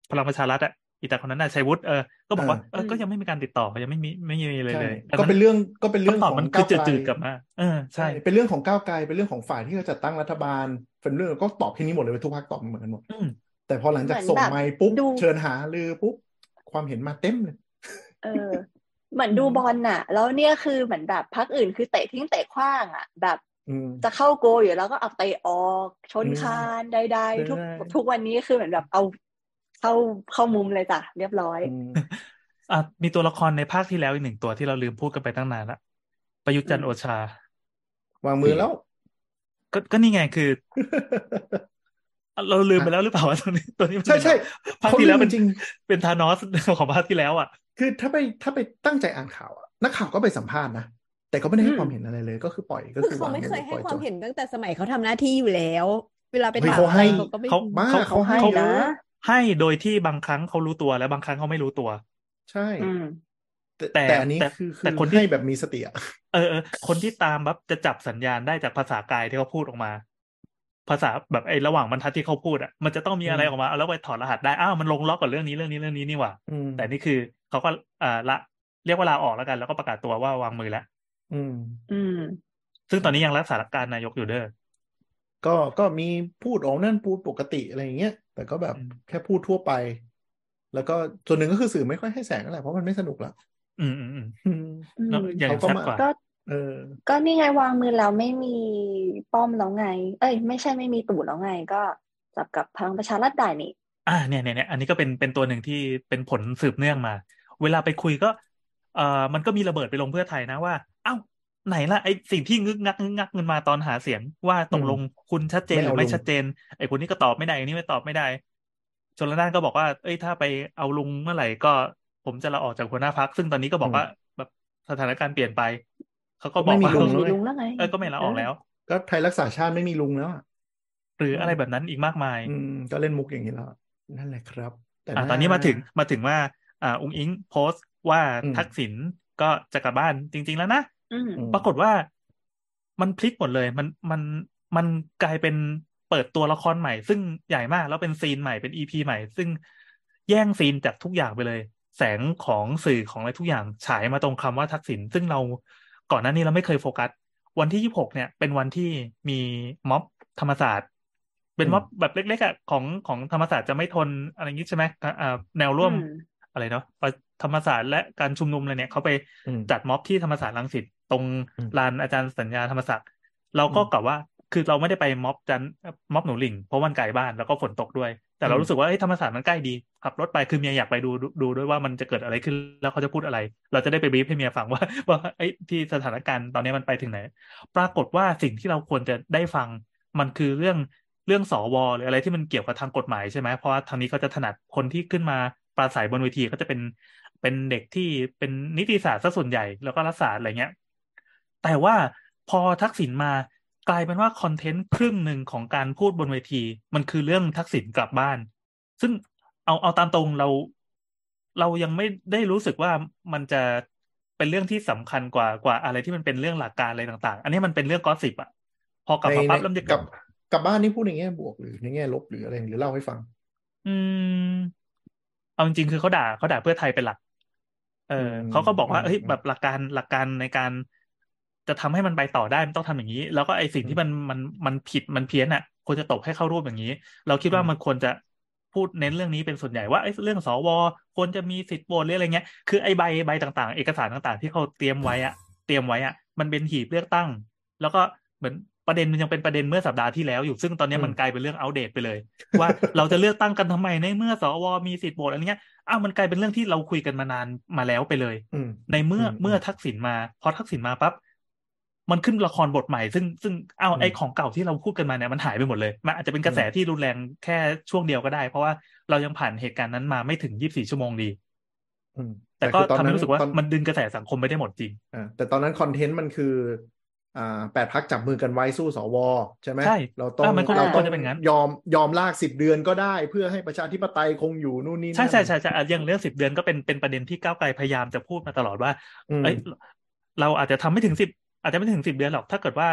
พลังประชารัฐอ่ะอีตาคนนั้นน่ะชัยวุฒิเออก็บอกว่าเออก็ยังไม่มีการติดต่อยังไม่มีไม่มีเลยเลยก็เป็นเรื่องก็เป็นเรื่องของก้าวไกลจืดๆกลับมาเออใช่เป็นเรื่องของก้าวไกลเป็นเรื่องของฝ่ายที่จะจัดตั้งรัฐบาลเป็นเรื่องก็ตอบแค่นี้หมดเลยทุกพรรคตอบเหมือนกันหมดแต่พอหลังจากส่งไมค์ปุ๊บเชิญหาลือปุ๊บความเห็นมาเต็มเลยเออเหมือนดูบอลน่ะแล้วเนี่ยคือเหมือนแบบพรรคอื่นคือเตะทิ้งเตะขว้างอ่ะแบบจะเข้าโกอยู่แล้วก็เอาเตะออกชนคานใดๆทุกทุกวันนี้คือเหมือนแบบเอาเข้าเข้ามุมเลยจ้ะเรียบร้อยอ่ะมีตัวละครในภาคที่แล้วอีกหนึ่งตัวที่เราลืมพูดกันไปตั้งนานละประยุทธ์จันทร์โอชาวางมือแล้วก็ก็นี่ไงคือ เราลืมไปแล้วหรือเปล่าว่าตัวนี้ตัวนี้ใช่ใช่ภาคที่แล้วเป็นจริงเป็นธานอสของภาคที่แล้วอ่ะคือถ้าไปถ้าไปตั้งใจอ่านข่าวอ่ะนักข่าวก็ไปสัมภาษณ์นะแต่เขาไม่ได้ให้ความเห็นอะไรเลยก็คือปล่อยก็คือเขาไม่เคยให้ความเห็นตั้งแต่สมัยเขาทำหน้าที่อยู่แล้วเวลาไปถามเขาให้เขาบ้าเขาให้นะให้โดยที่บางครั้งเขารู้ตัวและบางครั้งเขาไม่รู้ตัวใช่แต่แต่อันนี้คือแต่คนให้แบบมีสติอ่ะเออเออคนที่ตามแบบจะจับสัญญาณได้จากภาษากายที่เขาพูดออกมาภาษาแบบไอ้ระหว่างบรรทัดที่เขาพูดอ่ะมันจะต้องมีอะไรออกมาแล้วไปถอดรหัสได้อ้าวมันลงล็อกกับเรื่องนี้เรื่องนี้เรื่องนี้นี่หว่าแต่นี่คือเขาก็อ่าละเรียกว่าลาออกแล้วกันแล้วก็ประกาศตัวว่าวางมือแล้วอืมอืมซึ่งตอนนี้ยังรักษาการนายกอยู่เด้อก็ก็มีพูดออกนั่นพูดปกติอะไรอย่างเงี้ยแต่ก็แบบแค่พูดทั่วไปแล้วก็ส่วนหนึ่งก็คือสื่อไม่ค่อยให้แสงนั่นแหละเพราะมันไม่สนุกละอืมอืมอืมแล้วอย่างชัดกว่าก็เออก็นี่ไงวางมือแล้วไม่มีป้อมแล้วไงเอ้ยไม่ใช่ไม่มีตู่แล้วไงก็จับกับพลังประชารัฐได้นี่อ่าเนี่ยเนี่ยเนี่ยอันนี้ก็เป็นเป็นตัวหนึ่งที่เป็นผลสืบเนื่องมาเวลาไปคุยก็เอ่อมันก็มีระเบิดไปลงเพื่อไทยนะว่าเอ้าไหนล่ะไอ้สิ่งที่งึกงักงึกงักเงินมาตอนหาเสียงว่าตกลงคุณชัดเจนหรือไม่ชัดเจนไอ้คนนี้ก็ตอบไม่ได้อันนี้ไม่ตอบไม่ได้ชลน่านก็บอกว่าเอ้ยถ้าไปเอาลุงเมื่อไหร่ก็ผมจะลาออกจากหัวหน้าพรรคซึ่งตอนนี้ก็บอกว่าแบบสถานการณ์เปลี่ยนไปเขาก็บอกว่าลุงแล้วไงเออก็ไม่ลาออกแล้วก็ไทยรักษาชาติไม่มีลุงแล้วหรืออะไรแบบนั้นอีกมากมายอืมก็เล่นมุกอย่างนี้แล้วนั่นแหละครับแต่ตอนนี้มาถึงมาถึงว่าอ่าอุ้งอิงโพสต์ว่าทักษิณก็จะกลับบ้านจริงๆแล้วนะปรากฏว่ามันพลิกหมดเลยมันมันมันกลายเป็นเปิดตัวละครใหม่ซึ่งใหญ่มากแล้วเป็นซีนใหม่เป็นอีพีใหม่ซึ่งแย่งซีนจากทุกอย่างไปเลยแสงของสื่อของอะไรทุกอย่างฉายมาตรงคำว่าทักษิณซึ่งเราก่อนหน้านี้เราไม่เคยโฟกัสวันที่ยี่สิบหกเนี่ยเป็นวันที่มีม็อบธรรมศาสตร์เป็นม็อบแบบเล็กๆอ่ะของของธรรมศาสตร์จะไม่ทนอะไรอย่างนี้ใช่ไหมอ่าแนวร่วมอะไรเนาะธรรมศาสตร์และการชุมนุมอะไรเนี่ยเขาไปจัดม็อบที่ธรรมศาสตร์รังสิตตรงลานอาจารย์สัญญาธรรมศาสตร์เราก็กล่าวว่าคือเราไม่ได้ไปม็อบจันม็อบหนูหลิงเพราะมันไกลบ้านแล้วก็ฝนตกด้วยแต่เรารู้สึกว่าธรรมศาสตร์มันใกล้ดีขับรถไปคือเมียอยากไปดูดูด้วยว่ามันจะเกิดอะไรขึ้นแล้วเขาจะพูดอะไรเราจะได้ไปบรีฟให้เมียฟังว่าว่าไอ้ที่สถานการณ์ตอนนี้มันไปถึงไหนปรากฏว่าสิ่งที่เราควรจะได้ฟังมันคือเรื่องเรื่องสวหรืออะไรที่มันเกี่ยวกับทางกฎหมายใช่ไหมเพราะว่าทางนี้เขาจะถนัดคนที่ขึ้นมาปราศัยบนเวทีก็จะเป็นเป็นเด็กที่เป็นนิติศาสตร์ซะส่วนใหญ่แล้วก็รัฐศาสตร์อะไรเงี้ยแต่ว่าพอทักษิณมากลายเป็นว่าคอนเทนต์ครึ่งหนึ่งของการพูดบนเวทีมันคือเรื่องทักษิณกลับบ้านซึ่งเอาเอาตามตรงเราเรายังไม่ได้รู้สึกว่ามันจะเป็นเรื่องที่สำคัญกว่ากว่าอะไรที่มันเป็นเรื่องหลักการอะไรต่างๆอันนี้มันเป็นเรื่องกอสซิปอะพอกลับมาปั๊บแล้วจะกลับกลับบ้านนี่พูดในแง่บวกหรือในแง่ลบหรืออะไรหรือเล่าให้ฟังอืมเอาจริงๆคือเขาด่าเขาด่าเพื่อไทยเป็นหลักเออเขาก็บอกว่าเฮ้ยแบบหลักการหลักการในการจะทำให้มันไปต่อได้มันต้องทำอย่างนี้แล้วก็ไอ้สิ่งที่มันมันมันผิดมันเพี้ยนอ่ะควรจะตกให้เข้าร่วมอย่างนี้เราคิดว่ามันควรจะพูดเน้นเรื่องนี้เป็นส่วนใหญ่ว่าไอ้เรื่องสวควรจะมีสิทธิ์โหวตหรืออะไรเงี้ยคือไอ้ใบใบต่างๆเอกสารต่างๆที่เขาเตรียมไว้อ่ะเตรียมไว้อ่ะมันเป็นหีบเลือกตั้งแล้วก็เหมือนประเด็นมันยังเป็นประเด็นเมื่อสัปดาห์ที่แล้วอยู่ซึ่งตอนนี้มันกลายเป็นเรื่องอัปเดตไปเลยว่าเราจะเลือกตั้งกันทำไมในเมื่อสวมีสิทธิ์โหวตอะไรเงี้ยอ้าวมันกลายเป็นเรื่องที่เราคุยกันมานานมาแล้วไปเลยในเมื่อเมื่อทักษิณมาพอทักษิณมาปั๊บมันขึ้นละครบทใหม่ซึ่งซึ่งอ้าวไอ้ของเก่าที่เราพูดกันมาเนี่ยมันหายไปหมดเลยมันอาจจะเป็นกระแสที่รุนแรงแค่ช่วงเดียวก็ได้เพราะว่าเรายังผ่านเหตุการณ์นั้นมาไม่ถึงยี่สิบสี่ชั่วโมงดีแต่ก็ทำให้รู้สึกว่ามันดึงกระแสสังคมไม่ได้หมดจริงแต่ตอนนั้นคอนเทนต์มันคืออ่าแปดพรรคจับมือกันไว้สู้สวใช่ไหมใช่เราต้องเราต้องยอมยอมลากสิบเดือนก็ได้เพื่อให้ประชาธิปไตยคงอยู่นู่นนี่ใช่ใช่ใช่ใช่อย่างเรื่องสิบเดือนก็เป็นเป็นประเด็นที่ก้าวไกลพยายามจะพูดมาตลอดว่าเอ้ยเราอาจจะทำไม่ถึงสิบอาจจะไม่ถึงสิบเดือนหรอกถ้าเกิดว่า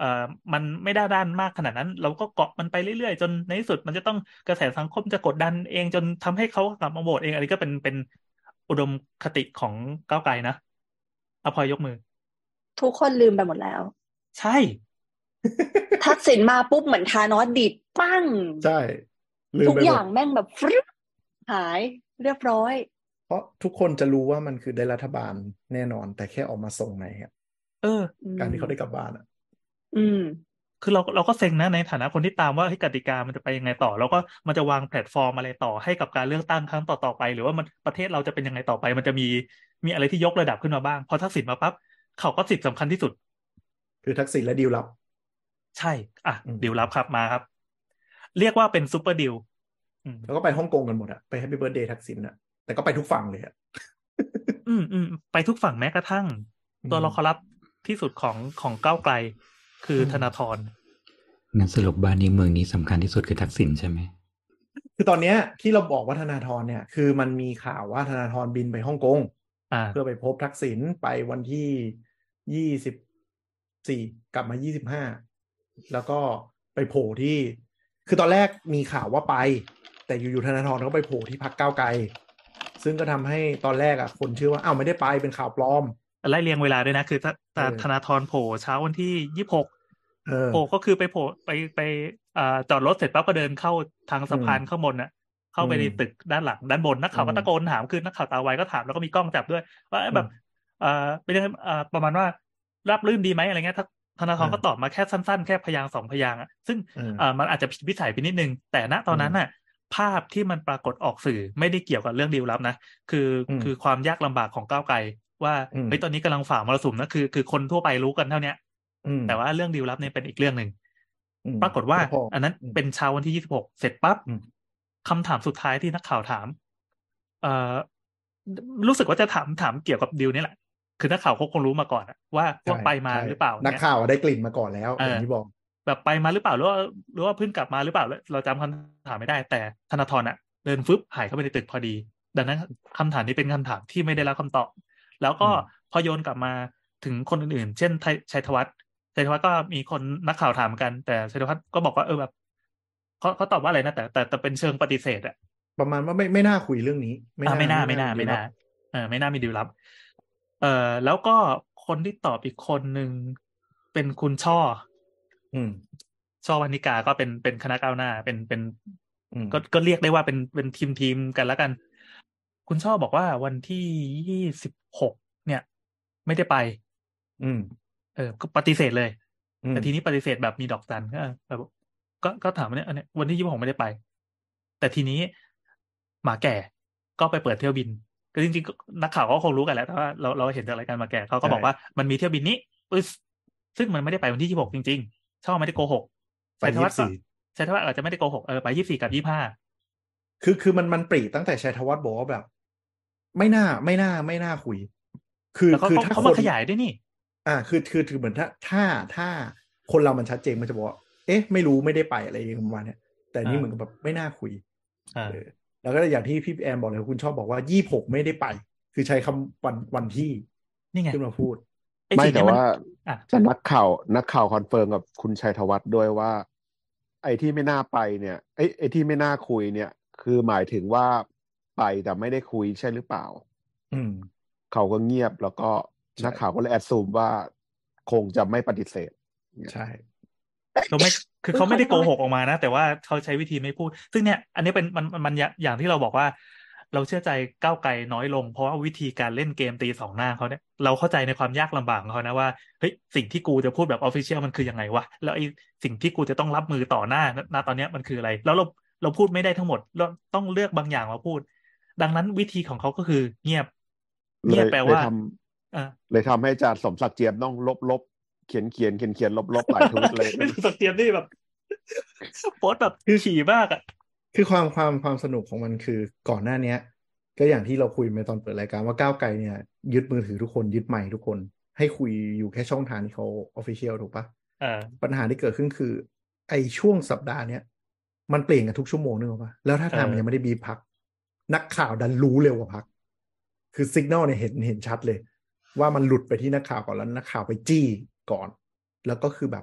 เอ่อมันไม่ได้ด้านมากขนาดนั้น เราก็เกาะมันไปเรื่อยๆจนในที่สุดมันจะต้องกระแสสังคมจะกดดันเองจนทำให้เขากลับมาโหวตเองอันนี้ก็เป็นเป็นอุดมคติของก้าวไกลนะอภอยยกมือทุกคนลืมไปหมดแล้วใช่ทักษิณมาปุ๊บเหมือนทานอสดีดปั้งใช่ทุกอย่างแม่งแบบฟรึ๊บหายเรียบร้อยเพราะทุกคนจะรู้ว่ามันคือได้รัฐบาลแน่นอนแต่แค่ออกมาส่งไหนอ่ะเออการที่เขาได้กลับบ้านอ่ะอืมคือเราเราก็เซ็งนะในฐานะคนที่ตามว่าให้กติกามันจะไปยังไงต่อแล้วก็มันจะวางแพลตฟอร์มอะไรต่อให้กับการเลือกตั้งครั้งต่อๆไปหรือว่ามันประเทศเราจะเป็นยังไงต่อไปมันจะมีมีอะไรที่ยกระดับขึ้นมาบ้างพอทักษิณมาปั๊บเขาก็สิทธิ์สำคัญที่สุดคือทักษิณและดีลลับใช่อ่ะดีลลับครับมาครับเรียกว่าเป็นซูเปอร์ดีลแล้วก็ไปฮ่องกงกันหมดอะไปแฮปปี้เบิร์ธเดย์ทักษิณอะแต่ก็ไปทุกฝั่งเลยอะอืมอืมไปทุกฝั่งแม้กระทั่งตัวละครลับที่สุดของของก้าวไกลคือธนาธรงั้นสรุปบ้านนี้เมืองนี้สำคัญที่สุดคือทักษิณใช่ไหมคือตอนเนี้ยที่เราบอกว่าธนาธรเนี่ยคือมันมีข่าวว่าธนาธรบินไปฮ่องกงเพื่อไปพบทักษิณไปวันที่ยี่สิบสี่กลับมายี่สิบห้าแล้วก็ไปโผล่ที่คือตอนแรกมีข่าวว่าไปแต่อยู่ๆธนาธรเขาไปโผล่ที่พรรคก้าวไกลซึ่งก็ทำให้ตอนแรกอ่ะคนเชื่อว่าอ้าวไม่ได้ไปเป็นข่าวปลอมไล่เรียงเวลาด้วยนะคือถ้าธนาธรโผล่เช้าวันที่ยี่สิบหกโผล่ก็คือไปโผล่ไปไปอ่าจอดรถเสร็จปั๊บก็เดินเข้าทางสะพานข้างบนน่ะเข้าไปในตึกด้านหลังด้านบนนักข่าวก็ตะโกนถามคือนักข่าวตาไวก็ถามแล้วก็มีกล้องจับด้วยว่าแบบอ่าเป็นยังไงอ่าประมาณว่ารับลื่นดีไหมอะไรเงี้ยธนาธรก็ตอบมาแค่สั้นๆแค่พยางค์สองพยางค์อ่ะซึ่งอ่ามันอาจจะผิดวิสัยไปนิดนึงแต่ณตอนนั้นน่ะภาพที่มันปรากฏออกสื่อไม่ได้เกี่ยวกับเรื่องดีลลับนะคือคือความยากลำบากของก้าวไกลว่าเฮ้ยตอนนี้กำลังฝ่ามรสุมนะคือคือคนทั่วไปรู้กันเท่านี้แต่ว่าเรื่องดีลลับเนี่ยเป็นอีกเรื่องหนึ่งปรากฏว่าอันนั้นเป็นเช้าวันที่ยี่สิบหกเสร็จปั๊บคำถามสุดท้ายที่นักข่าวถามเอ่อรู้สึกว่าจะถามถามเกี่ยวกับดีลนี่แหละคือนักข่าวเขาคงรู้มาก่อนว่าว่าไปมาหรือเปล่านักข่าวได้กลิ่นมาก่อนแล้วอย่างที่บอกแบบไปมาหรือเปล่าหรือว่าหรือว่าเพิ่งกลับมาหรือเปล่าเราจำคำถามไม่ได้แต่ธนาธรอ่ะเดินฟึบหายเข้าไปในตึกพอดีดังนั้นคำถามนี้เป็นคำถามที่ไม่ได้รับคำตอบแล้วก็พอโยนกลับมาถึงคนอื่นๆเช่นชัยธวัฒน์ชัยธวัฒน์ก็มีคนนักข่าวถามกันแต่ชัยธวัฒน์ก็บอกว่าเออแบบเขาเขาตอบว่าอะไรนะแต่แต่แต่เป็นเชิงปฏิเสธอะประมาณว่าไม่ไม่น่าคุยเรื่องนี้ไม่น่าไม่น่าไม่น่าไม่น่าเออไม่น่ามีดีลลับเอ่อแล้วก็คนที่ตอบอีกคนหนึ่งเป็นคุณช่ออืมช่อวรรณิกาก็เป็นเป็นคณะก้าวหน้าเป็นเป็นก็ก็เรียกได้ว่าเป็นเป็นทีมทีมกันแล้วกันคุณช่อบอกว่าวันที่ยี่สิบหกเนี่ยไม่ได้ไปอืมเออก็ปฏิเสธเลยแต่ทีนี้ปฏิเสธแบบมีดอกจันก็แบบก็ก็ถามว่าเนี่ยอันเนี้ยวันที่ยี่สิบหกไม่ได้ไปแต่ทีนี้หมาแก่ก็ไปเปิดเที่ยวบินก็จริงๆนักข่าวก็คงรู้กันแล้วแต่ว่าเราเราเห็นจากรายการหมาแก่เขาก็บอกว่ามันมีเที่ยวบินนี้ซึ่งมันไม่ได้ไปวันที่ยี่สิบหกจริงๆช่อไม่ได้โกหกไปยี่สิบสี่ชัยธวัฒน์อาจจะไม่ได้โกหกเออไปยี่สิบสี่กับยี่สิบห้าคือคือมันมันปรีตั้งแต่ชัยธวัฒน์บอกว่าแบบไม่น่าไม่น่าไม่น่าคุยคือคือถ้าเขามาขยายด้วยนี่อ่าคือคือถือเหมือนถ้าถ้าถ้าคนเรามันชัดเจนมันจะบอกว่าเอ๊ะไม่รู้ไม่ได้ไปอะไรอย่างเงี้ยประมาณนี้แต่นี่เหมือนกับแบบไม่น่าคุยอ่าแล้วก็อย่างที่พี่แอมบอกเลยคุณชอบบอกว่ายี่สิบหกไม่ได้ไปคือใช้คำวันวันที่นี่ไงขึ้นมาพูดไม่แต่ว่าแต่นักข่าวนักข่าวคอนเฟิร์มกับคุณชัยธวัฒน์ด้วยว่าไอ้ที่ไม่น่าไปเนี่ยไอ้ไอ้ที่ไม่น่าคุยเนี่ยคือหมายถึงว่าไปแต่ไม่ได้คุยใช่หรือเปล่าอืมเขาก็เงียบแล้วก็นักข่าวก็เลยแอดซูมว่าคงจะไม่ปฏิเสธใช่เขาไม่คือเขาไม่ได้โกหกออกมานะแต่ว่าเขาใช้วิธีไม่พูดซึ่งเนี่ยอันนี้เป็นมันมันอย่างที่เราบอกว่าเราเชื่อใจก้าวไกลน้อยลงเพราะว่าวิธีการเล่นเกมตีสองหน้าเขาเนี่ยเราเข้าใจในความยากลำบากของเขานะว่าเฮ้ยสิ่งที่กูจะพูดแบบออฟฟิเชียลมันคือยังไงวะแล้วไอ้สิ่งที่กูจะต้องรับมือต่อหน้าณตอนนี้มันคืออะไรแล้วเราเราพูดไม่ได้ทั้งหมดเราต้องเลือกบางอย่างมาพูดดังนั้นวิธีของเขาก็คือเงียบเงียบแปลว่าเลยทำให้อาจารย์สมศักดิ์เจียมต้องลบลบเขียนเขียนเขียนเขียนลบลบหลายทวิตเลยไม่สมศักดิ์เจียมนี่แบบโพสแบบขี่มากอ่ะคือความความความสนุกของมันคือก่อนหน้านี้ก็อย่างที่เราคุยไปตอนเปิดรายการว่าก้าวไกลเนี่ยยึดมือถือทุกคนยึดไมค์ทุกคนให้คุยอยู่แค่ช่องทางที่เขา official ถูกปะปัญหาที่เกิดขึ้นคือไอ้ช่วงสัปดาห์เนี้ยมันเปลี่ยนกันทุกชั่วโมงนึกออกปะแล้วถ้าทางมันยังไม่ได้บีบพักนักข่าวดันรู้เร็วกว่าพักคือสัญญาณเนี่ยเห็นเห็นชัดเลยว่ามันหลุดไปที่นักข่าวก่อนแล้วนักข่าวไปจี้ก่อนแล้วก็คือแบบ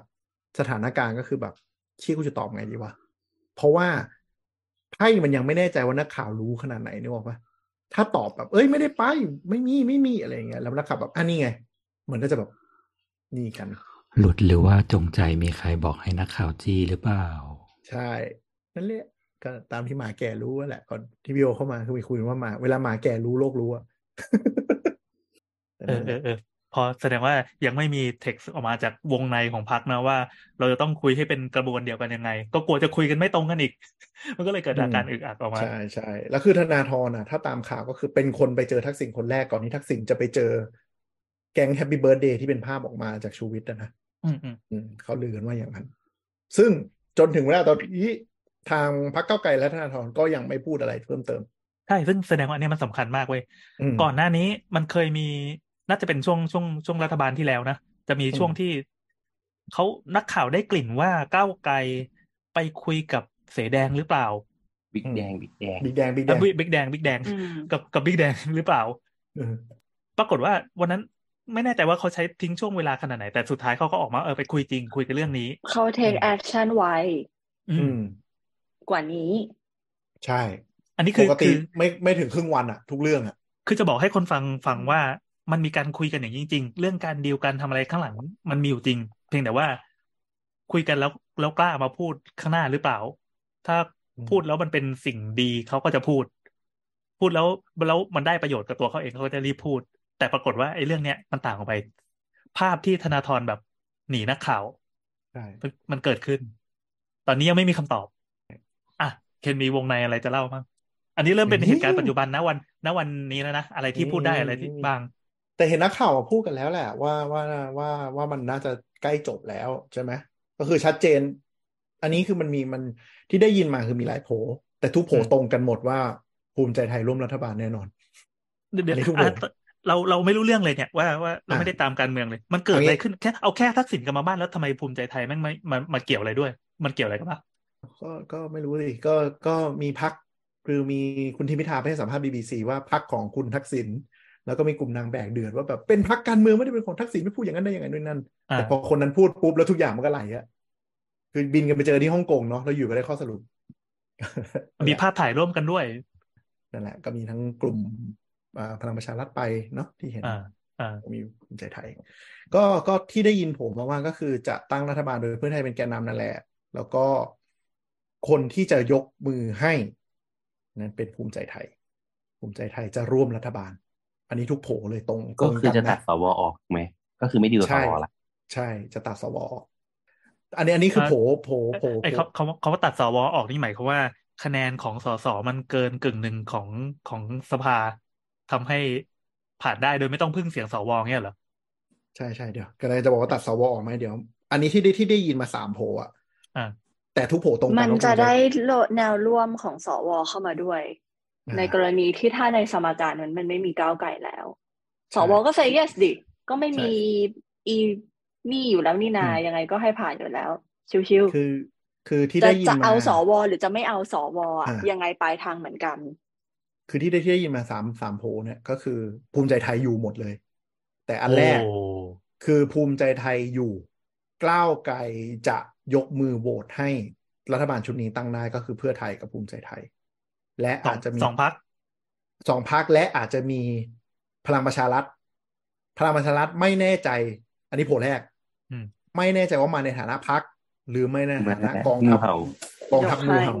สถานการณ์ก็คือแบบชี้กูจะตอบไงดีวะเพราะว่าไพ่มันยังไม่แน่ใจว่านักข่าวรู้ขนาดไหนนึกออกปะถ้าตอบแบบเอ้ยไม่ได้ไปไม่มีไม่มีอะไรอย่างเงี้ยแล้วนักข่าวแบบอ่ะนี่ไงเหมือนก็จะแบบนี่กันหลุดหรือว่าจงใจมีใครบอกให้นักข่าวจี้หรือเปล่าใช่นั่นแหละก็ตามที่หมาแก่รู้แหละก่อนที่พี่โอเข้ามาคือไปคุยว่าหมาเวลาหมาแก่รู้โลกรู้อะเออเออเออพอแสดงว่ายังไม่มีเท็กซ์ออกมาจากวงในของพรรคนะว่าเราจะต้องคุยให้เป็นกระบวนเดียวกันยังไงก็กลัวจะคุยกันไม่ตรงกันอีก มันก็เลยเกิดอาการอึกอักออกมาใช่ใช่แล้วคือธนาธรอ่ะถ้าตามข่าวก็คือเป็นคนไปเจอทักษิณคนแรกก่อนที่ทักษิณจะไปเจอแก๊งแฮปปี้เบิร์ดเดย์ที่เป็นภาพออกมาจากชูวิทย์นะอืมอืมอืมเขาลือกันว่าอย่างนั้นซึ่งจนถึงเวลาตอนนี้ทางพรรคก้าวไกลและธนาธรก็ยังไม่พูดอะไรเพิ่มเติมใช่ซึ่งแสดงว่าอันนี้มันสำคัญมากเว้ยก่อนหน้านี้มันเคยมีน่าจะเป็นช่วงช่วงช่วงรัฐบาลที่แล้วนะจะมีช่วงที่เขานักข่าวได้กลิ่นว่าก้าวไกลไปคุยกับเสแดงหรือเปล่าบิ๊กแดงบิ๊กแดงบิ๊กแดงบิ๊กแดงบิ๊กแดงบิ๊กแดงกับกับบิ๊กแดงหรือเปล่าปรากฏว่าวันนั้นไม่แน่ใจว่าเขาใช้ทิ้งช่วงเวลาขนาดไหนแต่สุดท้ายเขาก็ออกมาเออไปคุยจริงคุยกันเรื่องนี้เขา take action ไวกว่านี้ใช่อันนี้คือปกติไม่ไม่ถึงครึ่งวันอะทุกเรื่องอะคือจะบอกให้คนฟังฟังว่ามันมีการคุยกันอย่างจริงๆเรื่องการดีลกันทำอะไรข้างหลังมันมีอยู่จริงเพียงแต่ว่าคุยกันแล้วแล้วกล้ามาพูดข้างหน้าหรือเปล่าถ้าพูดแล้วมันเป็นสิ่งดีเขาก็จะพูดพูดแล้วแล้วมันได้ประโยชน์กับตัวเขาเองเขาก็จะรีบพูดแต่ปรากฏว่าไอ้เรื่องเนี้ยมันต่างออกไปภาพที่ธนาธรแบบหนีนักข่าวใช่มันเกิดขึ้นตอนนี้ยังไม่มีคำตอบอ่ะเคนมีวงในอะไรจะเล่าบ้างอันนี้เริ่มเป็นเหตุการณ์ปัจจุบันนะวันณวันนี้แล้วนะอะไรที่พูดได้อะไรที่บ้างแต่เห็นนักข่าวพูดกันแล้วแหละว่าว่าว่าว่ามันน่าจะใกล้จบแล้วใช่ไหมก็คือชัดเจนอันนี้คือมันมีมันที่ได้ยินมาคือมีหลายโผแต่ทุกโผตรงกันหมดว่าภูมิใจไทยร่วมรัฐบาลแน่นอนเดี๋ยวเราเราไม่รู้เรื่องเลยเนี่ยว่าว่าเราไม่ได้ตามการเมืองเลยมันเกิดอะไรขึ้นแค่เอาแค่ทักษิณกลับมาบ้านแล้วทำไมภูมิใจไทยแม่งไม่มามาเกี่ยวอะไรด้วยมันเกี่ยวอะไรกันบ้างก็ก็ไม่รู้สิก็ก็มีพรรคคือมีคุณทิมพิธาไปให้สัมภาษณ์ บี บี ซี ว่าพรรคของคุณทักษิณแล้วก็มีกลุ่มนางแบกเดือดว่าแบบเป็นพรรคการเมืองไม่ได้เป็นของทักษิณไม่พูดอย่างนั้นได้ยังไงนู่นนั่นแต่พอคนนั้นพูดปุ๊บแล้วทุกอย่างมันก็ไหลอะคือบินกันไปเจอที่ฮ่องกงเนาะแล้วอยู่ก็ได้ข้อสรุปมีภาพถ่ายร่วมกันด้วยนั่นแหละก็มีทั้งกลุ่มพลังประชารัฐไปเนาะที่เห็นมีภูมิใจไทยก็ก็ที่ได้ยินผมมาว่าก็คือจะตั้งรัฐบาลโดยเพื่อไทยเป็นแกนนำนั่นแหละแล้วก็คนที่จะยกมือให้นั้นเป็นภูมิใจไทยภูมิใจไทยจะร่วมรัฐบาลอันนี้ทุกโผเลยตรงก็คือจะตัดสวออกไหมก็คือไม่ดีกว่าสวละใช่จะตัดสวออกอันนี้อันนี้คือโผโผโผไอ้เขาเขาเขาว่าตัดสวออกนี่หมายความว่าคะแนนของสสมันเกินกึ่งหนึ่งของของสภาทำให้ผ่านได้โดยไม่ต้องพึ่งเสียงสวเงี้ยเหรอใช่ใช่เดี๋ยวก็เลยจะบอกว่าตัดสวออกไหมเดี๋ยวอันนี้ที่ได้ที่ได้ยินมาสามโผอ่ะแต่ทุกโผตรงกันมันจะได้แนวร่วมของสวเข้ามาด้วยในกรณีที่ถ้าในสมการมันมันไม่มีก้าวไกลแล้วสวก็ say yes ดิก็ไม่มีอีนี่อยู่แล้วนี่นายังไงก็ให้ผ่านอยู่แล้วชิวๆคือคือที่ได้ยินมาจะเอาสวหรือจะไม่เอาสวอ่ะยังไงปลายทางเหมือนกันคือที่ได้ที่ได้ยินมาสามสามโผเนี่ยก็คือภูมิใจไทยอยู่หมดเลยแต่อันแรกคือภูมิใจไทยอยู่ก้าวไกลจะยกมือโหวตให้รัฐบาลชุดนี้ตั้งได้ก็คือเพื่อไทยกับภูมิใจไทยและอาจจะมีสองพรรคสองพรรคและอาจจะมีพลังประชารัฐพลังประชารัฐไม่แน่ใจอันนี้โผล่แรกไม่แน่ใจว่ามาในฐานะพรรคหรือไม่ในฐานะกองทัพกองทัพงูเห่า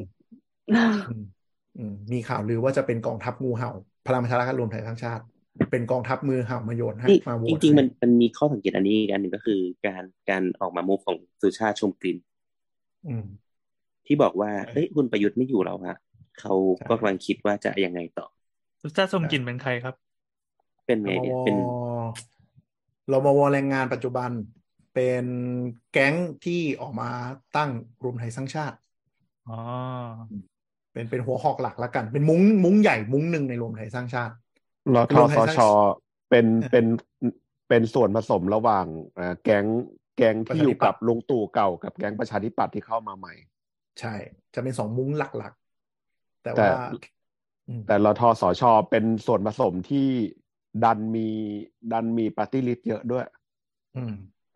มีข่าวลือว่าจะเป็นกองทัพงูเห่าพลังประชารัฐรวมไทยสร้างชาติเป็นกองทัพมือเห่ามาโยนให้มาโหวตจริงๆมันมันมีข้อสังเกตอันนี้อีกอันหนึ่งก็คือการการออกมามูฟของสุชาติชมกลิ่นที่บอกว่าเอ้ยคุณประยุทธ์ไม่อยู่แล้วฮะเขาก็กำลังคิดว่าจะยังไงต่อสุชาติชมกลิ่นเป็นใครครับเป็นไงเนี่ยเป็นรมวแรงงานปัจจุบันเป็นแก๊งที่ออกมาตั้งรวมไทยสร้างชาติอ๋อเป็นเป็นหัวหอกหลักแล้วกันเป็นมุ้งมุ้งใหญ่มุ้งหนึ่งในรวมไทยสร้างชาติรทสชเป็นเป็นเป็นส่วนผสมระหว่างแก๊งแก๊งที่อยู่กับลุงตู่เก่ากับแก๊งประชาธิปัตย์ที่เข้ามาใหม่ใช่จะเป็นสองมุ้งหลักๆแต่ว่าแต่รทสชเป็นส่วนผสมที่ดันมีดันมีปาร์ตี้ลิสต์เยอะด้วยเอ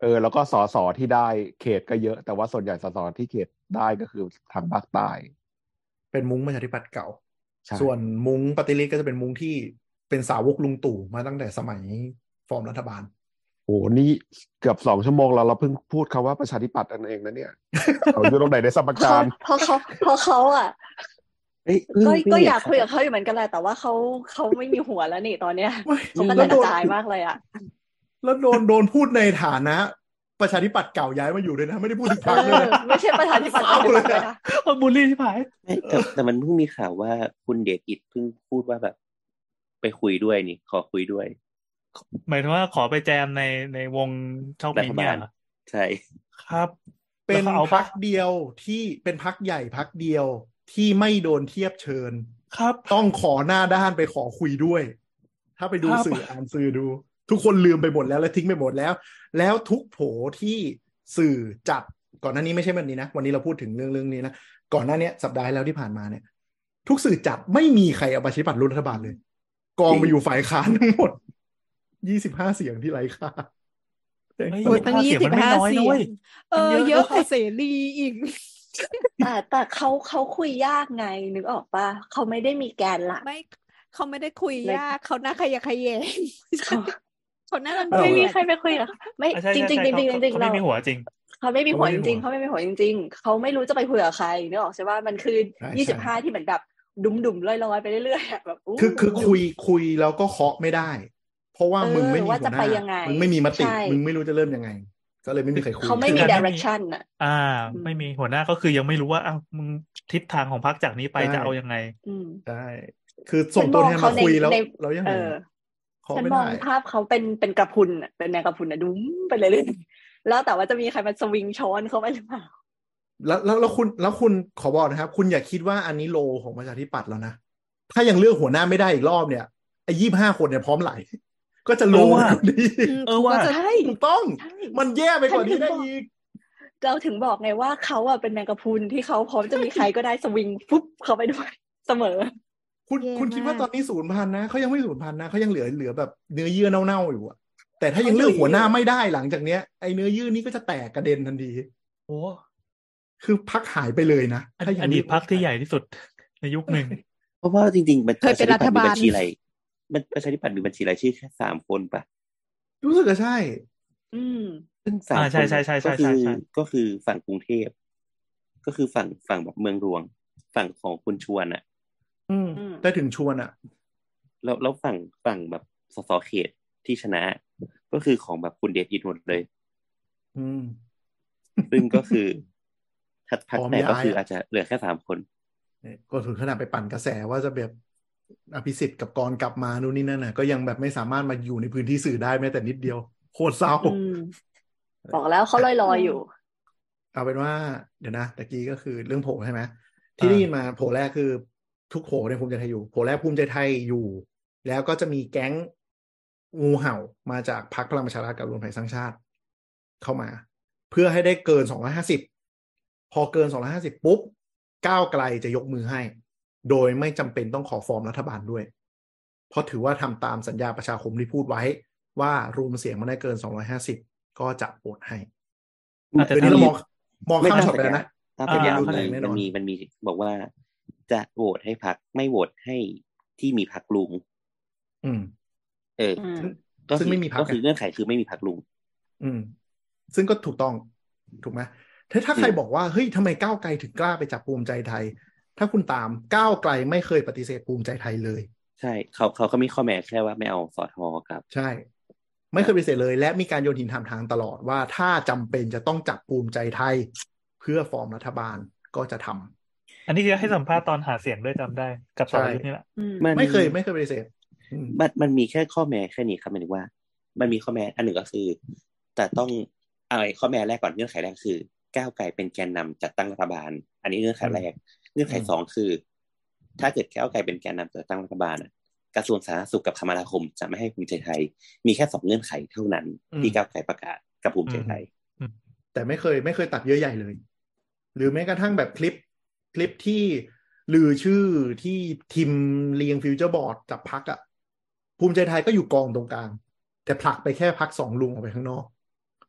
เออแล้วก็สสที่ได้เขตก็เยอะแต่ว่าส่วนใหญ่สสที่เขตได้ก็คือทางภาคใต้เป็นมุ้งประชาธิปัตย์เก่าใช่ส่วนมุ้งปฏิริษีก็จะเป็นมุ้งที่เป็นสาวกลุงตู่มาตั้งแต่สมัยฟอร์มรัฐบาลโอ้นี่เกือบสองชั่วโมงแล้วเราเพิ่งพูดคำว่าประชาธิปัตย์อันเองนะเนี่ย เราอยู่ตรงไหนในสมเพการราะเขาเพราะเขาอ่ะเฮ้ยก็เพิ่งก็เห็นอยากคุยกับเขาอยู่เหมือนกันแหละแต่ว่าเขาเขาไม่มีหัวแล้วนี่ตอนเนี้ยไม่เขาก็แล้จะวกโดระนจายมากเลยอ่ะแล้วโดนโดนพูดในฐานะ ประชาธิปัตย์เก่าย้ายมาอยู่เลยนะไม่ได้พูดถึงเอพรรคเลยอนะไม่ใช่ประธานธิปัตย์เศร้าปัจจุเลบันยเลยอะนะเอาบูลลี่ที่ผายไม่แต่แต่มันเพิ่งมีข่าวว่าคุณเดชอิทเพิ่งพูดว่าแบบ ไปคุยด้วยนี่ขอคุยด้วยหมายถึงว่าขอไปแจมในในวงช่องรัมิฐนเนี่บาย ลเหรอใช่ครับเป็แล้วนเขาเอาพรปะรคเดียวที่เป็นพรรคใหญ่พรรคเดียวที่ไม่โดนเทียบเชิญครับต้องขอหน้าด้านไปขอคุยด้วย ถ้าไปดูครับสื่ออ่านสื่อดู ทุกคนลืมไปหมดแล้วและทิ้งไปหมดแล้ว แล้วทุกโผที่สื่อจัดก่อนหน้านี้ไม่ใช่วันนี้นะวันนี้เราพูดถึงเรื่องเรื่องนี้นะก่อนหน้านี้สัปดาห์แล้วที่ผ่านมาเนี่ย ทุกสื่อจัดไม่มีใครเอาประชาธิปัตย์ร่วมรัฐบาลเลย กองไปอยู่ฝ่ายค้านทั้งหมดยี่สิบห้าเสียงที่ไร้ค่าเฮ้ยโอ้ยตั้งยี่ยี่สิบห้าสิบเสียงมันไม่ห้าน้อยเสีนะยเว้งยเอมันอเยอะเยอะนะกว่าเสรีอีกแต่แต่เขาเขาคุยยากไงนึกออกปะเขาไม่ได้มีแกนหลักไม่เขาไม่ได้คุยเลยยากเขาหน้าขยะแขยงเขาเขาหน้ารังเออไม่เกีมียจใครไปคุยกับเขาไม่อ่ะใช่จริงใช่จริงใช่จริงเขาจริงเขาเราไม่มีหัวจริงเขาไม่มีเขาหัวไม่จมีริงหัวๆเขาไม่มีหัวจริงๆเขาไม่รู้จะไปคุยกับใครนึกออกใช่ป่ะมันคือใช่ยี่ใช่สิบห้าที่เหมือนแบบดุมดุมๆลอยๆไปเรื่อยๆอะแบบอู้คือคือคุยคุยแล้วก็เคาะไม่ได้ เพราะว่าเออมึงไม่มีว่าหัจะวหไปน้ายังไงมึงไม่มีมติใช่มึงไม่รู้จะเริ่มยังไง ก็เลยไม่มีใครคุยเขาไม่คือมีการไม่มี direction อ่ะอ่าอืมไม่มีหัวหน้าก็คือยังไม่รู้ว่าอ้าวมึงทิศทางของพรรคจากนี้ไปใช่จะเอายังไงอืมใช่คือส่งฉันตัวมองแทนเขามาในคุยแล้วในแล้วยังเอไงอเคาะฉันไม่มอได้งภาพเขาเป็นเป็นกระพุนอะเป็นแมงกระพุนอะดุ้มไปเรื่อยๆแล้วแต่ว่าจะมีใครมาสวิงช้อนเขาไหมหรือเปล่าแล้วแล้วแล้วคุณแล้วคุณขอบอกนะครับ คุณอย่าคิดว่าอันนี้โลของประชาธิปัตย์แล้วนะ ถ้ายังเลือกหัวหน้าไม่ได้อีกรอบเนี่ยไอ้ยี่สิบห้าคนเนี่ยพร้อมไหล ก็จะโลเออว่ะกว่านี้อืมเออเขาก็ว่ะจะใช่ถูกต้องใช่มันแย่ไปกว่านี้ฉันถึงได้บอกอีกเราถึงบอกไงว่าเขาอะเป็นแมงกะพรุนที่เขาพร้อมจะมีใครก็ได้สวิงปุ๊บเขาไปด้วยเสมอคุณแย่คุณคิดว่ามาตกอนนี้ศูนย์พันนะเขายังไม่ศูนย์พันนะเขายังเหลือเหลือแบบเนื้อเยื่อเน่าๆอยู่อะแต่ถ้ายังเลือกหัวหน้าไม่ได้หลังจากเนี้ยไอ้เนื้อเยื่อนี้ก็จะแตกกระเด็นทันทีโอ้คือพักหายไปเลยนะอถ้ายัอง ดีเลืตอกพรรคที่ไม่ใหได้ญ่ที่สุดในยุคหนึ่งเพราะว่าจริงๆมันเคยเป็นรัฐบาลประชธิปัตย์มีบัญชีอะไรมันประชาธิปัตย์มีบัญชีรายชื่อแค่สามคนปะรู้สึกจะใช่อืมซึ่งสามอ่าคใช่นใช่ใช่ก็ใช่คืใช่อใช่ก็คือฝั่งกรุงเทพ ก็คือฝั่งฝั่งแบบเมืองหลวง ฝั่งของคุณชวนอะอืมอืมแต่ถึงชวนอะแล้วแล้วฝั่งฝั่งแบบสสเขตที่ชนะ ก็คือของแบบคุณเดชอิทหมดเลยอืมซึ่งก็คือถ้าพรรคพร้อมไหนก็ย้ายคืออะอาจจะเหลือแค่สามคนเนี่ยก็ถึงขนาดไปปั่นกระแสว่าจะแบบอภิสิทธิ์กับกรกลับมานู่นนี่นั่นน่ะก็ยังแบบไม่สามารถมาอยู่ในพื้นที่สื่อได้แม้แต่นิดเดียว โคตรเศร้าอืม บอกแล้วเขาลอยๆอยู่เอาเป็นว่าเดี๋ยวนะตะกี้ก็คือเรื่องโผล่ใช่ไหมที่ได้ยินมาโผล่แรกคือทุกโผล่ในยภูมิใจไทยอยู่โผล่แรกภูมิใจไทยอยู่ แล้วก็จะมีแก๊งงูเห่ามาจากพรรคพลังประชารัฐกับรวมไทยสร้างชาติ เข้ามา เพื่อให้ได้เกินสองร้อยห้าสิบพอเกินสองร้อยห้าสิบปุ๊บก้าวไกลจะยกมือให้ โดยไม่จำเป็นต้องขอฟอร์มรัฐบาลด้วย เพราะถือว่าทำตามสัญญาประชาคมที่พูดไว้ว่ารวมเสียงมันได้เกินสองร้อยห้าสิบก็จะโหวตให้อ่ะแต่เดี๋ยวถ้านี้เรามีมองมองไม่ข้ามตามช็อตสัไปญแล้วญานะตามอ่าสัญญารุนมัแรนงแน่นมัอน นมีมันมีบอกว่าจะโหวตให้พรรคไม่โหวตให้ที่มีพรรคลุงอืมเอออืมซึ่งก็ซึ่งคือไม่มีพรรคก็คือไงเงื่อนไขคือไม่มีพรรคลุงอืม ซึ่งก็ถูกต้องถูกไหมถ้าถ้าใครอืมบอกว่าเฮ้ยทำไมก้าวไกลถึงกล้าไปจับภูมิใจไทย ถ้าคุณตามก้าวไกลไม่เคยปฏิเสธภูมิใจไทยเลยใช่เขาเขาก็มีข้อแม้แค่ว่าไม่เอาสอทอกับใช่ ไม่เคยปฏิเสธเลย และมีการโยนหินถามทางตลอดว่าถ้าจำเป็นจะต้องจับภูมิใจไทย เพื่อฟอร์มรัฐบาลก็จะทำอันนี้คือให้สัมภาษณ์ตอนหาเสียงด้วยจำได้ กับสรยุทธ์นี่แหละอืมมันไม่เคยไม่เคยปฏิเสธอืมมันมันมีแค่ข้อแม้แค่นี้ครับหมายถึงว่า มันมีข้อแม้อันหนึ่งก็คือแต่ต้องอะไรข้อแม้แรกก่อนเงื่อนไขแรกคือก้าวไกลเป็นแกนนำจัดตั้งรัฐบาล อันนี้เงื่อนไขแรกเงื่อนไขสองคือ ถ้าเกิดก้าวไกลเป็นแกนนำจัดตั้งรัฐบาลกระทรวงสาธารณสุขกับคมนาคมจะไม่ให้ภูมิใจไทย มีแค่สองเงื่อนไขเท่านั้นที่ก้าวไกลประกาศกับภูมิใจไทยแต่ไม่เคยไม่เคยตัดเยื่อใยเลย หรือแม้กระทั่งแบบคลิปคลิปที่ลือชื่อที่ทีมเรียงฟิวเจอร์บอร์ดจับพักอะภูมิใจไทยก็อยู่กองตรงกลาง แต่ผลักไปแค่พักสองลุงออกไปข้างนอก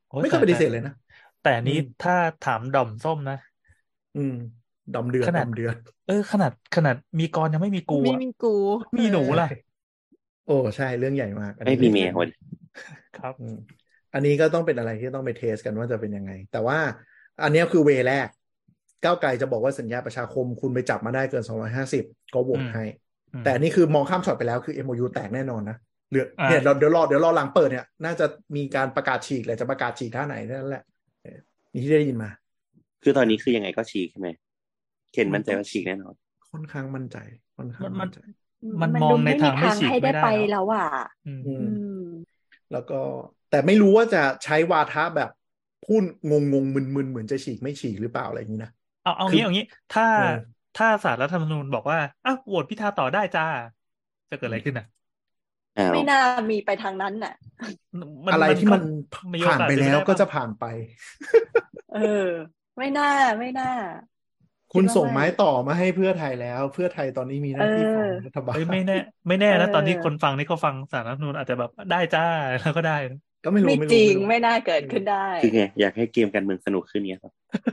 ไม่เคยปฏิเสธเลยนะแต่นี้ถ้าถามดอมส้มนะอืมดอมเดือดดอมเดือดเออขนาดขนาดมีกรยังไม่มีกูไม่มีกูมีหนูล่ะโอ้ใช่เรื่องใหญ่มากไม่มีเมียคนครับอันนี้ก็ต้องเป็นอะไรที่ต้องไปเทสกันว่าจะเป็นยังไงแต่ว่าอันนี้คือเวแรกก้าวไกลจะบอกว่าสัญญาประชาคมคุณไปจับมาได้เกินสองร้อยห้าสิบก็โหวตให้แต่นี่คือมองข้ามช็อตไปแล้วคือ เอ็ม โอ ยู แตกแน่นอนนะเหลือเนี่ยเราเดี๋ยวรอเดี๋ยวรอหลังเปิดเนี่ยน่าจะมีการประกาศฉีกแหละจะประกาศฉีกท่าไหนนั่นแหละนี่ที่ได้ยินมาคือตอนนี้คือยังไงก็ฉีกใช่ไหมเคนมั่นใจว่าฉีกแน่นอนค่อนข้างมั่นใจค่อนข้างมั่นใจมันมองในทางไม่ฉีกไม่ได้แล้วอ่ะแล้วก็แต่ไม่รู้ว่าจะใช้วาทะแบบพูดงงงมึนๆเหมือนจะฉีกไม่ฉีกหรือเปล่าอะไรอย่างนี้นะเอาเอางี้เอางี้ถ้าถ้าศาลรัฐธรรมนูญบอกว่าอ้าวโหวตพิธาต่อได้จ้าจะเกิดอะไรขึ้นน่ะไม่น่ามีไปทางนั้นน่ะอะไรที่มันผ่านไปแล้วก็จะผ่านไปเออไม่น่าไม่น่าคุณส่งไม้ต่อมาให้เพื่อไทยแล้วเพื่อไทยตอนนี้มีหน้าที่ของรัฐบาลไม่แน่ไม่แน่นะตอนนี้คนฟังนี่เขาฟังศาลรัฐธรรมนูญอาจจะแบบได้จ้าแล้วก็ได้ก็ไม่รู้ไม่จริงไม่น่าเกิดขึ้นได้คือไงอยากให้เกมการเมืองสนุกขึ้นเงี้ยครับ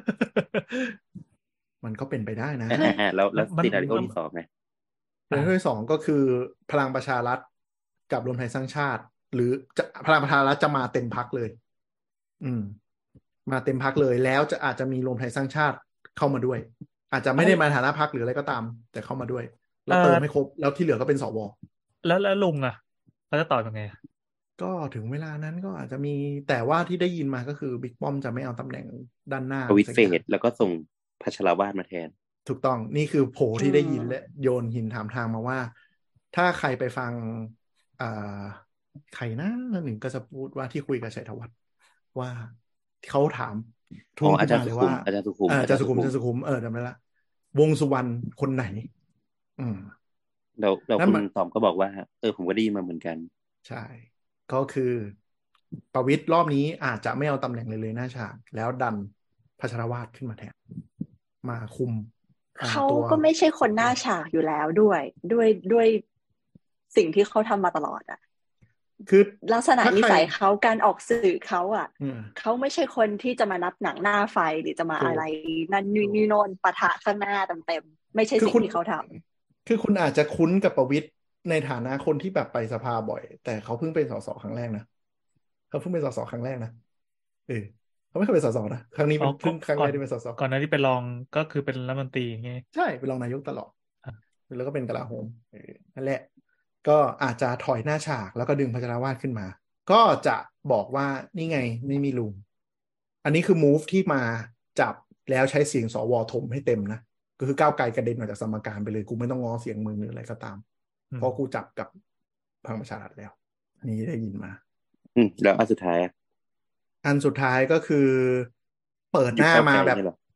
มันก็เป็นไปได้นะอ่าแล้วแล้วซีนาริโอที่สองไงซีนาริโอที่สองก็คือพลังประชารัฐกับรวมไทยสร้างชาติหรือจะพลังประชารัฐจะมาเต็มพรรคเลยอืมมาเต็มพรรคเลยแล้วจะอาจจะมีรวมไทยสร้างชาติเข้ามาด้วยอาจจะไม่ได้มาฐานะพรรคหรืออะไรก็ตามแต่เข้ามาด้วยแล้วเติมให้ครบแล้วที่เหลือก็เป็นสวแล้วแล้วลุงอ่ะเขาจะต่อยังไงก็ถึงเวลานั้นก็อาจจะมีแต่ว่าที่ได้ยินมาก็คือบิ๊กป้อมจะไม่เอาตำแหน่งด้านหน้าวิเศษแล้วก็ส่งพัชรวาทมาแทนถูกต้องนี่คือโผที่ได้ยินและโยนหินถามทางมาว่าถ้าใครไปฟังอ่าใครนะหนึ่งก็จะพูดว่าที่คุยกับชัยธวัฒน์ว่าเขาถามทุ่งมาเลยว่าอาจารย์สุขุมอาจารย์สุขุมอาจารย์สุขุมเออจำได้ละวงสุวรรณคนไหนอืมเราเราคุณตอมก็บอกว่าเออผมก็ได้ยินมาเหมือนกันใช่ก็คือประวิตรรอบนี้อาจจะไม่เอาตำแหน่งเลยเลยหน้าฉากแล้วดันพัชรวาทขึ้นมาแทนมาคุมเขาก็ไม่ใช่คนหน้าฉากอยู่แล้วด้วยด้วยด้วยสิ่งที่เขาทำมาตลอดอ่ะคือลักษณะนิสัยเขาการออกสื่อเขาอ่ะเขาไม่ใช่คนที่จะมานับหนังหน้าไฟหรือจะมาอะไรนั่นนี่โน่นปะทะข้างหน้าเต็มๆไม่ใช่สิ่งที่เขาทำคือคุณอาจจะคุ้นกับประวิตรในฐานะคนที่แบบไปสภาบ่อยแต่เขาเพิ่งเป็นสสครั้งแรกนะเขาเพิ่งเป็นสสครั้งแรกนะเออเขาไม่เคยเป็นสสนะครั้งนี้เป็นเพิ่งครั้งแรกที่เป็นสสก่อนหน้านี้เป็นรองก็คือเป็นรัฐมนตรีไงใช่เป็นรองนายกตลอดแล้วก็เป็นกลาโหมเออนั่นแหละก็อาจจะถอยหน้าฉากแล้วก็ดึงพัชรวาทขึ้นมาก็จะบอกว่านี่ไงไม่มีลุงอันนี้คือ move ที่มาจับแล้วใช้เสียงสวถมให้เต็มนะก็คือก้าวไกลกระเด็นออกจากสมการไปเลยกูไม่ต้องง้อเสียงมึงหรืออะไรก็ตามเพราะกูจับกับพลังประชารัฐแล้วอันนี้ได้ยินมาอืมแล้วอันสุดท้ายอันสุดท้ายก็คือเปิดหน้ามาแบบ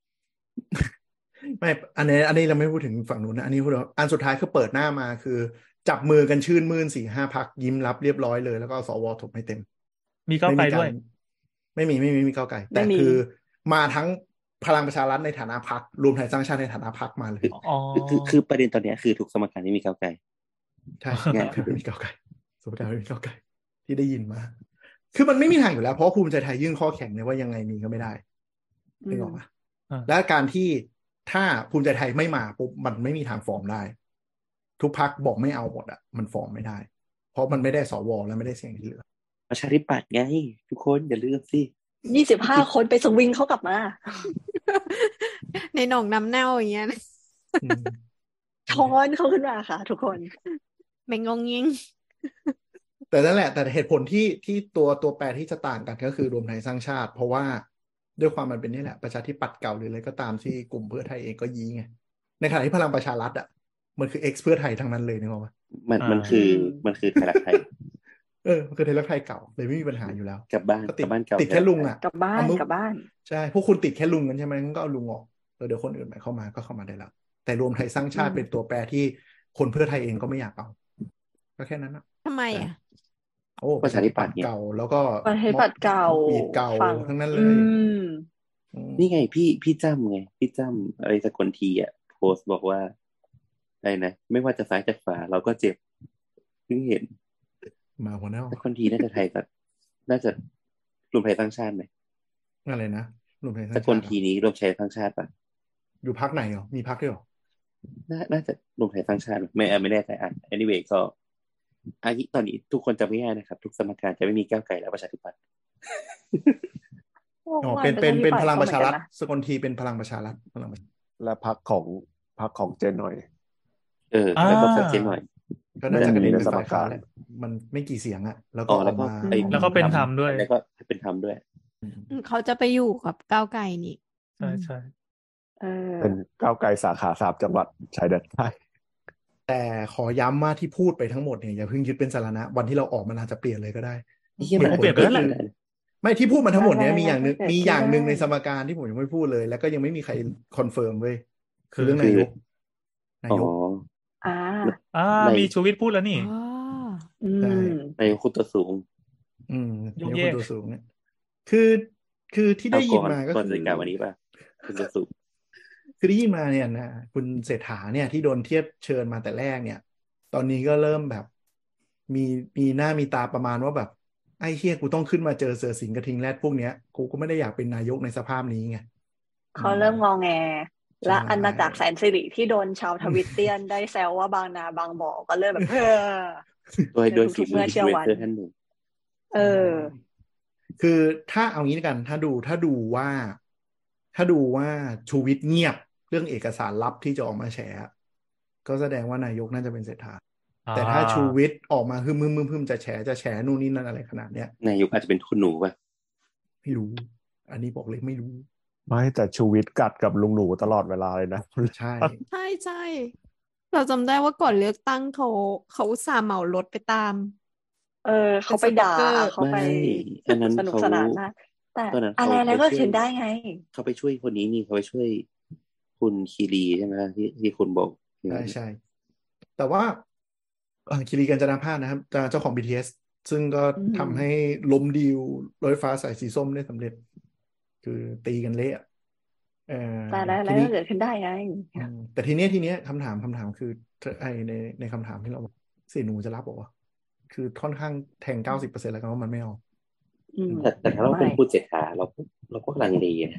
ไม่อันนี้อันนี้เราไม่พูดถึงฝั่งนู้นนะอันนี้พูดอันสุดท้ายคือเปิดหน้ามาคือจับมือกันชื่นมื่นสี่ห้าพักยิ้มรับเรียบร้อยเลยแล้วก็สวถมให้เต็มมีก้าวไกลด้วยไม่มีไม่มีไม่มีก้าวไกลแต่คือมาทั้งพลังประชารัฐในฐานะพรรครวมไทยสร้างชาติในฐานะพรรคมาเลยคือคือประเด็นตอนนี้คือถูกสมการไม่มีก้าวไกลใช่ไงคือไม่มีก้าวไกลสมการไม่มีก้าวไกลที่ได้ยินมาคือมันไม่มีทางอยู่แล้วเพราะภูมิใจไทยยื่นข้อแข่งเนี่ยว่ายังไงมีก็ไม่ได้ไม่บอกว่าและการที่ถ้าภูมิใจไทยไม่มาปุ๊บมันไม่มีทางฟอร์มได้ทุกพรรคบอกไม่เอาหมดอ่ะมันฟอร์มไม่ได้เพราะมันไม่ได้สวและไม่ได้เสียงที่เหลือประชาธิปัตย์ไงทุกคนอย่าลืมสิยี่สิบห้าคนไปสวิงเขากลับมาในหนองน้ำเน่าอย่างเงี้ยช้อนเขาขึ้นมาค่ะทุกคนไม่งงยิงแต่นั่นแหละแต่เหตุผลที่ที่ตัวตัวแปรที่จะต่างกันก็คือรวมไทยสร้างชาติเพราะว่าด้วยความมันเป็นนี่แหละประชาธิปัตย์เก่าหรืออะไรก็ตามที่กลุ่มเพื่อไทยเองก็ยี้ไงในขณะที่พลังประชารัฐอ่ะมันคือ X เพื่อไทยทั้งนั้นเลยนึกออกป่ะมันมันคือมันคือไทยรักไทยเออมันคือไทยรักไทยเก่าเลยไม่มีปัญหาอยู่แล้วกลับบ้านกลับบ้านเก่าติดแค่ลุงอ่ะกลับบ้านกลับบ้านใช่พวกคุณติดแค่ลุงกันใช่ไหมก็เอาลุงออกเดี๋ยวคนอื่นใหม่เข้ามาก็เข้ามาได้แล้วแต่รวมไทยสร้างชาติเป็นตัวแปรที่คนเพื่อไทยเองก็ไม่อยากเอาก็แค่นั้นนะทำไมอ่ะโอ้ประชาธิปัตย์เก่าแล้วก็ประชาธิปัตย์เก่าปีเก่าทั้งนั้นเลยนี่ไงพี่พี่จ้ำไงพี่จ้ำอะไรสักคนทีอ่ะโพสต์บอกว่าอะไรนะไม่ว่าจะซ้ายจะขวาเราก็เจ็บเพิ่งเห็นมาหัวหน้าสักคนทีน่าจะไทยแบบน่าจะรวมไทยสร้างชาติไหมอะไรนะรวมไทยสร้างสชาติกลทีนี้รวมไทยสร้างชาติป่ะอยู่พรรคไหนเหรอมีพรรคด้วยเหรอน่าน่าจะรวมไทยสร้างชาติไม่เออไม่แน่ใจอ่ะ anyway ก็อายุตอนนี้ทุกคนจำไม่ได้นะครับทุกสมการจะไม่มีก้าวไกลและประชาธิปัตย์อ๋อเป็นเป็นเป็นพลังประชารัฐสกลทีเป็นพลังประชารัฐพลังและพรรคของพรรคของเจนหน่อยเออแล้วก็ชัดเจนหน่อยก็น่าจะกระเด็นเป็นฝ่ายค้านมันไม่กี่เสียงอ่ะแล้วก็ออกมาแล้วก็เป็นธรรมด้วยแล้วก็เป็นธรรมด้วยเขาจะไปอยู่กับก้าวไกลนี่ใช่ใช่เป็นก้าวไกลสาขาสามจังหวัดชายแดนใต้แต่ขอย้ำว่าที่พูดไปทั้งหมดเนี่ยอย่าเพิ่งยึดเป็นสาระวันที่เราออกมันอาจจะเปลี่ยนเลยก็ได้เปลี่ยนไปแล้วแหละไม่ที่พูดมาทั้งหมดเนี้ยมีอย่างนึงมีอย่างหนึ่งในสมการที่ผมยังไม่พูดเลยแล้วก็ยังไม่มีใครคอนเฟิร์มเว้ยคือเรื่องนายกนายกอ่าอ่ามีชูวิทย์พูดแล้วนี่ใช่นายกคุณตัวสูงอืมนายกคุณตัวสูงเนี่ยคือคือที่ได้ยินมาก็คือก่อนวันนี้ป่ะคุณตัวสูงคือได้ยินมาเนี่ยนะคุณเศรษฐาเนี่ยที่โดนเทียบเชิญมาแต่แรกเนี่ยตอนนี้ก็เริ่มแบบมีมีหน้ามีตาประมาณว่าแบบไอ้เหี้ยกูต้องขึ้นมาเจอเสือสิงห์กระทิงแรดพวกเนี้ยกูก็ไม่ได้อยากเป็นนายกในสภาพนี้ไงเขาเริ่มงอแงและอาณาจักรแสนสิริที่โดนชาวทวิตเตียนได้แซวว่าบางนาบางบ่อก็เริ่มแบบเออโดยโดยฝีมือเชื่อวันท่านหนึ่งเออคือถ้าเอางี้กันถ้าดูถ้าดูว่าถ้าดูว่าชูวิทย์เงียบเรื่องเอกสารลับที่จะออกมาแฉก็แสดงว่านายกน่าจะเป็นเศรษฐาแต่ถ้าชูวิทย์ออกมาฮึมๆพึ่มๆจะแฉจะแฉนู่นนี่นั่นอะไรขนาดเนี้ยนายกอาจจะเป็นคุณหนูป่ะไม่รู้อันนี้บอกเลยไม่รู้ไม่แต่ชูวิทย์กัดกับลุงหนูตลอดเวลาเลยนะใช่ใช่ใช่เราจำได้ว่าก่อนเลือกตั้งเขาเขาอุตส่าห์เหมารถไปตามเออเขาไปด่าเขาไปสนุกสนานนะแต่อะไรอะไรก็เขียนได้ไงเขาไปช่วยคนนี้นี่เขาไปช่วยคุณคีรีใช่ไหมที่ที่คุณบอกใช่ใช่แต่ว่าคีรีกัญจนาภาสนะครับเจ้าของ บี ที เอส ซึ่งก็ทำให้ล้มดีลรถไฟฟ้าสายสีส้มได้สำเร็จคือตีกันเละเออแต่อะไรก็เกิดขึ้นได้ไงแต่ทีเนี้ยทีเนี้ยคำถามคำถามคือไอในในคำถามที่เราเสี่ยหนูจะรับบอกว่าคือค่อนข้างแทงเก้าสิบเปอร์เซ็นต์แล้วกันว่ามันไม่เอาแต่แต่ถ้าเราเป็นผู้เจ็ดขาเราเราก็ลังเลนะ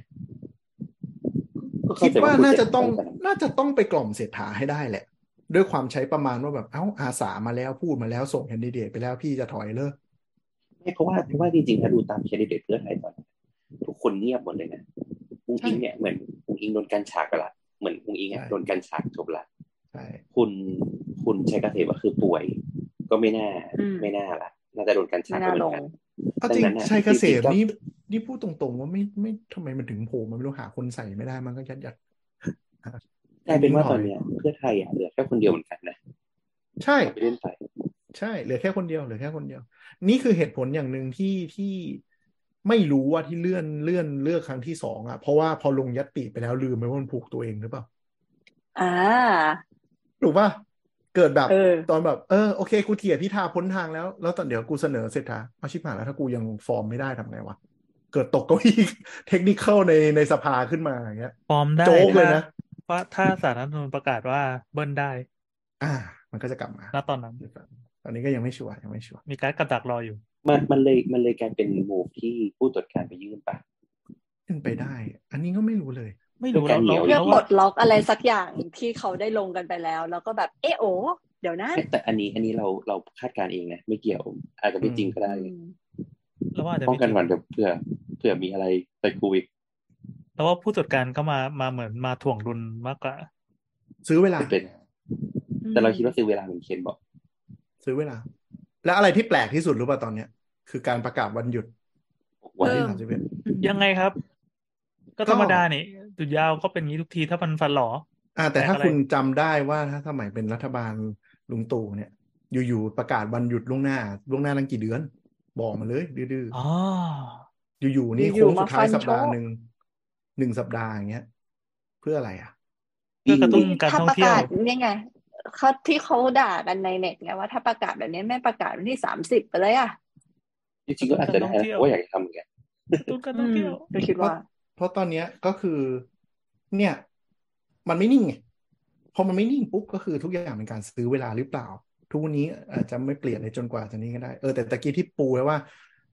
คิดว่าน่าจะต้องน่าจะต้องไปกล่อมเศรษฐาให้ได้แหละด้วยความใช้ประมาณว่าแบบเอ้าอาสามาแล้วพูดมาแล้วส่งแคนดิเดตไปแล้วพี่จะถอยเลิกไม่เพราะว่าเพราะว่าจริงๆถ้าดูตามแคนดิเดตเพื่อไทยตอนทุกคนเงียบหมดเลยนะอุ้งอิงเนี่ยเหมือนอุ้งอิงโดนการฉากกันละเหมือนอุ้งอิงโดนการฉากจบละคุณคุณชัยเกษมก็คือป่วยก็ไม่น่าไม่น่าละน่าจะโดนการฉากกันเหมือนกันเอาจริงชัยเกษมนี่นี่พูดตรงๆว่าไม่ไม่ทำไมมันถึงโผล่มันไม่รู้หาคนใส่ไม่ได้มันก็ยัดยัดแต่เป็นว่าตอนเนี้ยเพื่อไทยอ่ะเหลือแค่คนเดียวเหมือนกันนะใช่ไปเล่นไปใช่เหลือแค่คนเดียวเหลือแค่คนเดียวนี่คือเหตุผลอย่างหนึ่งที่ที่ไม่รู้ว่าที่เลื่อนเลื่อนเลือกครั้งที่สองอ่ะเพราะว่าพอลงยัตติไปแล้วลืมไปว่ามันผูกตัวเองหรือเปล่าอ่าถูกป่ะเกิดแบบตอนแบบเออโอเคกูเถียพิธาพ้นทางแล้วแล้วตอนเดี๋ยวกูเสนอเสร็จท้าเอาชิบหายแล้วถ้ากูยังฟอร์มไม่ได้ทำไงวะเกิดตกเก้าอี้เทคนิคเข้าในในสภาขึ้นมาอย่างเงี้ยฟอร์มได้โจ๊กเลยนะเพราะถ้าศาลรัฐธรรมนูญประกาศว่าเบิ้ลได้อ่ามันก็จะกลับมาณตอนนั้นตอนนี้ก็ยังไม่ชัวร์ยังไม่ชัวร์มีการกระดักรออยู่มันมันเลยมันเลยกลายเป็นมูฟที่ผู้ตรวจการไปยื่นป่ะเป็นไปได้อันนี้ก็ไม่รู้เลยไม่รู้แล้วเรื่องปลดล็อกอะไรสักอย่างที่เขาได้ลงกันไปแล้วแล้วก็แบบเออโอเดี๋ยวนะแต่อันนี้อันนี้เราเราคาดการณ์เองนะไม่เกี่ยวอาจจะไม่จริงก็ได้แล้วว่าป้องกันวันเผื่อเผื่อมีอะไรไปกูอีกแล้วว่าผู้ตรวจการก็มามาเหมือนมาถ่วงดุลมากกว่าซื้อเวลาเป็นแต่เราคิดว่าซื้อเวลาเหมือนเคนบอกซื้อเวลาแล้วอะไรที่แปลกที่สุดรู้ป่ะตอนเนี้ยคือการประกาศวันหยุดวันที่สามสิบเอ็ดยังไงครับก็ธรรมดานี่หยุดยาวก็เป็นงี้ทุกทีถ้ามันฟันหลออ่าแต่ถ้าคุณจำได้ว่าถ้าสมัยเป็นรัฐบาลลุงตู่เนี่ยอยู่ๆประกาศวันหยุดล่วงหน้าล่วงหน้าตั้งกี่เดือนบอกมาเลยดื้ออ๋ออยู่ๆนี่โค้งสุดท้ายสัปดาห์นึงหนึ่งสัปดาห์อย่างเงี้ยเพื่ออะไรอ่ะเพื่อกระตุ้นการท่องเที่ยวนี่ไงเขาที่เขาด่ากันในเน็ตไงว่าถ้าประกาศแบบนี้แม่ประกาศวันที่สามสิบไปเลยอ่ะจริงๆก็อาจจะได้ว่าอยากจะทำไงตุ้นการท่องเที่ยวก็คิดว่าเพราะตอนเนี้ยก็คือเนี่ยมันไม่นิ่งไงพอมันไม่นิ่งปุ๊บก็คือทุกอย่างเป็นการซื้อเวลาหรือเปล่าทุกวันนี้อาจจะไม่เปลี่ยนเลยจนกว่าจะนี้ก็ได้เออแต่ตะกี้ที่ปูไว้ว่า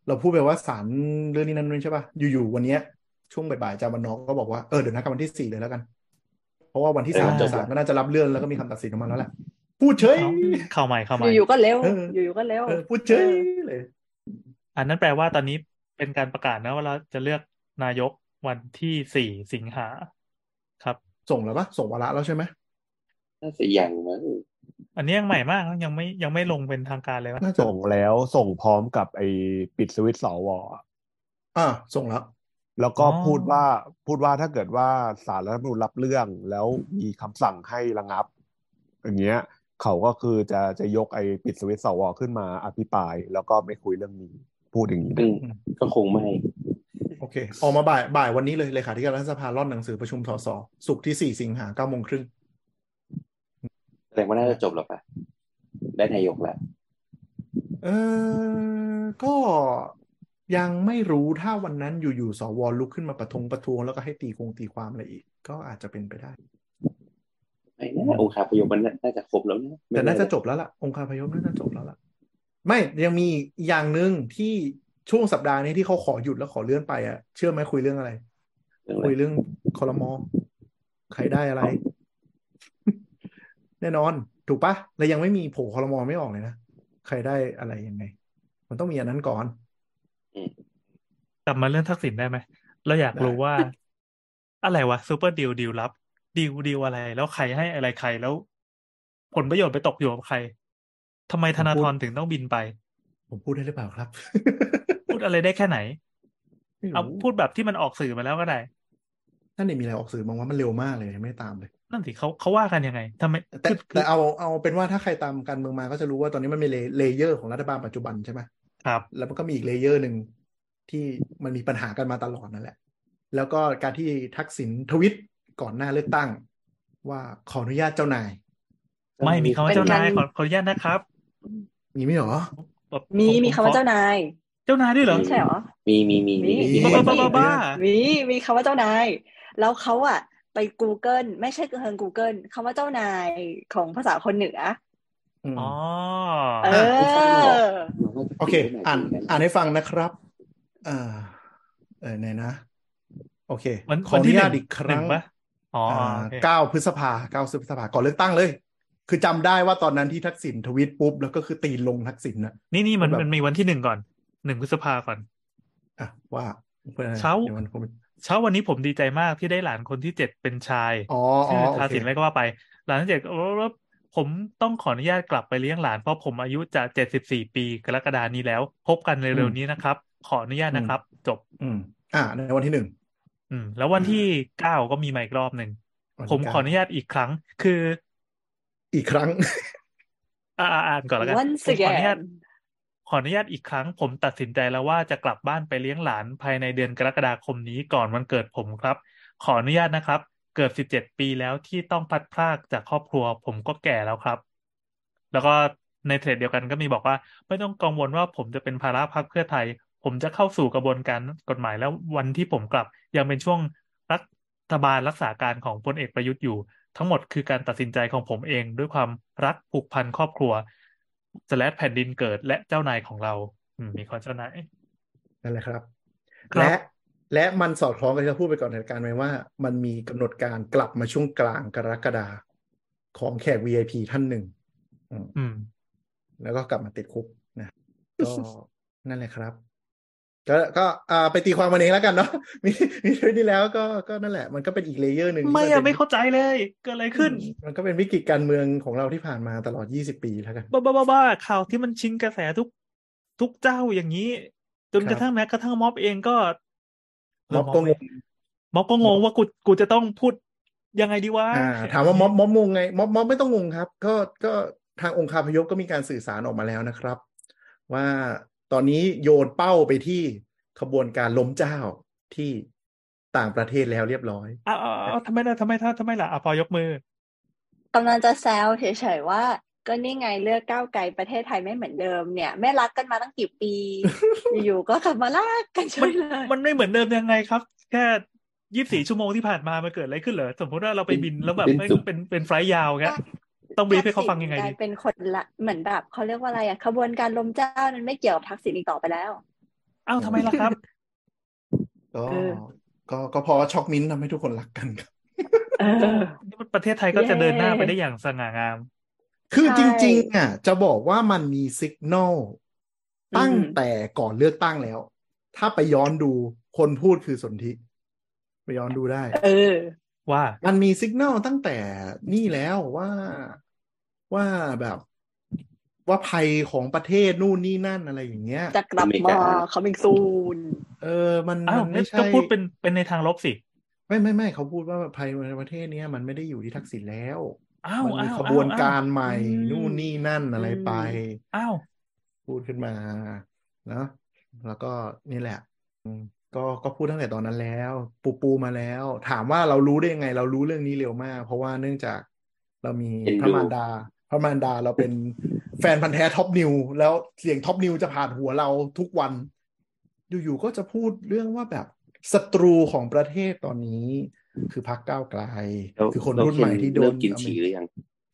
เราพูดไปว่าศาลเรื่องนี้นั่นนู่นใช่ป่ะอยู่ๆวันเนี้ยช่วงบ่ายๆอาจารย์วันนอร์ก็บอกว่าเออเดี๋ยวนัดกันวันที่สี่เลยแล้วกัน เพราะว่าวันที่เออสามมันจบศาลแล้วก็น่าจะรับเรื่องแล้วก็มีคำตัดสินออกมาแล้วแหละพูดเฉยเอาเข้าใหม่เข้าใหม่อยู่ๆก็เร็วเอออยู่ๆก็เร็วเออพูดเฉยเลยอันนั้นแปลว่าตอนนี้เป็นการประกาศนะว่าเราจะเลือกนายกวันที่สี่สิงหาครับส่งแล้วปะส่งวาระแล้วใช่ไหมน่าจะยังมั้งอันนี้ยังใหม่มากนะยังไม่ยังไม่ลงเป็นทางการเลยวะน่าจะส่งแล้วส่งพร้อมกับไอ้ปิดสวิตช์สวอะอ่าส่งแล้วแล้วก็อ๋อพูดว่าพูดว่าถ้าเกิดว่าศาลรัฐธรรมนูญรับเรื่องแล้วมีคำสั่งให้ระงับ อย่างเงี้ย เขาก็คือจะจะยกไอ้ปิดสวิตช์สวขึ้นมาอภิปราย แล้วก็ไม่คุยเรื่องนี้ พูดอย่างนี้ซึ่งนะก็คงไม่โอเค ออกมาบ่ายบ่ายวันนี้เลยเลขาธิการรัฐสภาร่อนหนังสือประชุมสสศุกร์ที่สี่สิงหาเก้าโมงครึ่งแสดงว่าน่าจะจบแล้วป่ะได้นายกแล้วเออก็ยังไม่รู้ถ้าวันนั้นอยู่ๆสวลุกขึ้นมาประท้วงประท้วงแล้วก็ให้ตีคงตีความอะไรอีก ก็อาจจะเป็นไปได้ไม่แน่องค์คาพยพมันน่าจะครบแล้วนะแต่น่าจะจบแล้วล่ะองค์คาพยพน่าจะจบแล้วล่ะ ไม่ยังมีอีกอย่างหนึ่งที่ช่วงสัปดาห์นี้ที่เขาขอหยุดแล้วขอเลื่อนไปอ่ะเชื่อไหมคุยเรื่องอะไรเรื่องอะไรคุยเรื่องคอรมอใครได้อะไร แน่นอน ถูกปะแล้วยังไม่มีโผล่คอรมอไม่ออกเลยนะใครได้อะไรยังไง มันต้องมีอันนั้นก่อนกลับมาเรื่องทักษิณได้ไหมเราอยากได้รู้ว่า อะไรวะซูเปอร์ดีลดีลลับดีลดีลอะไร แล้วใครให้อะไรใครแล้ว ผลประโยชน์ไปตกอยู่กับใครทำไมธนาธรถึงต้องบินไปผมพูดได้หรือเปล่าครับพูดอะไรได้แค่ไหนไม่เอารู้พูดแบบที่มันออกสื่อมาแล้วก็ได้ท่านนี่มีอะไรออกสื่อบางว่ามันเร็วมากเลยไม่ตามเลยนั่นสิเขาเขาว่ากันยังไงทำไมแต่คือคืแต่อเอาเอาเป็นว่าถ้าใครตามการเมืองมาก็จะรู้ว่าตอนนี้มันมีเลเลเยอร์ของรัฐบาลปัจจุบันใช่ไหมครับแล้วมันก็มีอีกเลเยอร์หนึ่งที่มันมีปัญหากันมาตลอดนั่นแหละ แล้วก็การที่ทักษิณทวิตก่อนหน้าเลือกตั้ง ว่าขออนุญาตเจ้านายไม่มีคำว่าเป็นเจ้าการนายขอขออนุญาตนะครับมีไหมหรอแบบมีผมมีผมคำว่าขอเจ้านายเจ้านายด้วยเหรอไม่ใช่เหรอมีมีมีมีมีมีบ้ามีบ้าบ้าบ้าบ้ามีมีคำว่าเจ้านาย แล้วเขาอะไป Google ไม่ใช่เชิง Google คำว่าเจ้านายของภาษาคนเหนืออืมอ๋อเออ่ะอโอเค อ่านอ่านให้ฟังนะครับอ่าเออไหนนะ โอเควันขอวันอนุที่หญานึ่ตงอีกคหนึ่รั้งงปะอ๋ออ๋ออ่าโอเคเก้าพฤษภาเก้าพฤษภาก่อนเลือกตั้งเลย คือจำได้ว่าตอนนั้นที่ทักษิณทวีตปุ๊บแล้วก็คือตีนลงทักษิณนะนี่นี่มันแบบมันมีวันที่หนึ่งก่อนหนึ่งพฤษภาก่อนอ่ะว่าเพื่ออะไรเช้าเดี๋ยวมันคงเช้าวันนี้ผมดีใจมากที่ได้หลานคนที่เจ็ดเป็นชายอ๋ออ๋ชื่ออโอทาเคสินอะไรก็ว่าไป หลานที่เจ็ดแล้วผมต้องขออนุญาตกลับไปเลี้ยงหลานเพราะผมอายุจะเจ็ดสิบสี่ปีกรกฎานี้แล้ว พบกันอืเร็วมๆนี้นะครับ ขออนุญาตอืมนะครับ จบอืมอ่าในวันที่หนึ่งอืม แล้ววันที่เก้าก็มีมาอีกรอบหนึ่งวันผมที่ขเก้าออนุญาตอีกครั้ง คืออีกครั้งอ่าอ่าอ่านก่อนแล้วกัน once ผมขออนุญาต again ขออนุญาตอีกครั้ง ผมตัดสินใจแล้วว่าจะกลับบ้านไปเลี้ยงหลานภายในเดือนกรกฎาคมนี้ก่อนวันเกิดผมครับ ขออนุญาตนะครับ เกือบสิบเจ็ดปีแล้วที่ต้องพลัดพรากจากครอบครัว ผมก็แก่แล้วครับ แล้วก็ในเทรดเดียวกันก็มีบอกว่าไม่ต้องกังวลว่าผมจะเป็นภาระพรรคเพื่อไทย ผมจะเข้าสู่กระบวนการกฎหมายแล้ววันที่ผมกลับ ยังเป็นช่วงรัฐบาลรักษาการของพลเอกประยุทธ์อยู่ ทั้งหมดคือการตัดสินใจของผมเองด้วยความรักผูกพันครอบครัวสแลแผ่นดินเกิดและเจ้านายของเรา อืมมีข้อเจ้านายนั่นแหละครับครับและและมันสอดคล้องกับที่เราพูดไปก่อนในรายการไหมว่า มันมีกำหนดการกลับมาช่วงกลางกรกฎาของแขก วี ไอ พี ท่านหนึ่งอืมอืมแล้วก็กลับมาติดคุกนะ ก็ นั่นแหละครับ ก็ก็อ่าไปตีความมันเองแล้วกันเนาะ มีมีทวิตที่แล้วก็ก็นั่นแหละ มันก็เป็นอีกเลเยอร์หนึ่งที่ไม่มันอะเป็นไม่เข้าใจเลยเกิดอะไรขึ้นอืมมันก็เป็นวิกฤตการเมืองของเราที่ผ่านมาตลอดยี่สิบปีแล้วกันบ้าบ้าบ้าบ้าข่าวที่มันชิงกระแสทุก ทุกเจ้าอย่างนี้ จนคกรัระบทั่งแม้กระทั่งม็อบเองก็เอม็ออบม็อก็บงเองงม็อบก็งงว่ากูกูจะต้องพูดยังไงดีวะอ่า ถามว่าม็อบม็อบงงไงม็อบม็อบไม่ต้องงงครับ ก็ก็ทางองค์คาพยพก็มีการสื่อสารออกมาแล้วนะครับ ว่าตอนนี้โยนเป้าไปที่ขบวนการล้มเจ้าที่ต่างประเทศแล้วเรียบร้อยอ้าวอ้าวอ้าวทำไมล่ะทำไมท่าทำไมล่ะอ่ะพอยกมือกำลังจะแซวเฉยๆว่า ก็นี่ไงเลือกก้าวไกลประเทศไทยไม่เหมือนเดิมเนี่ยไม่รักกันมาตั้งกี่ปี อยู่ๆก็กลับมารักกันเฉมันยเลยมันไม่เหมือนเดิมยังไงครับ แค่ยี่สิบสี่ชั่วโมงที่ผ่านมามันเกิดอะไรขึ้นเหรอสมมติว่าเราไปบินแล้วแบบสิ้นไม่สุดเป็นเป็นไฟลท์ยาวเงี้ยต้องบีบให้เขาฟังยังไงทักษิณกดีลายเป็นคนละเหมือนแบบเขาเรียกว่าอะไรอะขบวนการล้มเจ้านั้นไม่เกี่ยวกับทักษิณอีกต่อไปแล้วอ้าวทำไมล่ะครับก็เออก็ก็เพราะช็อกมิ้นท์ทำให้ทุกคนรักกันครับเออนี่ประเทศไทยก็จะเย้เดินหน้าไปได้อย่างสง่างามคือใช่จริงๆอ่ะจะบอกว่ามันมีสัญญาณตั้งอืมแต่ก่อนเลือกตั้งแล้ว ถ้าไปย้อนดูคนพูดคือสนธิไปย้อนดูได้เออว่ามันมีสัญญาณตั้งแต่นี่แล้วว่าว่าแบบว่าภัยของประเทศนู่นนี่นั่นอะไรอย่างเงี้ยจะกลับอเมริมากา coming soon เออมันอ้ามัวนไม่ใช่ก็พูดเป็นเป็นในทางลบสิไม่ไม่ไม่เขาพูดว่าภัยในประเทศเนี้ยมันไม่ได้อยู่ที่ทักษิณแล้วอ้าวมันมีอ้าวขอ้าวบวนอ้าวการใหม่อืมนู่นนี่นั่นอะไรไปอ้าวพูดขึ้นมาเนอะแล้วก็นี่แหละอืมก็ก็พูดตั้งแต่ตอนนั้นแล้ว ปูปูมาแล้ว ถามว่าเรารู้ได้ยังไง เรารู้เรื่องนี้เร็วมาก เพราะว่าเนื่องจากเรามีเอ็นพระดูมารดา พระมารดาเราเป็นแฟนพันธุ์แท้ท็อปนิวแล้วเสียงท็อปนิวจะผ่านหัวเราทุกวัน อยู่ๆก็จะพูดเรื่องว่าแบบศัตรูของประเทศตอนนี้ คือพรรคก้าวไกลแล้วคือคนแล้วรุ่นเคนใหม่ที่โดเริ่นมกินอเมฉี่ริหรือยัง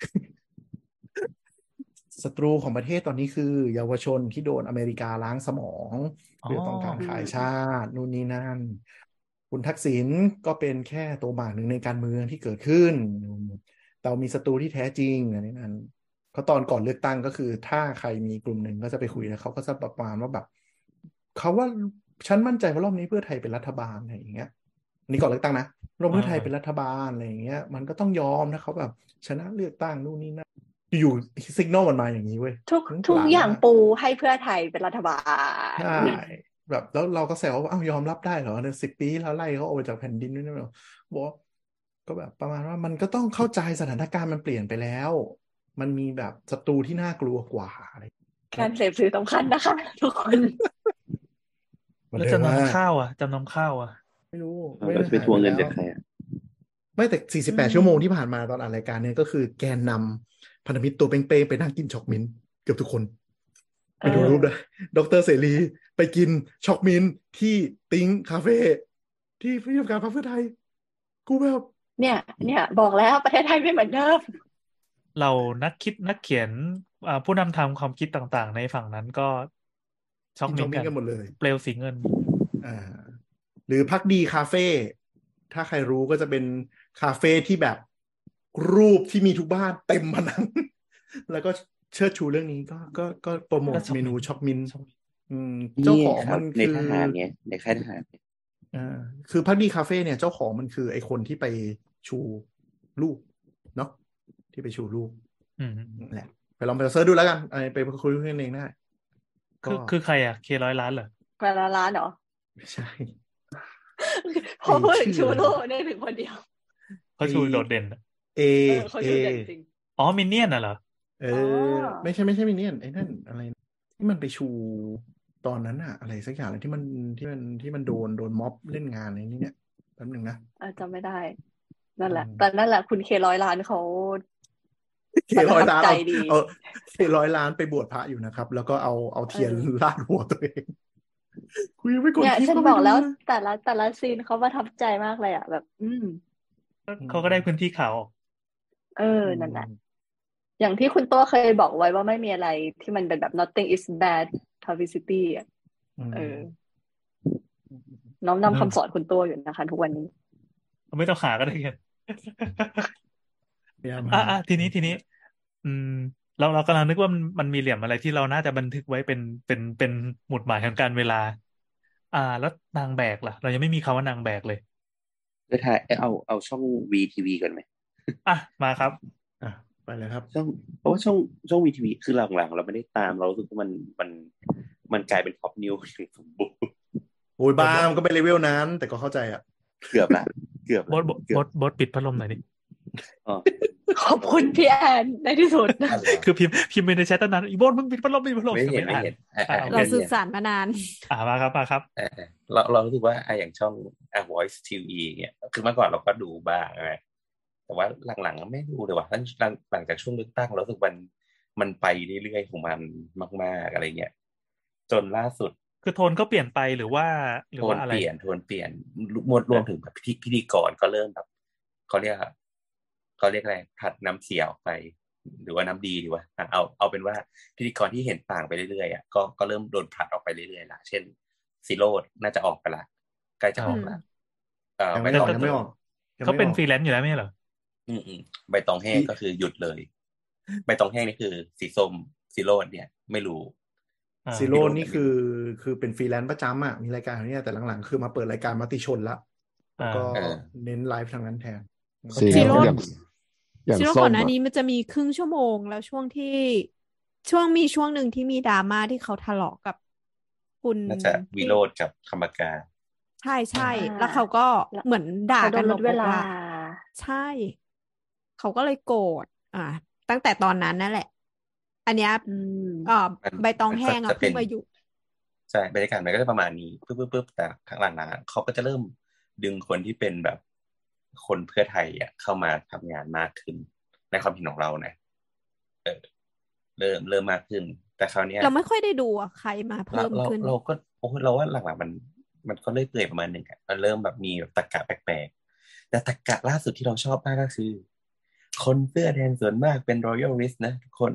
ศัตรูของประเทศตอนนี้คือเยาวชนที่โดนอเมริกาล้างสมองอ๋อเพื่อต้องการอืขายมชาตินู่นนี่นั่น คุณทักษิณก็เป็นแค่ตัวหมากหนึ่งในการเมืองที่เกิดขึ้นเรามีศัตรูที่แท้จริงอันนี้นั้นเขาตอนก่อนเลือกตั้งก็คือ ถ้าใครมีกลุ่มหนึ่งก็จะไปคุยแล้วเขาก็จะประมาณว่าแบบเขาว่าฉันมั่นใจว่ารอบนี้เพื่อไทยเป็นรัฐบาลอะไรอย่างเงี้ยนี่ก่อนเลือกตั้งนะรอบเพื่อไทยเป็นรัฐบาลอะไรอย่างเงี้ย มันก็ต้องยอมนะเขาแบบชนะเลือกตั้งนู่นนี่นั่นอยู่ๆสัญญาณมันมาอย่างนี้เว้ยทุกฉันทุปกระหลาดอย่างมากปูให้เพื่อไทยเป็นรัฐบาลใช่ แบบแล้วเราก็แซวว่าอ้าวยอมรับได้เหรอเนี่ยสิบปีแล้วไล่เขาออกไปจากแผ่นดินด้วยนะบอกว่าก็แบบประมาณว่ามันก็ต้องเข้าใจสถานการณ์มันเปลี่ยนไปแล้ว มันมีแบบศัตรูที่น่ากลัวกว่าอะไรการเสพสื่อสำคัญนะคะ ทุกคนมันแล้วเลยจำว่านำข้าวอ่ะจำนำข้าวอ่ะไม่รู้เออไม่เราได้จะไปหายทวงไปเงินแล้จาว กใครอ่ะไม่แต่สี่สิบแปดอืมชั่วโมงที่ผ่านมาตอนอ่านรายการเนี่ยก็คือแกนนำพันธมิตรตัวเป้งๆไปนั่งกินช็อกมิ้นท์เกือบทุกคนเอไปดูอรูปได้ดรเสรีไปกินช็อกมิ้นท์ที่ติ้งคาเฟ่ที่พิพิธภัณฑ์พรรคเพื่อไทย กูแบบเนี่ย เนี่ยบอกแล้วประเทศไทยไม่เหมือนเดิมเรานักคิดนักเขียนอ่าผู้นำทำความคิดต่างๆ ในฝั่งนั้นก็ช็อกกินมิ้ช็อน กท์ กันมิ้นท์กันหมดเลยเปลวสีเงินอ่า หรือพักดีคาเฟ่ถ้าใครรู้ก็จะเป็นคาเฟ่ที่แบบรูปที่มีทุกบ้านเต็มผนัง แล้วก็เชิดชูเรื่องนี้ก็ก็ก็โปรโมทก็ช็อกเมนูมิ้นท์ช็อกมิ้นท์ช็อกมิ้นท์อืมเจ้านี่ของครัมับนในคือทหารไงในค่ายทหารอ่าคือพักดีคาเฟ่เนี่ยเจ้าของมันคือไอคนที่ไปชูรูปเนาะที่ไปชูรูปอืมนั่นแหละไปลองไปเซิร์ชดูแล้วกันไอไปคุยกันเองได้คืก็อคือใครอ่ะเคร้อยล้านเหรอกว่าละล้านเหรอไม่ใช่พอพูดถึงชื่ชูออะไรโร่เนี่ยถึงคนเดียวเขาชูโดดเด่นอะเอเออเขาเอชูเด่นจริงอ๋อมินเนี่ยนน่ะเหรอเออ๋ออไม่ใช่ไม่ใช่มินเนี่ยนไอ้นั่นอะไรที่มันไปชูตอนนั้นอะอะไรสักอย่างอะไรที่มันที่มันที่มันโดนโดนม็อบเล่นงานอะไรนี่เนี่ยแป๊บหนึงนะอาจจะไม่ได้ นั่นแหละอืมแต่นั่นแหละคุณเคร้อยล้านเขาเคร้อยล้านประทับใจเอาดีเอาเคร้อยล้านไปบวชพระอยู่นะครับ แล้วก็เอาเอาเทียนเออลาดหัวตัวเองคุยงไม่กดเนี่ยคลิปฉันก็บไม่อกดูแล้วนะแต่ละแต่ละซีนเขาประทับใจมากเลยอ่ะแบบ อืมเขาก็ได้พื้นที่ข่าวออกเออ นั่นแหละ อย่างที่คุณตัวเคยบอกไว้ว่าไม่มีอะไรที่มันเป็นแบบ nothing is bad publicity อ่ะมเออ น้อมนำคำสอนคุณตัวอยู่นะคะทุกวันนี้ไม่ต้องหาก็ได้กันพยายามอ่ะหาอ่ะทีนี้ทีนี้ อืม เราเรากำลังนึกว่ามันมันมีเหลี่ยมอะไรที่เราน่าจะบันทึกไว้เป็นเป็นเป็นหมุดหมายของการเวลา อ่า แล้วนางแบกล่ะ เรายังไม่มีคำว่านางแบกเลยจะถ่ายเอาเอาช่อง วี ที วี ก่อนไหมอ่ะมาครับอ่ะไปเลยครับช่องเพราะว่าช่องช่อง วี ที วี คือหลังๆเราไม่ได้ตามเรารู้สึกว่ามันมันมันกลายเป็นท็อปนิวอย่างสมบูรณ์โอ้ยบ้ามันก็ไม่เลเวลนั้น แต่ก็เข้าใจอ่ะเกือบละเกือบบอละสบอสเกืบออบ สบอสปิดพัดลมหน่อยดิอ๋อขอบคุณพี่แอนในที่สุดคือพิมพ์พิมพ์ไปในแชทตั้งนานอีบอสมึงปิดพัดลมปิดพัดลมไม่เห็นแต่ไม่อ่านเห็นอ่ะอ่าอ่ะโอเราเคสื่อสารมานานอ่ามาครับมาครับอ่ะเราเรารู้สึกว่าอ่ะอย่างช่องอ่ะ Voice ที วี เนี่ยคือเมื่อก่อนเราก็ดูบ้างนะแต่ว่าหลังๆไม่ดูเลยว่ะหลังหลังจากช่วงเลือกตั้งเรารู้สึกมันมันไปเรื่อยๆของมันมากๆอะไรเงี้ยจนล่าสุดคือโทนก็เปลี่ยนไปหรือว่าหรือโทนว่าอะไรเปลี่ยนโทนเปลี่ยนรวมรวมถึงแบบพิธีพิธีกรก็เริ่มแบบเขาเรียกเขาเรียกอะไรผัดน้ำเสียออกไป หรือว่าน้ำดีดีวะอ่ะเอาเอาเป็นว่าพิธีกรที่เห็นต่างไปเรื่อยๆอ่ะก็ก็เริ่มโดนผลัดออกไปเรื่อยๆละเช่นซีโร่น่าจะออกไปละใกล้จะออกละเอ่อยังใบไม่ตอออง กยังไม่ออกยังเขาไม่เป็นออกฟรีแลนซ์อยู่แล้วไม่ใช่เหรออืมอืมใบตองแห้งก็คือหยุดเลยใบตองแห้งนี่คือสีส้มซีโร่เนี่ยไม่รู้อ่าซีโร่นี่คือคือเป็นฟรีแลนซ์ประจำอ่ะมีรายการอย่างเนี้ยแต่หลังๆคือมาเปิดรายการมติชนละแล้วก็อ่าเน้นไลฟ์ทางนั้นแทนซีซีโร่โร่อย่างอย่างซีโร่ส้ก่อมนหน้าอะนี้มันจะมีครึ่งชั่วโมงแล้วช่วงที่ช่วงมีช่วงหนึ่งที่มีดราม่าที่เขาทะเลาะกับคุณน่าจะวิโรจน์กับธรรมกาใช่ใช่อ่าแล้วเขาก็เหมือนด่าเขาโดกันนลดเวลาบอกใช่ เขาก็เลยโกรธอ่า ตั้งแต่ตอนนั้นนั่นแหละ อันเนี้ยอืมเอ่อมันใบตองแห้งมันก็อ่ะจะเป็เพิ่นงมาอยู่ใช่บรรยากาศมันก็จะประมาณนี้ปึ๊บปึ๊บปึ๊บแต่ข้างหลังนะเขาก็จะเริ่มดึงคนที่เป็นแบบคนเพื่อไทยอ่ะเข้ามาทำงานมากขึ้นในความเห็นของเรานะเออเริ่มเริ่มมากขึ้น แต่คราวเนี้ยเราไม่ค่อยได้ดูอ่ะใครมาเราเพิ่มเราขึ้นเราก็โอ้ยเราว่าหลังๆมันมันก็เลื่อยเปื่อยประมาณหนึ่งอ่ะมันเริ่มแบบมีแบบตรรกะแปลกๆแต่ตรรกะล่าสุดที่เราชอบมากก็คือ คนเสื้อแดงส่วนมากเป็น royalist นะทุกคน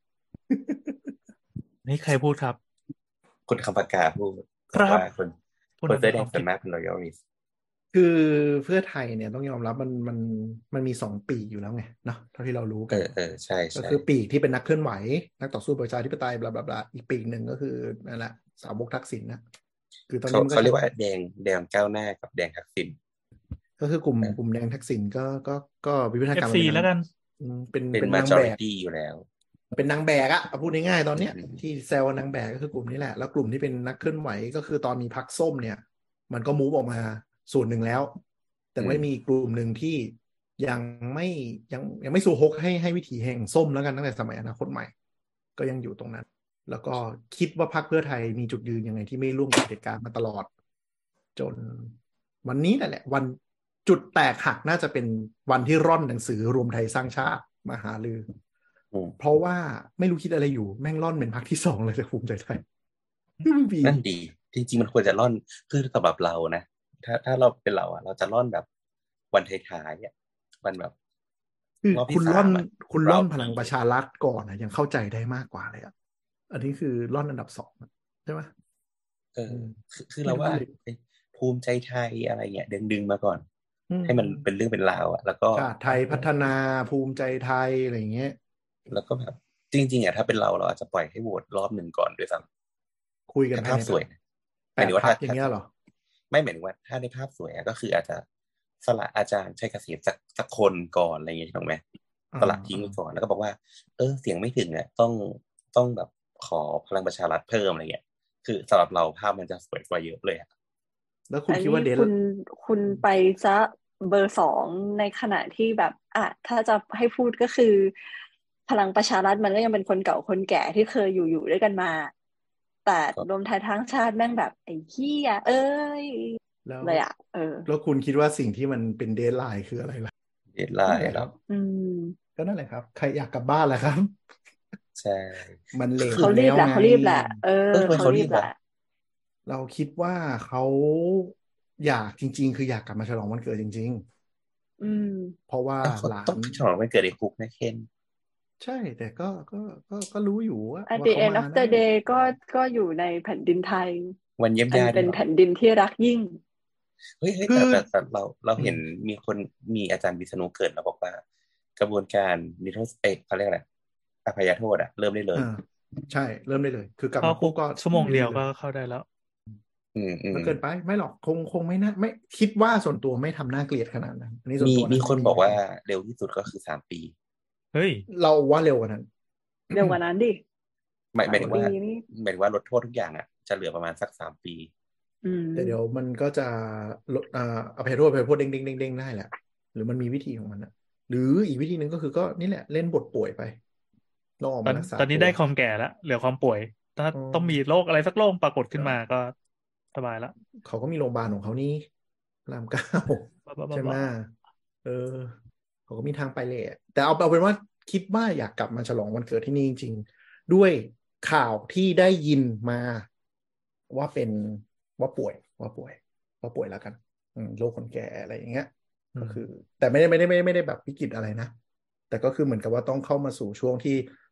นี่ใครพูดครับคุณคำปากาพูดครับว่าคนพูดคนเสื้อแดในงความส่วคิดนมากเป็น royalist คือเพื่อไทยเนี่ยต้องยอมรับมันมันมันมีสองปีกอยู่แล้วไงเนาะเท่าที่เรารู้เอกันอเออใช่ก็ใช่คือปีกที่เป็นนักเคลื่อนไหวนักต่อสู้ประชาธิปไตยบลาบลาบลาอีกปีกหนึ่งก็คือนั่นแหละสาวกทักษิณนะคือตอนเขานี้มันก็เขาเรียกว่าแดงแดงก้าวหน้ากับแดงทักษิณก็คือกลุ่มเออกลุ่มแดงทักษิณก็ก็ก็วิวัฒนาเอการฟมาซีเป็นแล้วกันอืมเป็นเป็นเป็นนางแบก majority อยู่แล้วเป็นนางแบกอะเอาพูดง่ายๆตอนเนี้ยอืมที่แซวนางแบกก็คือกลุ่มนี้แหละแล้วกลุ่มที่เป็นนักเคลื่อนไหวก็คือตอนมีพรรคส้มเนี่ย มันก็มูฟออกมาส่วนหนึ่งแล้ว แต่ไม่มีกลุ่มหนึ่งที่ยังไม่ยังยังไม่สู่ฮกให้ให้วิถีแห่งส้มแล้วกันตั้งแต่สมัยอนาคตใหม่ ก็ยังอยู่ตรงนั้น แล้วก็คิดว่าพรรคเพื่อไทยมีจุดยืนยังไงที่ไม่ร่วมกับเหตุการณ์มาตลอด จนวันนี้นั่นแหละ วันจุดแตกหักน่าจะเป็นวันที่ร่อนหนังสือรวมไทยสร้างชาติมาหาลืออืมเพราะว่าไม่รู้คิดอะไรอยู่แม่งร่อนเป็นพรรคที่สองเลยจากภูมิใจไทยไม่มีนั่นดี จริงๆมันควรจะร่อนคือสำหรับเรานะ ถ้าถ้าเราเป็นเราอ่ะ เราจะร่อนแบบวันท้ายๆอ่ะวันแบบคือรอบที่คุณร่อนสามอะคุณร่อนรอบพลังประชารัฐก่อนนะยังเข้าใจได้มากกว่าเลยอ่ะอันนี้คือร่อนอันดับสองอะใช่ไหมเออคือคือเราว่าไม่รู้เลยภูมิใจไทยอะไรเงี้ยดึงดึงมาก่อนอืมให้มันเป็นเรื่องเป็นราวอ่ะ แล้วก็ชาติไทยพัฒนาภูมิใจไทยอะไรอย่างเงี้ยแล้วก็แบบจริงๆอ่ะถ้าเป็นเราเราอาจจะปล่อยให้โหวตรอบหนึ่งก่อนด้วยซ้คุยำกันถ้าภาพสวยนะหแปมายดถึงว่าพรรถ้าคอย่างเงี้ยเหรอไม่หมายถึงว่าถ้าในภาพสวยอะก็คืออาจจะสละอาจารย์ชัยเกษมสักสักคนก่อนอะไรอย่างเงี้ยถูกไหมอ่าสละทิ้งไปก่อนแล้วก็บอกว่า เออเสียงไม่ถึงอ่ะต้องต้องแบบขอพลังประชารัฐเพิ่มอะไรเงี้ยคือสำหรับเราภาพมันจะสวยกว่าเยอะเลยอะแล้วคุณอันคิดนี้ว่าเดลคุณคุณไปซะเบอร์สองในขณะที่แบบอ่ะถ้าจะให้พูดก็คือ พลังประชารัฐมันก็ยังเป็นคนเก่าคนแก่ที่เคยอยู่อยู่ด้วยกันมา แต่รวมไทยทั้งชาติแม่งแบบไอ้เหี้ยเอ้ยแล้วเลยอ่ะเออแล้วคุณคิดว่าสิ่งที่มันเป็นเดดไลน์คืออะไรล่ะเดดไลนั่นน์แหละคแล้รัวบอืมก็นั่นแหละครับ ใครอยากกลับบ้านแหละครับใช่มันเลทเขารีบแหละไงเขารีบแหละ เออเออทำไมเขาเขารีรีบบ เหรอแหละเราคิดว่าเขาอยากจริง ๆ คืออยากกลับมาฉลองวันเกิดจริงอืมๆ เพราะว่าอ้าวเขาหลาต้องนฉลองวันเกิดในคุกนะเคนใช่ แต่ก็ก็ก็ก็รู้อยู่ว่า at ว่า the เขา end มา of the ได้ day ก็ก็อยู่ในแผ่นดินไทยวันเยี่ยมอันญาติเป็ด้วยเหรอนแผ่นดินที่รักยิ่งเฮ้ยเฮ้ยคืแต่อแต่แต่เราเราเห็นอืมมีคนมีอาจารย์วิษณุเกิดแล้วบอกว่า กระบวนการนิรโทษเอกเขาเรียกอะไรอภัยโทษอะเริ่มได้เลยอ่าใช่เริ่มได้เลย คือกลับเข้ามาคุปุ๊กบก็ชั่วโมงเดียวลก็เข้าได้แล้วอืมอืมมันเกินไปไม่หรอกคงคงไม่น่าไม่คิดว่าส่วนตัวไม่ทำน่าเกลียดขนาดนั้นอันนี้ส่วนมีตัวนะมีคนบอกว่าเร็วที่สุดก็คือสามปีเฮ้ยเราว่าเร็วกว่านั้นเร็วกว่านั้นดิหมายหมายถึงว่าสามปีนี่หมายถึงว่าลดโทษทุกอย่างอะจะเหลือประมาณสักสามปีอืมแต่เดี๋ยวมันก็จะลดอ่าอภัยโทษอภัยโทษเด้งเด้งเด้งเด้งได้แหละ หรือมันมีวิธีของมันอะหรืออีกวิธีหนึ่งก็คือก็นี่แหละเล่นบทป่วยไปลองออกตอมาน รักษาตอนนี้ตัวได้ความแก่แล้วเหลือความป่วย ถ้าอืมต้องมีโรคอะไรสักโรคปรากฏขึ้นมาก็สบายละเขาก็มีโรงพยาบาลของเขานี่รามเก้าบ้าบ้าใช่ไหมบ้าเออเขาก็มีทางไปเลยอะแต่เอาเอาเป็นว่าคิดว่าอยากกลับมาฉลองวันเกิดที่นี่จริงๆ ด้วยข่าวที่ได้ยินมาว่าเป็นว่าป่วยว่าป่วยว่าป่วยแล้วกันอืมโรคคนแก่อะไรอย่างเงี้ยอืก็มคือ แต่ไม่ได้ไม่ได้ไม่ได้ไม่ได้แบบวิกฤตอะไรนะ แต่ก็คือเหมือนกับว่าต้องเข้ามาสู่ช่วงที่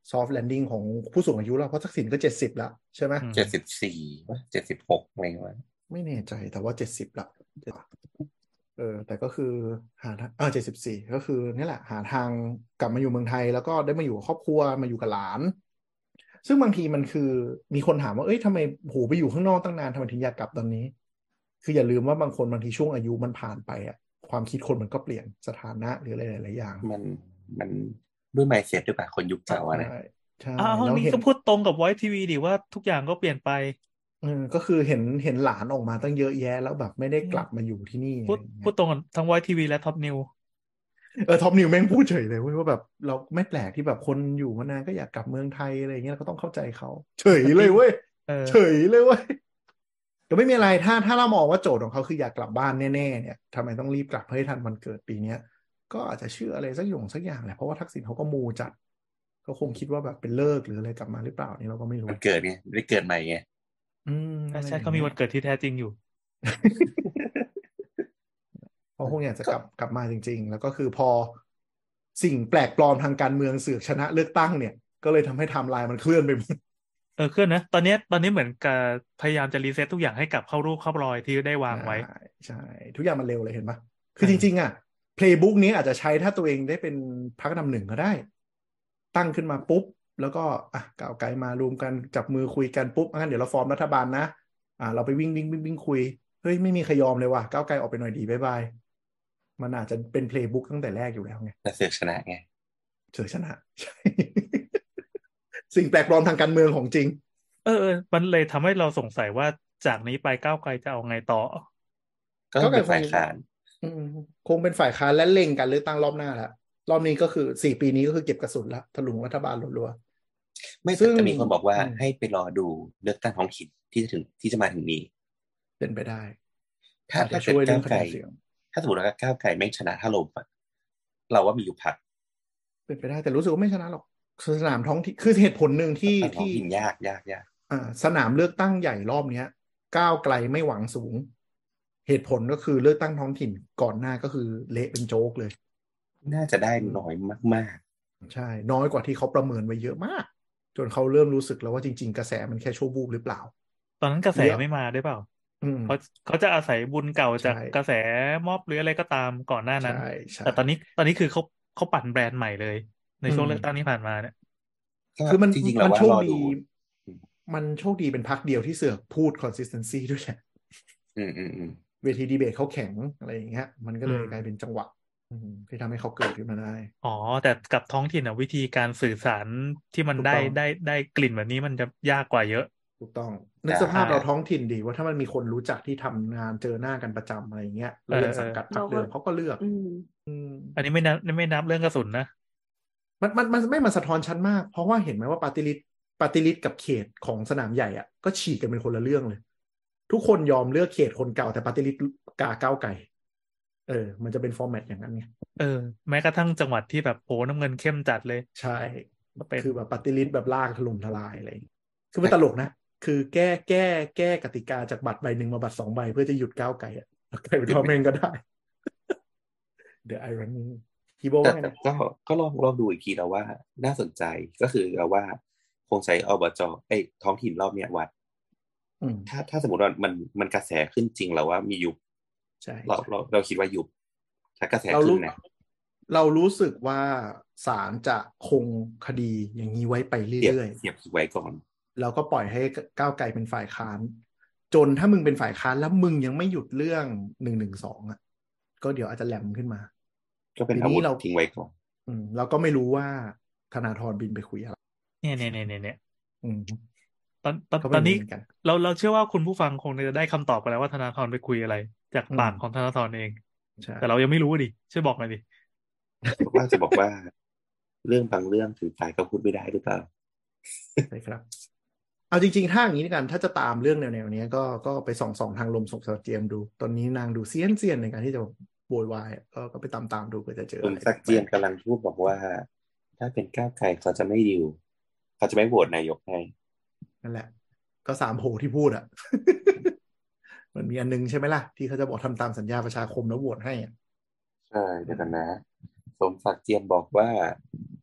soft landing ของผู้สูงอายุแล้วเพราะทักษิณก็เจ็ดสิบแล้วใช่ไหมเจ็ดสิบสี่ว่าเจ็ดสิบหกอะไรวะไม่แน่ใจแต่ว่าเจ็ดสิบละเออแต่ก็คือหาเออเจ็ดสิบสี่ก็คือนี่แหละหาทางกลับมาอยู่เมืองไทยแล้วก็ได้มาอยู่กับครอบครัวมาอยู่กับหลานซึ่งบางทีมันคือมีคนถามว่าเอ้ยทำไมโหไปอยู่ข้างนอกตั้งนานทำไมถึงอยากกลับตอนนี้คืออย่าลืมว่าบางคนบางทีช่วงอายุมันผ่านไปอ่ะความคิดคนมันก็เปลี่ยนสถานะหรืออะไรหลายๆอย่างมันมันด้วย mindset ด้วยป่ะคนยุคเก่าอะนะใช่อ้าวแล้วนี่เห็นก็พูดตรงกับ Voice ที วี ดิว่าทุกอย่างก็เปลี่ยนไปเออก็คือเห็นเห็นหลานออกมาตั้งเยอะแยะแล้วแบบไม่ได้กลับมาอยู่ที่นี่พูดพูดตรงกันทั้ง Voice ที วี และ Top News เออท็อปนิวแม่งพูดเฉยเลยว่าแบบเราไม่แปลกที่แบบคนอยู่มานานก็อยากกลับเมืองไทยอะไรเงี้ยเราก็ต้องเข้าใจเขาเฉยเลยเว้ยเฉยเลยเว้ยก็ไม่มีอะไรถ้าถ้าเรามองว่าโจทย์ของเขาคืออยากกลับบ้านแน่ๆเนี่ยทำไมต้องรีบกลับให้ทันวันเกิดปีเนี้ยก็อาจจะเชื่ออะไรสักอย่างสักอย่างแหละเพราะว่าทักษิณเขาก็มูจัดเขาคงคิดว่าแบบเป็นเลิกหรืออะไรกลับมาหรือเปล่านี่เราก็ไม่รู้วันเกิดไงไม่ได้เกิดใหม่ไงอืมใช่เขามีวันเกิดที่แท้จริงอยู่เขาคงอยากจะกลับกลับมาจริงๆแล้วก็คือพอสิ่งแปลกปลอมทางการเมืองเสือกชนะเลือกตั้งเนี่ยก็เลยทำให้ไทม์ไลน์มันเคลื่อนไปหมดเออเคลื่อนนะตอนนี้ตอนนี้เหมือนกับพยายามจะรีเซ็ตทุกอย่างให้กลับเข้ารูปเข้ารอยที่ได้วางไว้ใช่ทุกอย่างมันเร็วเลยเห็นปะคือจริงๆอ่ะเพลย์บุ๊กนี้อาจจะใช้ถ้าตัวเองได้เป็นพรรคอันดับหนึ่งก็ได้ตั้งขึ้นมาปุ๊บแล้วก็อ่ะก้าวไกลมารวมกันจับมือคุยกันปุ๊บงั้นเดี๋ยวเราฟอร์มรัฐบาลนะอ่าเราไปวิ่งวิ่งวิ่งวิ่งคุยเฮ้ยไม่มีใครยอมเลยว่ะก้าวไกลออกไปหน่อยดีบ๊ายบายมันอาจจะเป็นเพลย์บุ๊กตั้งแต่แรกอยู่แล้วไงแต่เสือกชนะไงเสือกชนะใช่ สิ่งแปลกปลอมทางการเมืองของจริงเออเออมันเลยทำให้เราสงสัยว่าจากนี้ไปก้าวไกลจะเอาไงต่อก็เป็นฝ่ายค้านคงเป็นฝ่ายค้านและเล็งการเลือกตั้งรอบหน้าแล้วรอบนี้ก็คือสี่ปีนี้ก็คือเก็บกระสุนแล้วถลุงรัฐบาลรัวๆไม่ซึ่งมีคนบอกว่าให้ไปรอดูเลือกตั้งท้องถิ่นที่จะถึงที่จะมาถึงนี้เป็นไปได้ถ้าถ้าช่วยเรื่องคะแนนเสียงถ้าสมมติว่าก้าวไกลไม่ชนะถ้าลมเราว่ามีอยู่พักเป็นไปได้แต่รู้สึกว่าไม่ชนะหรอกสนามท้องที่คือเหตุผลหนึ่งที่ที่ยากยากยากอ่าสนามเลือกตั้งใหญ่รอบเนี้ยก้าวไกลไม่หวังสูงเหตุผลก็คือเลือกตั้งท้องถิ่นก่อนหน้าก็คือเละเป็นโจ๊กเลยน่าจะได้น้อยมากๆใช่น้อยกว่าที่เขาประเมินไว้เยอะมากจนเขาเริ่มรู้สึกแล้วว่าจริงๆกระแสมันแค่ชั่ววูบหรือเปล่าตอนนั้นกระแสไม่มาได้เปล่าเขาเขาจะอาศัยบุญเก่าจากกระแสม็อบหรืออะไรก็ตามก่อนหน้านั้นแต่ตอนนี้ตอนนี้คือเขาเขาปั่นแบรนด์ใหม่เลยในช่วงเลือกตั้งที่ผ่านมาเนี่ยคือมันมันโชคดีมันโชคดีเป็นพรรคเดียวที่เสือกพูด consistency ด้วยแหละเวทีดีเบตเขาแข็งอะไรอย่างเงี้ยมันก็เลยกลายเป็นจังหวะที่ทำให้เขาเกิดขึ้นมาได้อ๋อแต่กับท้องถิ่นอ่ะวิธีการสื่อสารที่มันได้ได้ได้กลิ่นแบบนี้มันจะยากกว่าเยอะถูกต้องนึกสภาพเราท้องถิ่นดีว่าถ้ามันมีคนรู้จักที่ทำงานเจอหน้ากันประจำอะไรเงี้ยแล้วยังสังกัดพรรคเดิมเขาก็เลือกอันนี้ไม่นับไม่นับเรื่องกระสุนนะมันมันมันไม่มาสะท้อนชั้นมากเพราะว่าเห็นไหมว่าปาร์ตี้ลิสต์ปาร์ตี้ลิสต์กับเขตของสนามใหญ่อ่ะก็ฉีกกันเป็นคนละเรื่องเลยทุกคนยอมเลือกเขตคนเก่าแต่ปาร์ตี้ลิสต์กาก้าวไกลเออมันจะเป็นฟอร์แมตอย่างนั้นไงเออแม้กระทั่งจังหวัดที่แบบโหน้ำเงินเข้มจัดเลยใช่คือแบบปาร์ตี้ลิสต์แบบลากถล่มทลายอะไรคือไม่ตลกนะคือแก้แก้แก้กติกาจากบัตรใบหนึ่งมาบัตรสองใบเพื่อจะหยุดก้าวไกลอ่ะใครเป็นทอมเองก็ได้ The irony ที่บอกว่าก็ก็ลองลองดูอีกทีแล้วว่าน่าสนใจก็คือเราว่าคงใช้อบจไอ้ท้องถิ่นรอบเนี้ยวัดถ้าถ้าสมมติว่ามันมันกระแสขึ้นจริงเราว่ามียุบใช่เราเราเราคิดว่ายุบถ้ากระแสขึ้นนะเรารู้สึกว่าศาลจะคงคดีอย่างนี้ไว้ไปเรื่อยๆเสียบไว้ก่อนแล้วก็ปล่อยให้ก้าวไกลเป็นฝ่ายค้านจนถ้ามึงเป็นฝ่ายค้านแล้วมึงยังไม่หยุดเรื่องหนึ่งหนึ่งสองอ่ะก็เดี๋ยวอาจจะแหลมขึ้นมาก็เป็นอาวุธทิ้งไว้ก่อนอืมเราก็ไม่รู้ว่าธนาธรบินไปคุยอะไรเนี่ยเนี่ยเนี่ยเนี่ยอืมตอนตอนตอนนี้เราเราเชื่อว่าคุณผู้ฟังคงจะได้คำตอบกันแล้วว่าธนาธรไปคุยอะไรจากปากของธนาธรเองแต่เรายังไม่รู้ดิช่วยบอกหน่อยดิว่าจะบอกว่าเรื่องบางเรื่องถึงตายก็พูดไม่ได้หรือเปล่าใช่ครับเอาจริงๆถ้าอย่างนี้กันถ้าจะตามเรื่องแนวๆนี้ก็ก็ไปส่องส่องทางลมส่งสาวเจียมดูตอนนี้นางดูเซียนเซียนในการที่จะโวยวายก็ก็ไปตามๆดูเพื่อจะเจออะไรสักเจียมกำลังพูดบอกว่าถ้าเป็นก้าวไกลเขาจะไม่ดิวเขาจะไม่โหวตนายกให้นั่นแหละก็สามโผที่พูดอ่ะ มันมีอันนึงใช่ไหมล่ะที่เขาจะบอกทำตามสัญญาประชาคมแล้วโหวตให้อ่ะใช่เดี๋ยวกันนะสมศักดิ์เจียมบอกว่า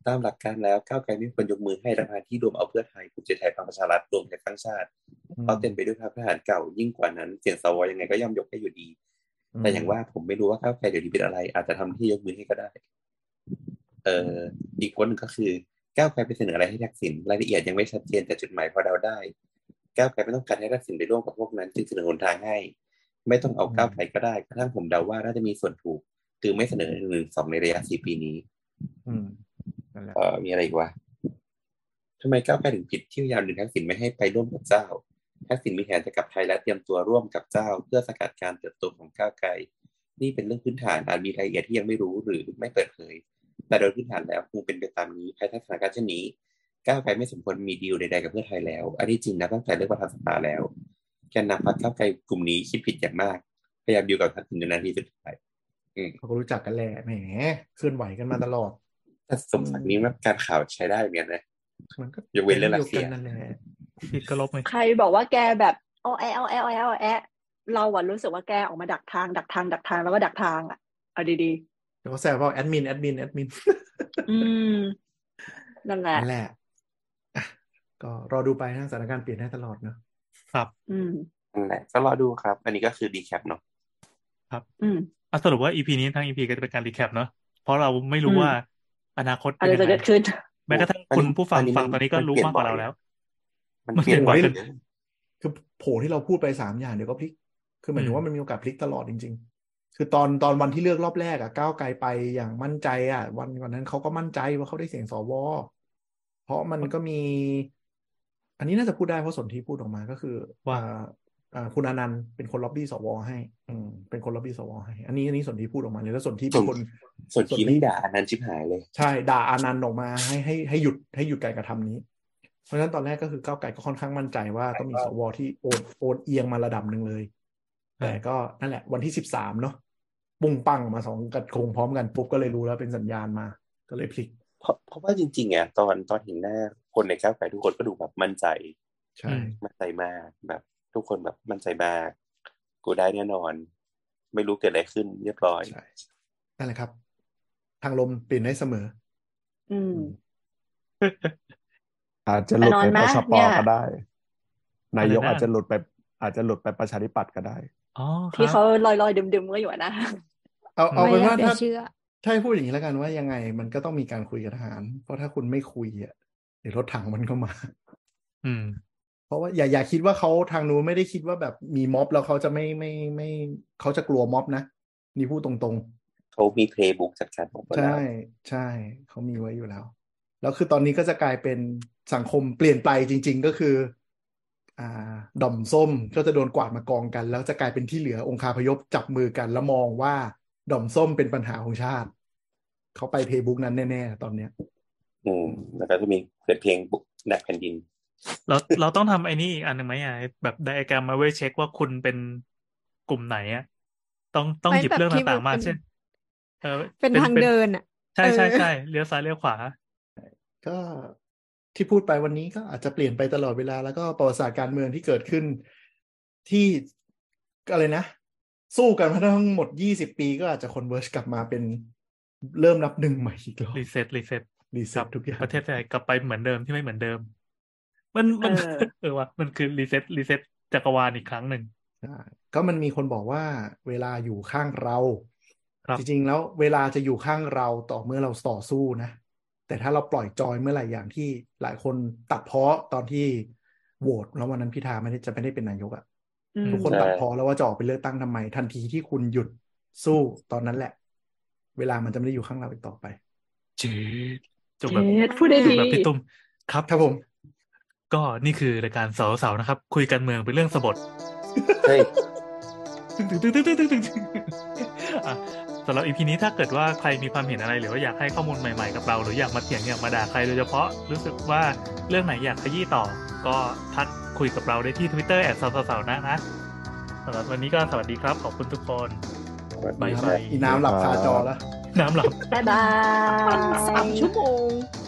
ตามหลักการแล้วก้าวไกลไม่ควรยกมือให้รัฐบาลที่รวมเอาเพื่อไทยภูมิใจไทยพลังประชารัฐรวมไทยสร้างชาติเพราะเต็มไปด้วยพรรคทหารเก่ายิ่งกว่านั้นเสียงสวยังไงก็ย่อมยกให้อยู่ดีแต่อย่างว่าผมไม่รู้ว่าก้าวไกลเดี๋ยวนี้เป็นอะไรอาจจะทำที่ยกมือให้ก็ได้เอ่ออีกคนหนึ่งก็คือก้าวไกลไปเสนออะไรให้ทักษิณรายละเอียดยังไม่ชัดเจนแต่จุดหมายพอเดาได้ก้าวไกลไม่ต้องการให้ทักษิณไปร่วมกับพวกนั้นจึงเสนอหนทางให้ไม่ต้องเอาก้าวไกลก็ได้กระทั่งผมเดาว่าน่าจะมีส่วนถูกคือไม่เสนอหนึ่งสองในระยะสี่ปีนี้อืมนั่นแหละเอ่อมีอะไรอีกวะทำไมก้าวไกลถึงผิดที่พยายามดึงทักษิณไม่ให้ไปร่วมกับเจ้าทักษิณมีแผนจะกลับไทยและเตรียมตัวร่วมกับเจ้าเพื่อสกัดการเติบโตของก้าวไกลนี่เป็นเรื่องพื้นฐานอาจมีรายละเอียดที่ยังไม่รู้หรือไม่เปิดเผยแต่โดยพื้นฐานแล้วคงเป็นไปตามนี้ภายใต้สถานการณ์เช่นนี้ก้าวไกลไม่สมควรมีดีลใดๆกับเพื่อไทยแล้วอันนี้จริงนะตั้งแต่เลือกประธานสภาแล้วแกนนำพรรคก้าวไกลกลุ่มนี้คิดผิดอย่างมากพยายามดีลกับทักษิณจนนาทีสุดท้ายเขาก็รู้จักกันแหละแหมเคลื่อนไหวกันมาตลอดแต่สมศักดิ์นี้มันการข่าวใช้ได้เหมือนกันนะมันก็ยกเว้นเรื่องรัสเซียนั่นแหละผิดก็ลบไหมใครบอกว่าแกแบบอ้อแออ้อแออ้อแออ้อแอเราอะรู้สึกว่าแกออกมาดักทางดักทางดักทางแล้วก็ดักทางอะเอาดีๆแล้วก็แซวว่าแอดมินแอดมินแอดมินอืมนั่นแหละนั่นแหละก็รอดูไปนะสถานการณ์เปลี่ยนได้ตลอดเนาะครับอืมนั่นแหละก็รอดูครับอันนี้ก็คือดีแคปเนาะครับอืมอ่ะสรุปว่า อี พี นี้ทั้ง อี พี ก็จะเป็นการรีแคปเนาะเพราะเราไม่รู้ว่าอนาคตอะไรจะเกิดขึ้นแม้กระทั่งคุณผู้ฟังฟังตอนนี้ก็รู้มากกว่าเราแล้วมันเปลี่ยนบ่อยคือโผที่เราพูดไปสามอย่างเดี๋ยวก็พลิกคือหมายถึงว่ามันมีโอกาสพลิกตลอดจริงๆคือตอนตอนวันที่เลือกรอบแรกอ่ะก้าวไกลไปอย่างมั่นใจอ่ะวันก่อนนั้นเขาก็มั่นใจว่าเขาได้เสียงสวเพราะมันก็มีอันนี้น่าจะพูดได้เพราะสนธิพูดออกมาก็คือว่าคุณอนันต์เป็นคนล็อบบี้สวให้อืมเป็นคนล็อบบี้สวให้อันนี้อันนี้สนธิพูดออกมาเลยแล้วสนธิเป็นคนสนธิไม่ด่าอนันต์ชิบหายเลยใช่ด่าอนันต์ออกมาให้ให้ให้หยุดให้หยุดการกระทำนี้เพราะฉะนั้นตอนแรกก็คือก้าวไกลก็ค่อนข้างมั่นใจว่าต้องมีสวที่โอนโอนเอียงมาระดับหนึ่งเลยแต่ก็นั่นแหละวันที่สิบสามเนาะปุ้งปังมาสองกระทงพร้อมกันปุ๊บก็เลยรู้แล้วเป็นสัญญาณมาก็เลยพลิกเพราะเพราะว่าจริงๆอ่ะตอนตอนเห็นหน้าคนในก้าวไกลทุกคนก็ดูแบบมั่นใจใช่มั่นใจมากแบบทุกคนแบบมั่นใจมากกูได้แน่นอนไม่รู้เกิดอะไรขึ้นเรียบร้อยใช่นั่นแหละครับทางลมเปลี่ยนได้เสมออืมอาจจะหลุดไปปชปก็ได้นายกอาจจะหลุดไปอาจจะหลุดไปประชาธิปัตย์ก็ได้อ๋อที่เขาลอยๆดึมๆก็อยู่นะเอาเอาเป็นว่าถ้าถ้าพูดอย่างนี้แล้วกันว่ายังไงมันก็ต้องมีการคุยกับทหารเพราะถ้าคุณไม่คุยอ่ะเดี๋ยวรถถังมันก็มาอืมเพราะว่าอย่าอย่าคิดว่าเขาทางนู้นไม่ได้คิดว่าแบบมีม็อบแล้วเขาจะไม่ไม่ไม่เขาจะกลัวม็อบนะนี่พูดตรงๆเขามีเพลย์บุ๊กจัดการม็อบใช่ใช่เขามีไว้อยู่แล้วแล้วคือตอนนี้ก็จะกลายเป็นสังคมเปลี่ยนไปจริงๆก็คืออ่าดอมส้มก็จะโดนกวาดมากองกันแล้วจะกลายเป็นที่เหลือองคาพยพจับมือกันแล้วมองว่าดอมส้มเป็นปัญหาของชาติเขาไปเพลย์บุ๊กนั้นแน่ๆตอนเนี้ยอืมแล้วก็จะมีเกิดเพลงบุกแดกแผ่นดินเราเราต้องทำไอ้นี่อีกอันหนึ่งไหมอ่ะแบบไดอะแกรมมาไว้เช็คว่าคุณเป็นกลุ่มไหนอ่ะต้องต้องหยิบเรื่องต่างๆมาเช่นเออเป็นทางเดินอ่ะใช่ใช่ใช่เลี้ยวซ้ายเลี้ยวขวาก็ที่พูดไปวันนี้ก็อาจจะเปลี่ยนไปตลอดเวลาแล้วก็ประวัติศาสตร์การเมืองที่เกิดขึ้นที่อะไรนะสู้กันมาทั้งหมดยี่สิบปีก็อาจจะคอนเวิร์จกลับมาเป็นเริ่มนับหนึ่งใหม่อีกรอบรีเซ็ตรีเซ็ตรีเซ็ตทุกอย่างประเทศไทยกลับไปเหมือนเดิมที่ไม่เหมือนเดิมมันมันเออว่ะมันคือรีเซ็ตรีเซ็ตจักรวาลอีกครั้งหนึ่งใช่ก็มันมีคนบอกว่าเวลาอยู่ข้างเราจริงๆแล้วเวลาจะอยู่ข้างเราต่อเมื่อเราต่อสู้นะแต่ถ้าเราปล่อยจอยเมื่อไหร่อย่างที่หลายคนตัดพ้อตอนที่โหวตแล้ววันนั้นพิธาไม่ได้จะไม่ได้เป็นนายกอ่ะทุกคนตัดพ้อแล้วว่าจะออกไปเลือกตั้งทำไมทันทีที่คุณหยุดสู้ตอนนั้นแหละเวลามันจะไม่ได้อยู่ข้างเราอีกต่อไปเจ๊จบแบบพูดได้ดีแบบพี่ตุ้มครับครับผมก็นี่คือรายการเสาเสานะครับคุยกันเมืองเป็นเรื่องสบทเฮ้ยสำหรับ อี พี นี้ถ้าเกิดว่าใครมีความเห็นอะไรหรือว่าอยากให้ข้อมูลใหม่ๆกับเราหรืออยากมาเถียงอยากมาด่าใครโดยเฉพาะรู้สึกว่าเรื่องไหนอยากขยี้ต่อก็ทักคุยกับเราได้ที่ Twitter แอท เสาเสานะนะสำหรับวันนี้ก็สวัสดีครับขอบคุณทุกคนบ๊ายบายอีน้ำหลับคาจอแล้วน้ำหลับบ๊ายบายสามชั่วโมง